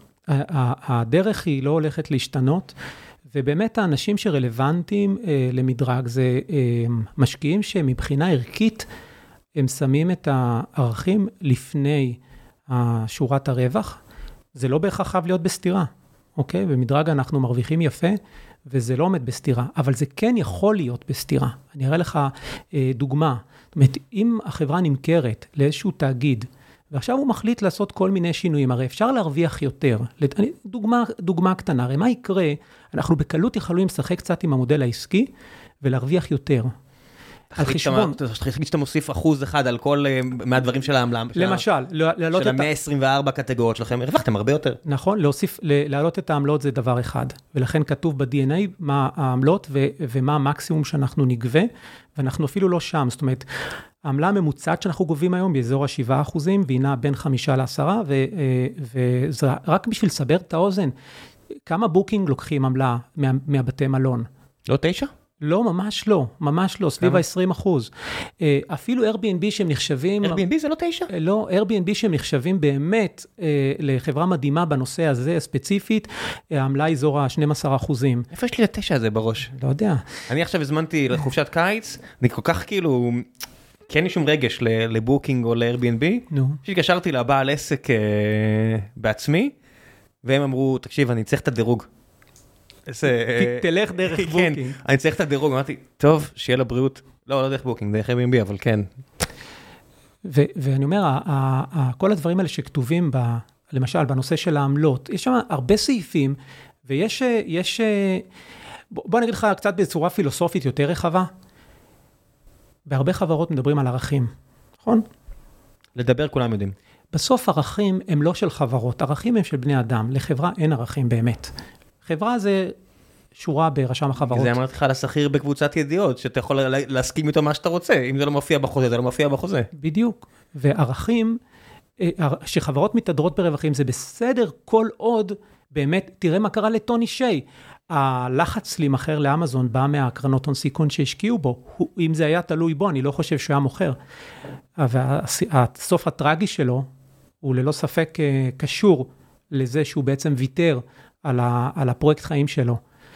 [SPEAKER 2] הדרך היא לא הולכת להשתנות, ובאמת האנשים שרלוונטיים למדרג זה משקיעים שמבחינה ערכית, הם שמים את הערכים לפני שורת הרווח, זה לא בהכרח חייב להיות בסתירה. אוקיי? במדרג אנחנו מרוויחים יפה, וזה לא עומד בסתירה, אבל זה כן יכול להיות בסתירה. אני אראה לך דוגמה. זאת אומרת, אם החברה נמכרת לאיזשהו תאגיד, ועכשיו הוא מחליט לעשות כל מיני שינויים, הרי אפשר להרוויח יותר. דוגמה קטנה, הרי מה יקרה? אנחנו בקלות יכולים לשחק קצת עם המודל העסקי, ולהרוויח יותר. על חשבון.
[SPEAKER 1] תחליט שאתה מוסיף 1% על כל מהדברים של העמלה.
[SPEAKER 2] למשל,
[SPEAKER 1] של ה-124 קטגוריות שלכם, הרווחתם הרבה יותר.
[SPEAKER 2] נכון, להעלות את העמלות זה דבר אחד, ולכן כתוב ב-DNA מה העמלות ומה המקסימום שאנחנו נגבה, ואנחנו אפילו לא שם, זאת אומרת, העמלה הממוצעת שאנחנו גובים היום באזור ה-7%, והיא נעה בין 5-10, וזה רק בשביל לסבר את האוזן, כמה בוקינג לוקחים עמלה מהבתי מלון?
[SPEAKER 1] לא 9?
[SPEAKER 2] לא, ממש לא, סביב ה-20%. אפילו Airbnb שהם נחשבים...
[SPEAKER 1] Airbnb זה לא 9?
[SPEAKER 2] לא, Airbnb שהם נחשבים באמת לחברה מדהימה בנושא הזה ספציפית, העמלה היא אזור ה-12%.
[SPEAKER 1] איפה יש לי ל-9 הזה בראש?
[SPEAKER 2] לא יודע.
[SPEAKER 1] אני עכשיו הזמנתי לחופשת קיץ, אני כל כך כאילו... כן יש שום רגש לבוקינג או ל-Airbnb, שהתקשרתי לבעל עסק בעצמי, והם אמרו, תקשיב, אני צריך את הדירוג.
[SPEAKER 2] תלך דרך בוקינג.
[SPEAKER 1] אני צריך את הדירוג, אמרתי, טוב, שיהיה לבריאות. לא דרך בוקינג, דרך Airbnb, אבל כן.
[SPEAKER 2] ואני אומר, כל הדברים האלה שכתובים, למשל, בנושא של העמלות, יש שם הרבה סעיפים, ויש, בוא נגיד לך קצת בצורה פילוסופית יותר רחבה, בהרבה חברות מדברים על ערכים, נכון?
[SPEAKER 1] לדבר כולם יודעים.
[SPEAKER 2] בסוף ערכים הם לא של חברות, ערכים הם של בני אדם, לחברה אין ערכים באמת. חברה זה שורה ברשם החברות.
[SPEAKER 1] זה אמרתי לך לשכיר בקבוצת ידיעות, שאתה יכול להסכים איתו מה שאתה רוצה, אם זה לא מופיע בחוזה, זה לא מופיע בחוזה.
[SPEAKER 2] בדיוק, וערכים, שחברות מתהדרות ברווחים, זה בסדר כל עוד, באמת, תראה מה קרה לטוני שי, הלחץ להימכר לאמזון בא מהקרנות הון סיכון שהשקיעו בו, אם זה היה תלוי בו, אני לא חושב שהוא היה מוכר. והסוף הטרגי שלו, הוא ללא ספק קשור לזה שהוא בעצם ויתר על הפרויקט חיים שלו.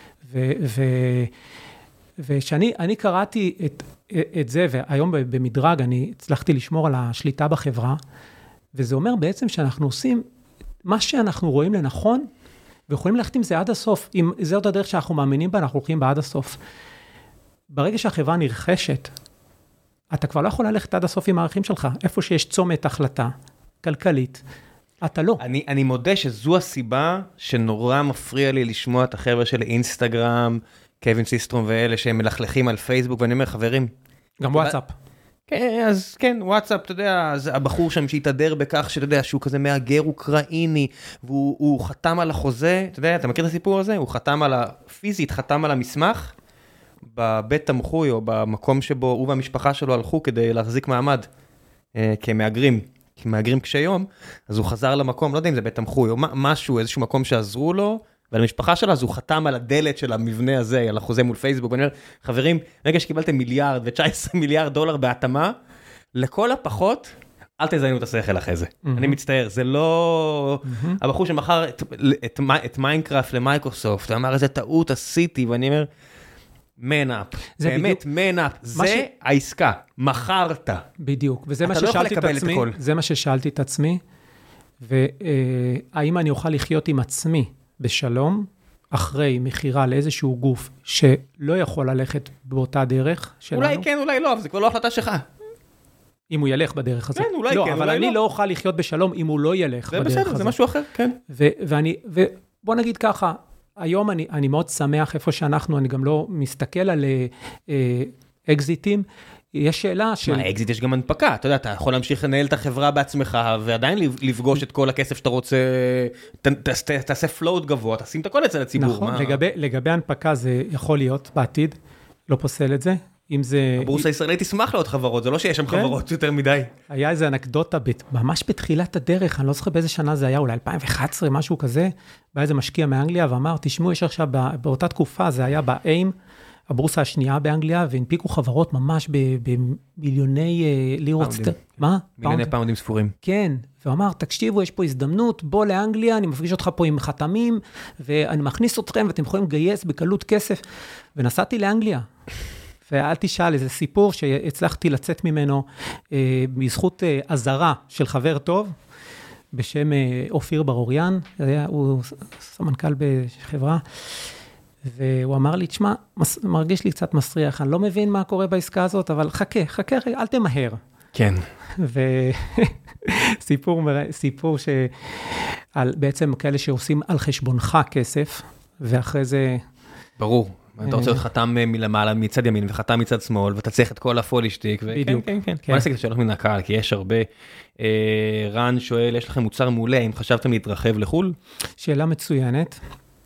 [SPEAKER 2] ושאני קראתי את זה, והיום במדרג אני הצלחתי לשמור על השליטה בחברה, וזה אומר בעצם שאנחנו עושים מה שאנחנו רואים לנכון, ויכולים ללכת עם זה עד הסוף. אם זה עוד הדרך שאנחנו מאמינים בה, אנחנו הולכים בה עד הסוף. ברגע שהחברה נרכשת, אתה כבר לא יכול ללכת עד הסוף עם הערכים שלך. איפה שיש צומת החלטה כלכלית, אתה לא.
[SPEAKER 1] אני מודה שזו הסיבה שנורא מפריע לי לשמוע את החבר'ה של אינסטגרם, קווין סיסטרום ואלה שהם מלכלכים על פייסבוק, ואני אומר, חברים.
[SPEAKER 2] גם וואטסאפ.
[SPEAKER 1] כן, אז כן, וואטסאפ, אתה יודע, אז הבחור שם שהתהדר בכך, שאתה יודע, שהוא כזה מהגר אוקראיני, והוא חתם על החוזה, אתה יודע, אתה מכיר את הסיפור הזה? הוא חתם פיזית חתם על המסמך, בבית תמחוי, או במקום שבו הוא והמשפחה שלו הלכו כדי להחזיק מעמד, כמהגרים קשי יום, אז הוא חזר למקום, לא יודע אם זה בית תמחוי, או משהו, איזשהו מקום שעזרו לו, ועל המשפחה שלה, אז הוא חתם על הדלת של המבנה הזה, על החוזה מול פייסבוק, ואני אומר, חברים, רגע שקיבלתם מיליארד ו-19 מיליארד דולר בהתאמה, לכל הפחות, אל תזיינו את השכל אחרי זה. אני מצטער, זה לא... הבחור שמכר את מיינקראפט למייקרוסופט, ואמר, איזה טעות עשיתי, ואני אומר, man up, באמת, man up, זה העסקה, מכרת.
[SPEAKER 2] בדיוק, וזה מה ששאלתי את עצמי, זה מה ששאלתי את עצמי, והאם אני אוכל לחיות עם עצמי בשלום, אחרי מחירה לאיזשהו גוף שלא יכול ללכת באותה דרך שלנו.
[SPEAKER 1] אולי כן, אולי לא, אבל זה כבר לא החלטה שלך.
[SPEAKER 2] אם הוא ילך בדרך הזאת.
[SPEAKER 1] כן, אולי כן, אולי לא.
[SPEAKER 2] אבל אני לא אוכל לחיות בשלום אם הוא לא ילך בדרך הזאת. זה בסדר,
[SPEAKER 1] זה משהו אחר, כן.
[SPEAKER 2] ובוא נגיד ככה, היום אני מאוד שמח איפה שאנחנו, אני גם לא מסתכל על אקזיטים, יש שאלה של...
[SPEAKER 1] מה, אקזיט יש גם הנפקה, אתה יודע, אתה יכול להמשיך לנהל את החברה בעצמך, ועדיין לפגוש את כל הכסף שאתה רוצה, תעשה פלוט גבוה, תשים את הכל אצל הציבור.
[SPEAKER 2] נכון, לגבי הנפקה זה יכול להיות בעתיד, לא פוסל את זה, אם זה...
[SPEAKER 1] הבורסה הישראלית תשמח לעוד חברות, זה לא שיש שם חברות יותר מדי.
[SPEAKER 2] היה איזו אנקדוטה, ממש בתחילת הדרך, אני לא זוכר באיזה שנה זה היה, אולי 2011, משהו כזה, בא איזה משקיע מאנגליה ואמר, תשמעו, יש עכשיו באותה תקופה, זה היה באיים, הבורסה השנייה באנגליה, והנפיקו חברות ממש במיליוני לירות. מה?
[SPEAKER 1] מיליוני פאונדים ספורים.
[SPEAKER 2] כן, והוא אמר, תקשיבו, יש פה הזדמנות, בוא לאנגליה, אני מפגיש אותך פה עם חתמים, ואני מכניס אתכם, ואתם יכולים לגייס בקלות כסף. ונסעתי לאנגליה. ואל תשאל, איזה סיפור שהצלחתי לצאת ממנו, בזכות עזרה של חבר טוב, בשם אופיר ברוריאן, הוא סמנכ"ל בחברה, והוא אמר לי, תשמע, מרגיש לי קצת מסריח, אני לא מבין מה קורה בעסקה הזאת, אבל חכה, אל תמהר.
[SPEAKER 1] כן.
[SPEAKER 2] סיפור שעל בעצם כאלה שעושים על חשבונך כסף, ואחרי זה...
[SPEAKER 1] ברור. אתה רוצה להיות חתם מלמעלה מצד ימין, וחתם מצד שמאל, ואתה צריך את כל הפולישטיק.
[SPEAKER 2] בדיוק.
[SPEAKER 1] כן. בוא נעשה את השאלות מן הקהל, כי יש הרבה... רן שואל, יש לכם מוצר מעולה, אם חשבתם להתרחב לחול?
[SPEAKER 2] שאלה מצוינת.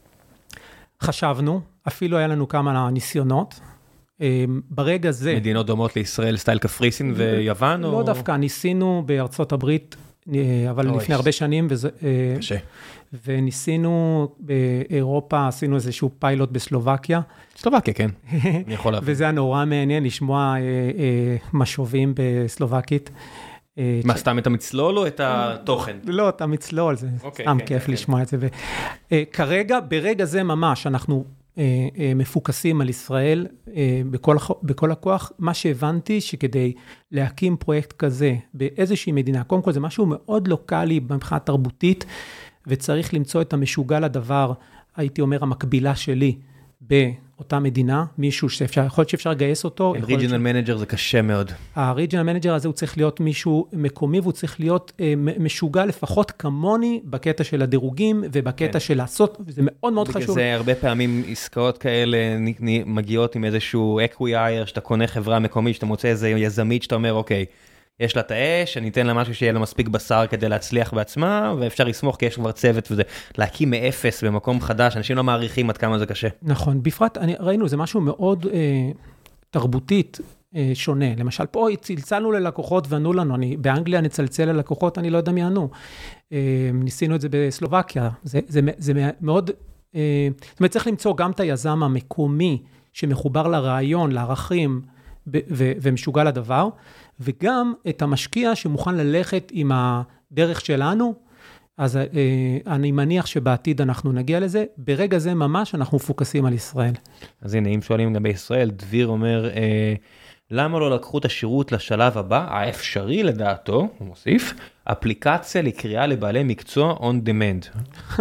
[SPEAKER 2] חשבנו, אפילו היה לנו כמה ניסיונות. ברגע זה...
[SPEAKER 1] מדינות דומות לישראל, סטייל קפריסין ויוון?
[SPEAKER 2] לא דווקא, ניסינו בארצות הברית, אבל לפני הרבה שנים.
[SPEAKER 1] קשה.
[SPEAKER 2] וניסינו באירופה, עשינו איזשהו פיילוט בסלובקיה.
[SPEAKER 1] סלובקיה, כן. אני יכול להבין.
[SPEAKER 2] וזה היה נורא מעניין לשמוע משובים בסלובקית.
[SPEAKER 1] מה, סתם את המצלול או את התוכן?
[SPEAKER 2] לא, את המצלול, זה סתם כיף לשמוע את זה. כרגע, ברגע זה ממש, אנחנו מפוקסים על ישראל בכל הכוח. מה שהבנתי שכדי להקים פרויקט כזה באיזושהי מדינה, קודם כל זה משהו מאוד לוקלי מבחינה תרבותית, וצריך למצוא את המשוגע לדבר, הייתי אומר, המקבילה שלי באותה מדינה, מישהו שאפשר, יכול להיות שאפשר לגייס אותו.
[SPEAKER 1] ריג'נל מנג'ר זה קשה מאוד.
[SPEAKER 2] הריג'נל מנג'ר הזה הוא צריך להיות מישהו מקומי, והוא צריך להיות משוגע לפחות כמוני, בקטע של הדירוגים, ובקטע של לעשות, וזה מאוד מאוד חשוב.
[SPEAKER 1] זה הרבה פעמים עסקאות כאלה מגיעות עם איזשהו אקווייר, שאתה קונה חברה מקומית, שאתה מוצא איזה יזמית, שאתה אומר, אוקיי, יש לה את האש, אני אתן לה משהו שיהיה לה מספיק בשר כדי להצליח בעצמה, ואפשר לסמוך כי יש כבר צוות וזה. להקים מאפס במקום חדש, אנשים לא מעריכים עד כמה זה קשה.
[SPEAKER 2] נכון, בפרט, ראינו, זה משהו מאוד תרבותית שונה. למשל, פה צלצלנו ללקוחות וענו לנו, באנגליה נצלצל ללקוחות, אני לא יודע מי ענו. ניסינו את זה בסלובקיה. זה מאוד, זאת אומרת, צריך למצוא גם את היזם המקומי, שמחובר לרעיון, לערכים, ומשוגע לדבר, וגם את המשקיע שמוכן ללכת עם הדרך שלנו, אז אני מניח שבעתיד אנחנו נגיע לזה, ברגע זה ממש אנחנו מפוקסים על ישראל.
[SPEAKER 1] אז הנה, אם שואלים גם בישראל, דביר אומר, למה לא לקחו את השירות לשלב הבא, האפשרי לדעתו, הוא מוסיף, אפליקציה לקריאה לבעלי מקצוע on demand.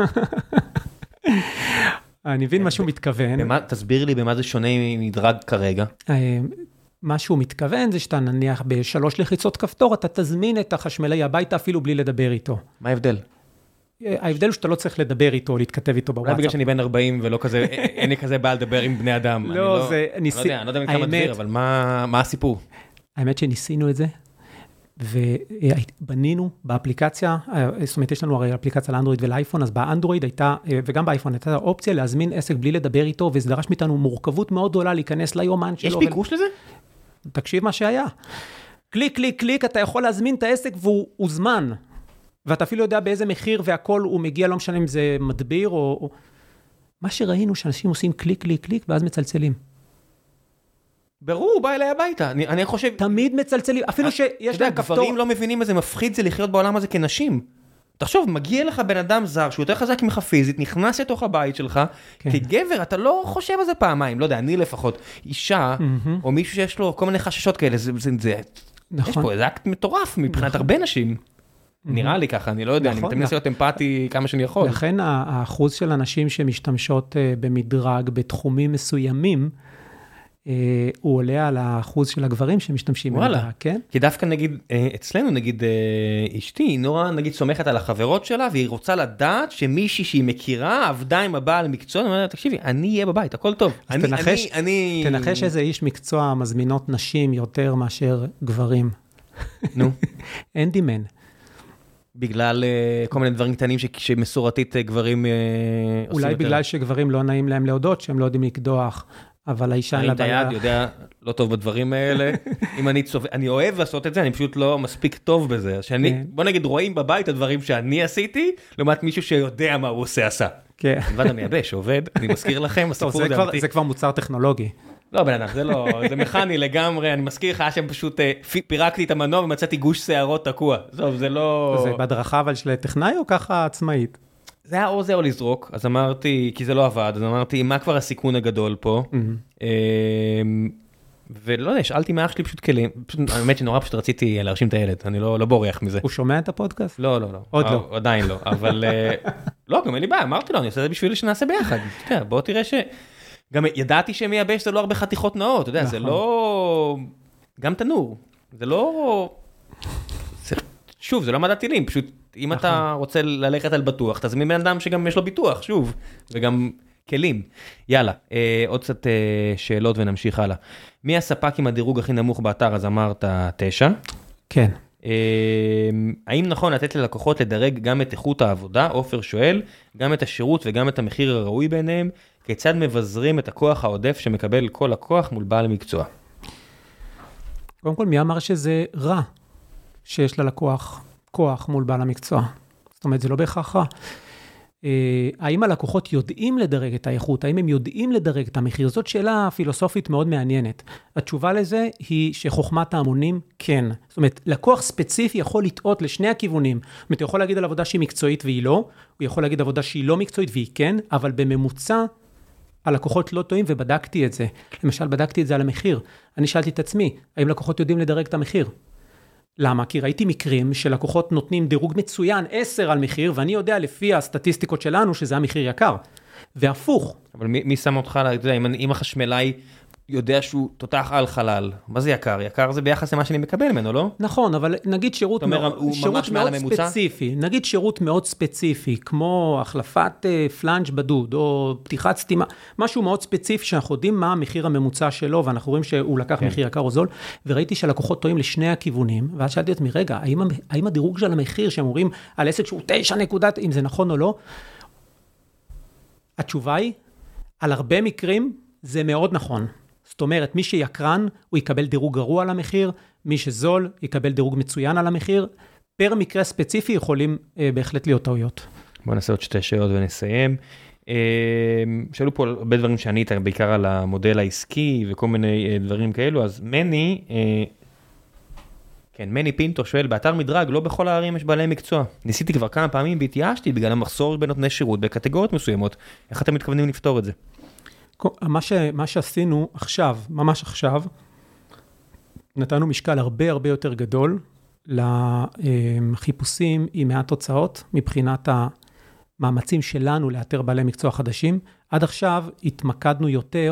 [SPEAKER 2] אני מבין מה שהוא מתכוון.
[SPEAKER 1] תסביר לי במה זה שונה מדרג כרגע.
[SPEAKER 2] מה שהוא מתכוון זה שאתה נניח ב3 לחיצות כפתור, אתה תזמין את החשמלאי הביתה אפילו בלי לדבר איתו.
[SPEAKER 1] מה ההבדל?
[SPEAKER 2] ההבדל הוא שאתה לא צריך לדבר איתו, או להתכתב איתו בוואטסאפ.
[SPEAKER 1] אולי בגלל שאני בן 40 ולא כזה, אין לי כזה בעל לדבר עם בני אדם.
[SPEAKER 2] לא, זה...
[SPEAKER 1] אני לא יודע אם כמה דביר, אבל מה הסיפור?
[SPEAKER 2] האמת שניסינו את זה, ובנינו באפליקציה, זאת אומרת, יש לנו הרי אפליקציה לאנדרואיד ולאייפון, אז באנדרואיד הייתה, וגם באייפון הייתה אופציה להזמין עסק בלי לדבר איתו, וזה דרש מאיתנו מורכבות מאוד גדולה להיכנס ליומן שלו.
[SPEAKER 1] יש ביקוש לזה?
[SPEAKER 2] תקשיב מה שהיה. קליק, קליק, קליק, אתה יכול להזמין את העסק והוא זמן, ואתה אפילו יודע באיזה מחיר והכל הוא מגיע, לא משנה אם זה מדביר או... מה שראינו שאנשים עושים קליק, קליק, קליק, ואז מצלצלים.
[SPEAKER 1] ברור, הוא בא אליי הביתה. אני חושב...
[SPEAKER 2] תמיד מצלצלים, אפילו שיש להם כפתור...
[SPEAKER 1] גברים לא מבינים איזה מפחיד זה לחיות בעולם הזה כנשים. תחשוב, מגיע לך בן אדם זר שהוא יותר חזק ממך פיזית, נכנס לתוך הבית שלך, כגבר, אתה לא חושב על זה פעמיים, לא יודע, אני לפחות, אישה, או מישהו שיש לו כל מיני חששות כאלה, יש פה איזה אקט מטורף מבחינת הרבה נשים. נראה לי ככה, אני לא יודע, אני מתמיד להיות אמפתי כמה שאני יכול.
[SPEAKER 2] לכן האחוז של אנשים שמשתמשות במדרג בתחומים מסוימים, הוא עולה על האחוז של הגברים שמשתמשים במדרג, כן?
[SPEAKER 1] כי דווקא נגיד, אצלנו נגיד אשתי, היא נורא נגיד סומכת על החברות שלה, והיא רוצה לדעת שמישהי שהיא מכירה, עבדה עם הבעל מקצוע, אני אומרת, תקשיבי, אני אהיה בבית, הכל טוב.
[SPEAKER 2] תנחש איזה איש מקצוע מזמינות נשים יותר מאשר גברים.
[SPEAKER 1] נו.
[SPEAKER 2] אנדימן.
[SPEAKER 1] בגלל כל מיני דברים קטנים שמסורתית גברים עושים יותר.
[SPEAKER 2] אולי בגלל שגברים לא נעים להם להודות, שהם לא יודעים לקדוח, אבל האישה...
[SPEAKER 1] אני היד יודע לא טוב בדברים האלה. אם אני אוהב לעשות את זה, אני פשוט לא מספיק טוב בזה. בוא נגיד, רואים בבית הדברים שאני עשיתי, לעומת מישהו שיודע מה הוא עשה.
[SPEAKER 2] כן.
[SPEAKER 1] לבד המייבש, עובד, אני מזכיר לכם,
[SPEAKER 2] זה כבר מוצר טכנולוגי.
[SPEAKER 1] לא, בן אדם, זה לא, זה מכני לגמרי, אני מזכיר לך שהם פשוט פירקתי את המנוע ומצאתי גוש שערות תקוע. זה לא...
[SPEAKER 2] זה בהדרכה אבל של טכנאי או ככה עצמאית?
[SPEAKER 1] זה היה או זה או לזרוק, אז אמרתי, כי זה לא עבד, אז אמרתי, מה כבר הסיכון הגדול פה? ולא יודע, שאלתי מאח שלי פשוט כלים, האמת שנורא פשוט רציתי להרשים את הילד, אני לא בורח מזה.
[SPEAKER 2] הוא שומע את הפודקאסט?
[SPEAKER 1] לא, לא, לא.
[SPEAKER 2] עוד לא.
[SPEAKER 1] עדיין לא, אבל לא, גם אין לי בעיה, אמרתי לו, אני עושה את זה בשביל שנעשה ביחד. בוא תראה ש... גם ידעתי שמייבש זה לא הרבה חתיכות נאות, אתה יודע, זה לא... גם תנור, זה לא... שוב, זה לא מדע טילים, פשוט אם אתה רוצה ללכת על בטוח, תזמין בן אדם שגם יש לו ביטוח, שוב, וגם כלים. יאללה, עוד קצת שאלות ונמשיך הלאה. מי הספק עם הדירוג הכי נמוך באתר? אז אמרת 9.
[SPEAKER 2] כן.
[SPEAKER 1] האם נכון לתת ללקוחות לדרג גם את איכות העבודה? עופר שואל, גם את השירות וגם את המחיר הראוי ביניהם, כיצד מבזרים את הכוח העודף שמקבל כל לקוח מול בעל מקצוע?
[SPEAKER 2] קודם כל, מי אמר שזה רע שיש ללקוח כוח מול בעל המקצוע? זאת אומרת, זה לא בהכרח רע. האם הלקוחות יודעים לדרג את האיכות? האם הם יודעים לדרג את המחיר? זאת שאלה פילוסופית מאוד מעניינת. התשובה לזה היא שחוכמת ההמונים כן. זאת אומרת, לקוח ספציפי יכול לטעות לשני הכיוונים. זאת אומרת, הוא יכול להגיד על עבודה שהיא מקצועית והיא לא, הוא יכול להגיד עבודה שהיא לא מקצועית והיא כן, אבל בממוצע הלקוחות לא טועים ובדקתי את זה. למשל, בדקתי את זה על המחיר. אני שאלתי את עצמי, האם לקוחות יודעים לדרג את המחיר? למה? כי ראיתי מקרים שלקוחות נותנים דירוג מצוין 10 על מחיר, ואני יודע לפי הסטטיסטיקות שלנו שזה המחיר יקר. והפוך.
[SPEAKER 1] אבל מי שם אותך, אם החשמלאי יודע שהוא תותח על חלל, מה זה יקר? יקר זה ביחס למה שאני מקבל ממנו, לא?
[SPEAKER 2] נכון, אבל נגיד שירות מאוד ספציפי, נגיד שירות מאוד ספציפי, כמו החלפת פלנג' בדוד, או פתיחת סתימה, משהו מאוד ספציפי שאנחנו יודעים מה המחיר הממוצע שלו, ואנחנו רואים שהוא לקח מחיר יקר או זול, וראיתי שלקוחות טועים לשני הכיוונים, ואז שאלתי את רגע, האם הדירוג של המחיר שהם אומרים על עסק שהוא 9 נקודות, אם זה נכון או לא? התשובה היא, על הרבה מקרים זה מאוד נכון. זאת אומרת, מי שיקרן, הוא יקבל דירוג גרוע על המחיר, מי שזול, יקבל דירוג מצוין על המחיר. פר מקרה ספציפי יכולים בהחלט להיות טעויות.
[SPEAKER 1] בואו נעשה עוד 2 שאלות ונסיים. שאלו פה הרבה דברים שאני איתה, בעיקר על המודל העסקי וכל מיני דברים כאלו, אז מני פינטו שואל, באתר מדרג לא בכל הערים יש בעלי מקצוע. ניסיתי כבר כמה פעמים והתייאשתי בגלל המחסור בנותני שירות בקטגוריות מסוימות. איך אתם מתכוונים לפתור את זה?
[SPEAKER 2] מה שעשינו עכשיו, ממש עכשיו, נתנו משקל הרבה הרבה יותר גדול לחיפושים עם מעט תוצאות, מבחינת המאמצים שלנו לאתר בעלי מקצוע חדשים. עד עכשיו התמקדנו יותר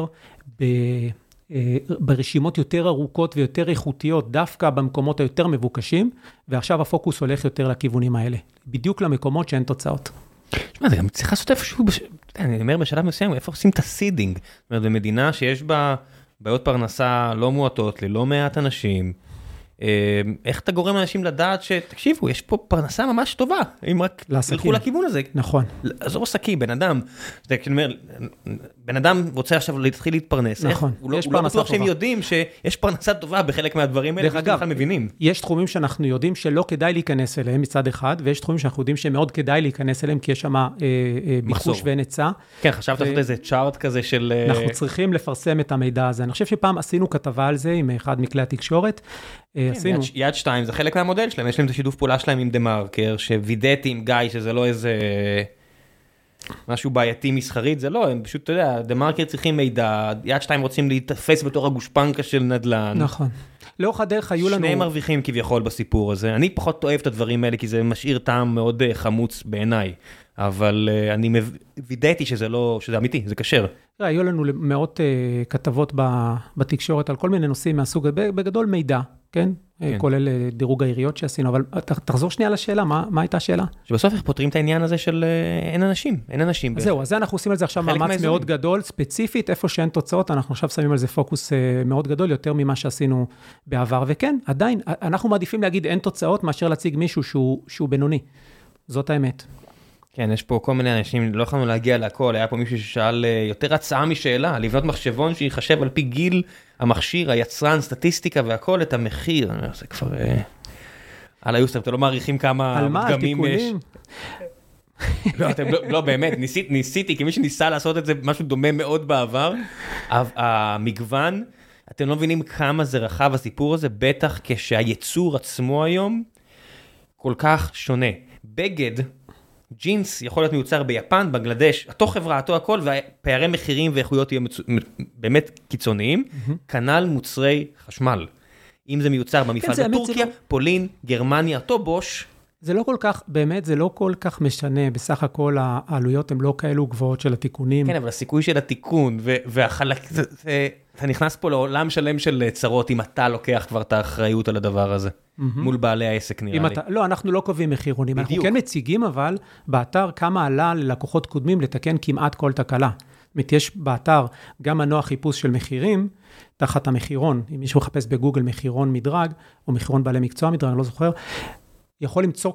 [SPEAKER 2] ברשימות יותר ארוכות ויותר איכותיות, דווקא במקומות היותר מבוקשים, ועכשיו הפוקוס הולך יותר לכיוונים האלה, בדיוק למקומות שאין תוצאות.
[SPEAKER 1] תשמע, זה גם צריך לעשות איפשהו, אני אומר בשלב מסוים, איפה עושים את הסידינג? זאת אומרת, במדינה שיש בה בעיות פרנסה לא מועטות, ללא מעט אנשים, איך אתה גורם לאנשים לדעת שתקשיבו, יש פה פרנסה ממש טובה, אם רק ילכו לכיוון הזה.
[SPEAKER 2] נכון.
[SPEAKER 1] עזוב עסקים, בן אדם, בן אדם רוצה עכשיו להתחיל להתפרנס,
[SPEAKER 2] נכון.
[SPEAKER 1] הוא לא בטוח שהם יודעים שיש פרנסה טובה בחלק מהדברים האלה,
[SPEAKER 2] דרך אגב, יש תחומים שאנחנו יודעים שלא כדאי להיכנס אליהם מצד אחד, ויש תחומים שאנחנו יודעים שמאוד כדאי להיכנס אליהם, כי יש שם ביקוש ואין היצע.
[SPEAKER 1] כן, חשבת לעשות איזה צ'ארט כזה של...
[SPEAKER 2] אנחנו צריכים לפרסם את המידע הזה. אני חושב שפעם עשינו כתבה על זה עם אחד מכלי התקשורת.
[SPEAKER 1] יד 2 זה חלק מהמודל שלהם, יש להם את השיתוף פעולה שלהם עם דה מרקר, שווידאתי עם גיא שזה לא איזה משהו בעייתי מסחרית, זה לא, הם פשוט, אתה יודע, דה מרקר צריכים מידע, יד 2 רוצים להתאפס בתור הגושפנקה של נדל"ן.
[SPEAKER 2] נכון. לאורך הדרך היו לנו...
[SPEAKER 1] שניהם מרוויחים כביכול בסיפור הזה. אני פחות אוהב את הדברים האלה, כי זה משאיר טעם מאוד חמוץ בעיניי. אבל אני וידאתי שזה לא, שזה אמיתי, זה קשר.
[SPEAKER 2] היו לנו מאות כתבות בתקשורת על כל מיני נושאים מהסוג, בגדול מידע, כן? כולל דירוג העיריות שעשינו, אבל תחזור שנייה לשאלה, מה הייתה השאלה?
[SPEAKER 1] שבסוף איך פותרים את העניין הזה של אין אנשים.
[SPEAKER 2] זהו, אז אנחנו עושים על זה עכשיו מאמץ מאוד גדול, ספציפית, איפה שאין תוצאות, אנחנו עכשיו שמים על זה פוקוס מאוד גדול, יותר ממה שעשינו בעבר, וכן, עדיין, אנחנו מעדיפים להגיד אין תוצאות, מאשר להציג מישהו שהוא בינוני. זאת האמת.
[SPEAKER 1] כן, יש פה כל מיני אנשים, לא יכולנו להגיע להכל, היה פה מישהו ששאל יותר הצעה משאלה, לבנות מחשבון שיחשב על פי גיל המכשיר, היצרן, סטטיסטיקה והכל, את המחיר. אני אומר, זה כבר... הלאה יוסף, אתם לא מעריכים כמה דגמים יש. לא, באמת, ניסיתי, כמי שניסה לעשות את זה משהו דומה מאוד בעבר, המגוון, אתם לא מבינים כמה זה רחב הסיפור הזה, בטח כשהייצור עצמו היום כל כך שונה. בגד, ג'ינס יכול להיות מיוצר ביפן, בנגלדש, אותו חברה, אותו הכל, והפערי מחירים ואיכויות יהיו באמת קיצוניים, כנ"ל מוצרי חשמל. אם זה מיוצר במפעל בטורקיה, פולין, גרמניה, אותו בוש.
[SPEAKER 2] זה לא כל כך, באמת, זה לא כל כך משנה, בסך הכל העלויות הן לא כאלו גבוהות של התיקונים.
[SPEAKER 1] כן, אבל הסיכוי של התיקון והחלק, אתה נכנס פה לעולם שלם של צרות, אם אתה לוקח כבר את האחריות על הדבר הזה, מול בעלי העסק נראה לי.
[SPEAKER 2] לא, אנחנו לא קובעים מחירונים, אנחנו כן מציגים אבל באתר כמה עלה ללקוחות קודמים לתקן כמעט כל תקלה. זאת אומרת, יש באתר גם מנוע חיפוש של מחירים, תחת המחירון, אם מישהו מחפש בגוגל מחירון מדרג, או מחירון בעלי מקצוע מדרג, אני לא זוכר, יכול למצוא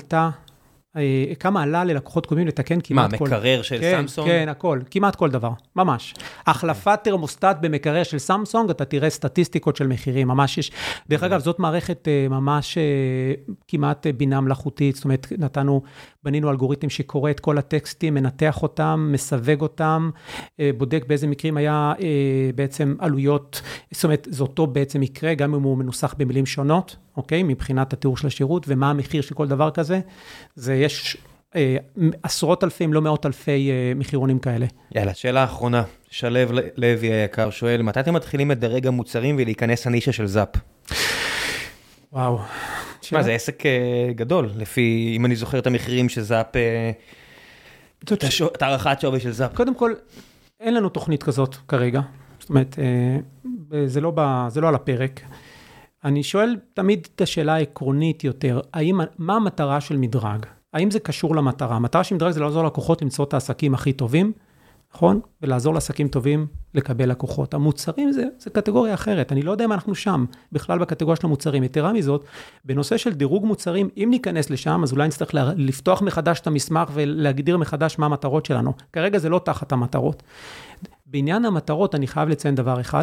[SPEAKER 2] כמה עלה ללקוחות קודמים לתקן כמעט כל...
[SPEAKER 1] מה, מקרר של סמסונג?
[SPEAKER 2] כן, הכל, כמעט כל דבר, ממש. החלפת תרמוסטט במקרר של סמסונג, אתה תראה סטטיסטיקות של מחירים, ממש יש. דרך אגב, זאת מערכת ממש כמעט בינה מלאכותית, זאת אומרת, בנינו אלגוריתם שקורא את כל הטקסטים, מנתח אותם, מסווג אותם, בודק באיזה מקרים היה בעצם עלויות, זאת אומרת, זה אותו בעצם מקרה, גם אם הוא מנוסח במילים שונות, אוקיי? מבחינת התיאור של השירות, ומה המחיר של כל דבר כזה, זה יש עשרות אלפי, אם לא מאות אלפי מחירונים כאלה.
[SPEAKER 1] יאללה, שאלה האחרונה, שלב לוי היקר שואל, מתי אתם מתחילים לדרג המוצרים ולהיכנס הנישה של זאפ?
[SPEAKER 2] וואו.
[SPEAKER 1] מה, זה עסק גדול, לפי, אם אני זוכר את המחירים של זאפ, את הערכת שווי של זאפ.
[SPEAKER 2] קודם כל, אין לנו תוכנית כזאת כרגע, זאת אומרת, זה לא על הפרק. אני שואל תמיד את השאלה העקרונית יותר, מה המטרה של מדרג? האם זה קשור למטרה? המטרה של מדרג זה לעזור לקוחות למצוא את העסקים הכי טובים, נכון? ולעזור לעסקים טובים לקבל לקוחות. המוצרים זה קטגוריה אחרת, אני לא יודע אם אנחנו שם, בכלל בקטגוריה של המוצרים. יתרה מזאת, בנושא של דירוג מוצרים, אם ניכנס לשם, אז אולי נצטרך לפתוח מחדש את המסמך ולהגדיר מחדש מה המטרות שלנו. כרגע זה לא תחת המטרות. בעניין המטרות, אני חייב לציין דבר אחד,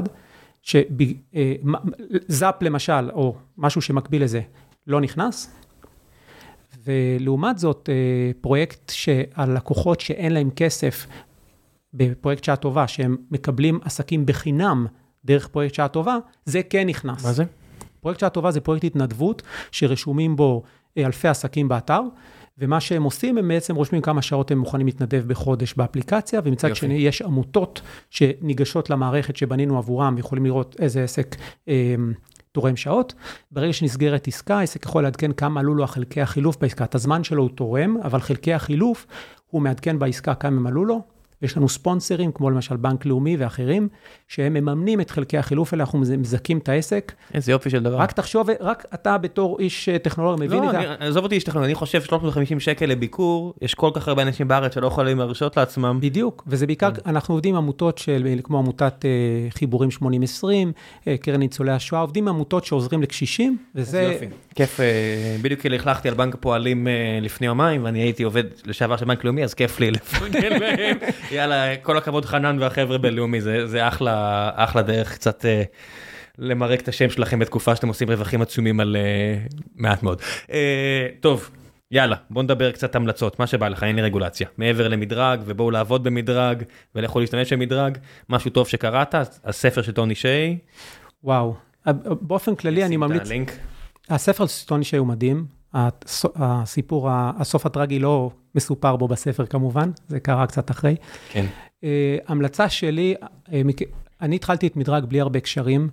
[SPEAKER 2] שזאפ למשל, או משהו שמקביל לזה, לא נכנס, ולעומת זאת, פרויקט שהלקוחות שאין להם כסף, בפרויקט שעה טובה, שהם מקבלים עסקים בחינם דרך פרויקט שעה טובה, זה כן נכנס.
[SPEAKER 1] מה זה?
[SPEAKER 2] פרויקט שעה טובה זה פרויקט התנדבות, שרשומים בו אלפי עסקים באתר, ומה שהם עושים, הם בעצם רושמים כמה שעות הם מוכנים להתנדב בחודש באפליקציה, ומצד שני יש עמותות שניגשות למערכת שבנינו עבורם, ויכולים לראות איזה עסק תורם שעות. ברגע שנסגרת עסקה, העסק יכול לעדכן כמה עלו לו החלקי החילוף בעסקה. את הזמן שלו הוא תורם, אבל חלקי החילוף הוא מעדכן בעסקה כמה הם עלו לו, ויש לנו ספונסרים, כמו למשל בנק לאומי ואחרים, שהם מממנים את חלקי החילוף האלה, אנחנו מזכים את העסק.
[SPEAKER 1] איזה יופי של דבר.
[SPEAKER 2] רק תחשוב, רק אתה בתור איש טכנולוגיה מבין את זה.
[SPEAKER 1] לא, עזוב אותי איש טכנולוגיה, אני חושב 350 שקל לביקור, יש כל כך הרבה אנשים בארץ שלא יכולים להרשות לעצמם.
[SPEAKER 2] בדיוק, וזה בעיקר, אנחנו עובדים עם עמותות כמו עמותת חיבורים 80-20, קרן ניצולי השואה, עובדים עם עמותות שעוזרים לקשישים, וזה...
[SPEAKER 1] כיף, בדיוק החלחתי על בנק הפועלים לפני יומיים, ואני הייתי עובד לשעבר של בנק לאומי, אז כיף לי לפרגן להם. יאללה, כל הכבוד חנן והחבר'ה בלאומי, זה אחלה דרך קצת למרק את השם שלכם בתקופה שאתם עושים רווחים עצומים על מעט מאוד. טוב, יאללה, בוא נדבר קצת המלצות, מה שבא לך, אין לי רגולציה. מעבר למדרג, ובואו לעבוד במדרג, ולכו להשתמש במדרג, משהו טוב שקראת, הספר של טוני שיי.
[SPEAKER 2] וואו, באופן כללי אני ממליץ... הספר של טוני שיי הוא מדהים, הסיפור, הסוף הטרגי לא מסופר בו בספר כמובן, זה קרה קצת אחרי.
[SPEAKER 1] כן.
[SPEAKER 2] המלצה שלי, אני התחלתי את מדרג בלי הרבה קשרים,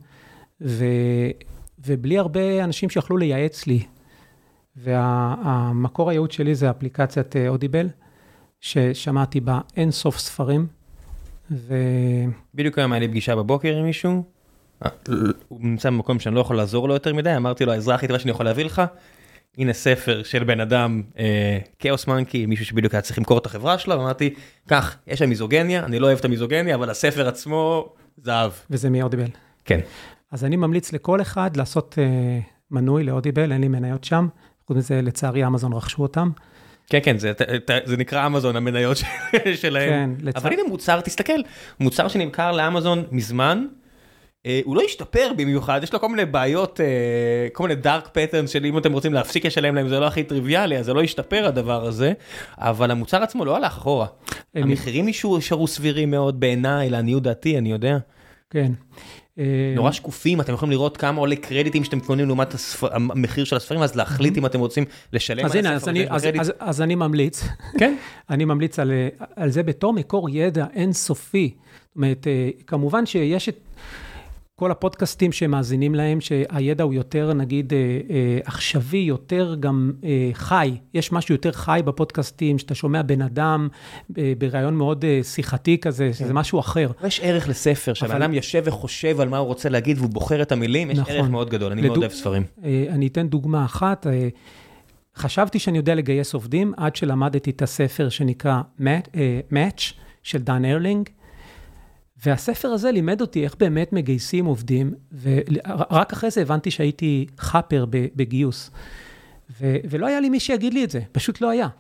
[SPEAKER 2] ובלי הרבה אנשים שיכלו לייעץ לי. והמקור הייעוץ שלי זה אפליקציית אודיבל, ששמעתי בה אין סוף ספרים.
[SPEAKER 1] בדיוק היום היה לי פגישה בבוקר עם מישהו, הוא נמצא במקום שאני לא יכול לעזור לו יותר מדי, אמרתי לו, האזרח הכי טובה שאני יכול להביא לך, הנה ספר של בן אדם, כאוס מנקי, מישהו שבדיוק היה צריך למכור את החברה שלו, ואמרתי, כך, יש שם מיזוגניה, אני לא אוהב את המיזוגניה, אבל הספר עצמו, זהב.
[SPEAKER 2] וזה מאודיבל.
[SPEAKER 1] כן.
[SPEAKER 2] אז אני ממליץ לכל אחד לעשות מנוי לאודיבל, אין לי מניות שם, חוץ מזה לצערי אמזון רכשו אותם.
[SPEAKER 1] כן, כן, זה נקרא אמזון, המניות שלהם. כן, אבל הנה מוצר, תסתכל, מוצר שנמכר לאמזון מזמן, הוא לא ישתפר במיוחד, יש לו כל מיני בעיות, כל מיני דארק פטרנס של אם אתם רוצים להפסיק לשלם להם, זה לא הכי טריוויאלי, אז זה לא ישתפר הדבר הזה, אבל המוצר עצמו לא הלך אחורה. המחירים נשארו סבירים מאוד בעיניי, לעניות דעתי, אני יודע.
[SPEAKER 2] כן.
[SPEAKER 1] נורא שקופים, אתם יכולים לראות כמה עולה קרדיטים שאתם קונים לעומת המחיר של הספרים, אז להחליט אם אתם רוצים לשלם על הספר.
[SPEAKER 2] אז אני ממליץ,
[SPEAKER 1] כן?
[SPEAKER 2] אני ממליץ על זה בתור מקור ידע אינסופי. זאת אומרת, כמובן שיש את כל הפודקאסטים שמאזינים להם, שהידע הוא יותר, נגיד, עכשווי, יותר גם חי. יש משהו יותר חי בפודקאסטים, שאתה שומע בן אדם ברעיון מאוד שיחתי כזה, שזה משהו אחר.
[SPEAKER 1] יש ערך לספר, שבן אדם יושב וחושב על מה הוא רוצה להגיד, והוא בוחר את המילים, יש ערך מאוד גדול, אני מאוד אוהב ספרים.
[SPEAKER 2] אני אתן דוגמה אחת, חשבתי שאני יודע לגייס עובדים, עד שלמדתי את הספר שנקרא Match, של דן ארלינג, והספר הזה לימד אותי איך באמת מגייסים עובדים, ורק אחרי זה הבנתי שהייתי חאפר בגיוס. ולא היה לי מי שיגיד לי את זה, פשוט לא היה.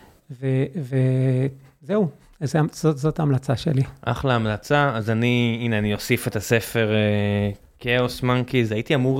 [SPEAKER 2] וזהו, זאת ההמלצה שלי.
[SPEAKER 1] אחלה המלצה, אז הנה אני אוסיף את הספר כאוס מנקיז, הייתי אמור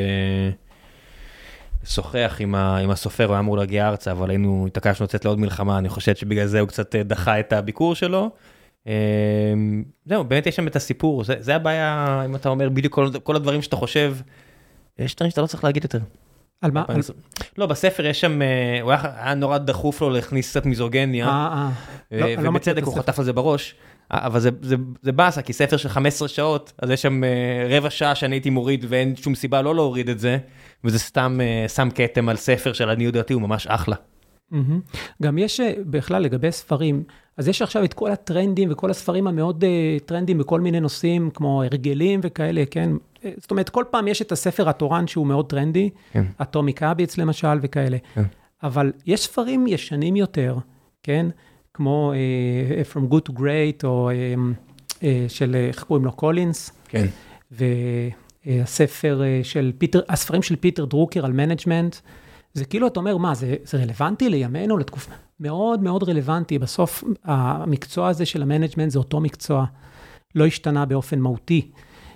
[SPEAKER 1] לשוחח עם הסופר, הוא היה אמור להגיע ארצה, אבל התעקשנו לצאת לעוד מלחמה, אני חושב שבגלל זה הוא קצת דחה את הביקור שלו, זהו, באמת יש שם את הסיפור, זה הבעיה, אם אתה אומר בדיוק כל הדברים שאתה חושב, יש דברים שאתה לא צריך להגיד יותר.
[SPEAKER 2] על מה?
[SPEAKER 1] לא, בספר יש שם, הוא היה נורא דחוף לו להכניס קצת מיזוגניה, ובצדק הוא חטף על זה בראש, אבל זה באסה, כי ספר של 15 שעות, אז יש שם רבע שעה שאני הייתי מוריד, ואין שום סיבה לא להוריד את זה, וזה סתם שם כתם על ספר של עניות דעתי, הוא ממש אחלה.
[SPEAKER 2] גם יש בכלל לגבי ספרים, אז יש עכשיו את כל הטרנדים וכל הספרים המאוד טרנדים בכל מיני נושאים, כמו הרגלים וכאלה, כן? זאת אומרת, כל פעם יש את הספר התורן שהוא מאוד טרנדי, אטומיק האביטס למשל וכאלה, אבל יש ספרים ישנים יותר, כן? כמו From Good to Great, או של, איך קוראים לו, קולינס,
[SPEAKER 1] כן.
[SPEAKER 2] והספר של הספרים של פיטר דרוקר על מנג'מנט, זה כאילו אתה אומר, מה, זה רלוונטי לימינו, לתקופה מאוד מאוד רלוונטי, בסוף המקצוע הזה של המנג'מנט זה אותו מקצוע, לא השתנה באופן מהותי,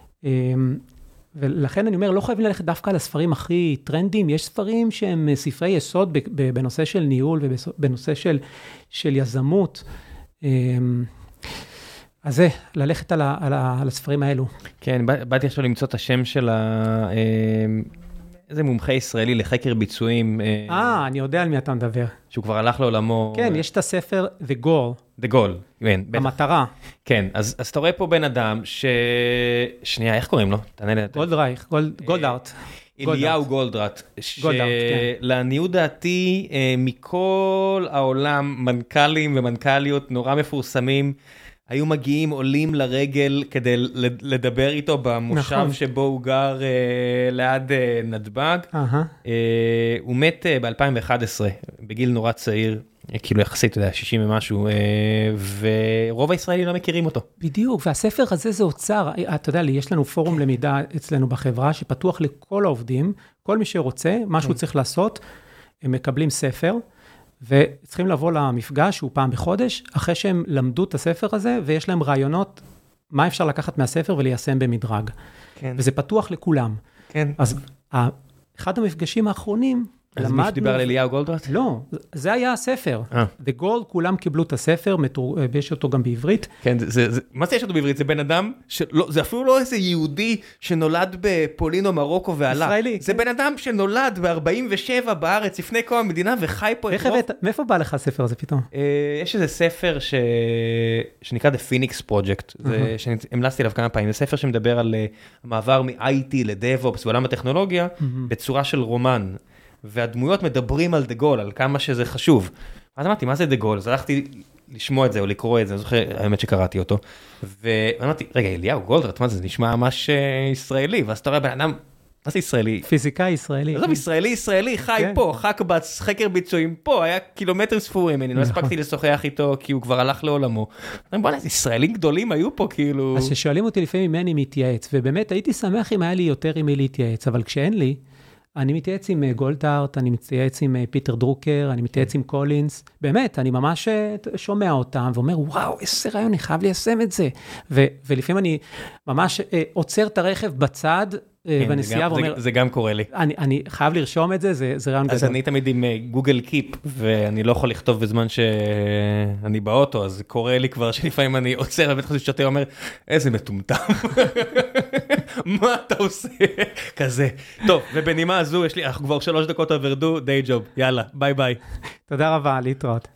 [SPEAKER 2] ולכן אני אומר, לא חייבים ללכת דווקא על הספרים הכי טרנדים, יש ספרים שהם ספרי יסוד בנושא של ניהול ובנושא של יזמות, אז זה, ללכת על הספרים האלו.
[SPEAKER 1] כן, באתי עכשיו למצוא את השם של איזה מומחה ישראלי לחקר ביצועים.
[SPEAKER 2] אני יודע על מי אתה מדבר.
[SPEAKER 1] שהוא כבר הלך לעולמו.
[SPEAKER 2] כן, יש את הספר The Goal.
[SPEAKER 1] The Goal, כן.
[SPEAKER 2] המטרה.
[SPEAKER 1] כן, אז אתה רואה פה בן אדם שנייה, איך קוראים לו?
[SPEAKER 2] גולדרייך, גולדארט.
[SPEAKER 1] אליהו גולדרט, שלעניות דעתי, מכל העולם, מנכ"לים ומנכ"ליות נורא מפורסמים, היו מגיעים, עולים לרגל כדי לדבר איתו במושב שבו הוא גר ליד נתב"ג. הוא מת ב-2011, בגיל נורא צעיר, כאילו יחסית, אתה יודע, 60 ומשהו, ורוב הישראלים לא מכירים אותו.
[SPEAKER 2] בדיוק, והספר הזה זה אוצר. אתה יודע לי, יש לנו פורום למידה אצלנו בחברה, שפתוח לכל העובדים, כל מי שרוצה, מה שהוא צריך לעשות, הם מקבלים ספר, וצריכים לבוא למפגש, שהוא פעם בחודש, אחרי שהם למדו את הספר הזה, ויש להם רעיונות, מה אפשר לקחת מהספר וליישם במדרג.
[SPEAKER 1] כן.
[SPEAKER 2] וזה פתוח לכולם.
[SPEAKER 1] כן.
[SPEAKER 2] אז אחד המפגשים האחרונים,
[SPEAKER 1] אז מי שדיבר על אליהו גולדרט?
[SPEAKER 2] לא, זה היה הספר. The Gold, כולם קיבלו את הספר, ויש אותו גם בעברית.
[SPEAKER 1] כן, מה זה יש אותו בעברית? זה בן אדם, זה אפילו לא איזה יהודי שנולד בפולין או מרוקו ועלה.
[SPEAKER 2] ישראלי.
[SPEAKER 1] זה בן אדם שנולד ב-47 בארץ, לפני קום המדינה, וחי פה את רוב.
[SPEAKER 2] מאיפה בא לך הספר הזה פתאום?
[SPEAKER 1] יש איזה ספר שנקרא The Phoenix Project, שהמלצתי עליו כמה פעמים. זה ספר שמדבר על המעבר מ-IT ל-DevOps בעולם הטכנולוגיה, בצורה של רומן. והדמויות מדברים על דה גול, על כמה שזה חשוב. אז אמרתי, מה זה דה גול? אז הלכתי לשמוע את זה או לקרוא את זה, אני זוכר, האמת שקראתי אותו. ואמרתי, רגע, אליהו גולדרט, מה זה? זה נשמע ממש ישראלי. ואז אתה רואה בן אדם, מה זה ישראלי?
[SPEAKER 2] פיזיקאי ישראלי.
[SPEAKER 1] עזוב, ישראלי, חי פה, חקבץ, חקר ביצועים פה, היה קילומטרים ספורים, אני לא הספקתי לשוחח איתו, כי הוא כבר הלך לעולמו. בוא'נה, ישראלים גדולים היו פה, כאילו...
[SPEAKER 2] אז ששואלים אותי לפעמים אם אני מתייעץ, ובאמת הייתי שמח אם היה לי יותר עם מי להתייעץ, אבל כשאין לי, אני מתייעץ עם גולדהארט, אני מתייעץ עם פיטר דרוקר, אני מתייעץ עם קולינס, באמת, אני ממש שומע אותם ואומר, וואו, איזה רעיון, אני חייב ליישם את זה. ולפעמים אני ממש עוצר את הרכב בצד, בנסיעה ואומר...
[SPEAKER 1] זה גם קורה לי.
[SPEAKER 2] אני חייב לרשום את זה, זה רעיון גדול.
[SPEAKER 1] אז אני תמיד עם גוגל קיפ, ואני לא יכול לכתוב בזמן שאני באוטו, אז קורה לי כבר שלפעמים אני עוצר, ובטח זה שוטר אומר, איזה מטומטם. מה אתה עושה? כזה. טוב, ובנימה הזו, אנחנו כבר 3 דקות עברדו, די ג'וב. יאללה, ביי ביי.
[SPEAKER 2] תודה רבה, להתראות.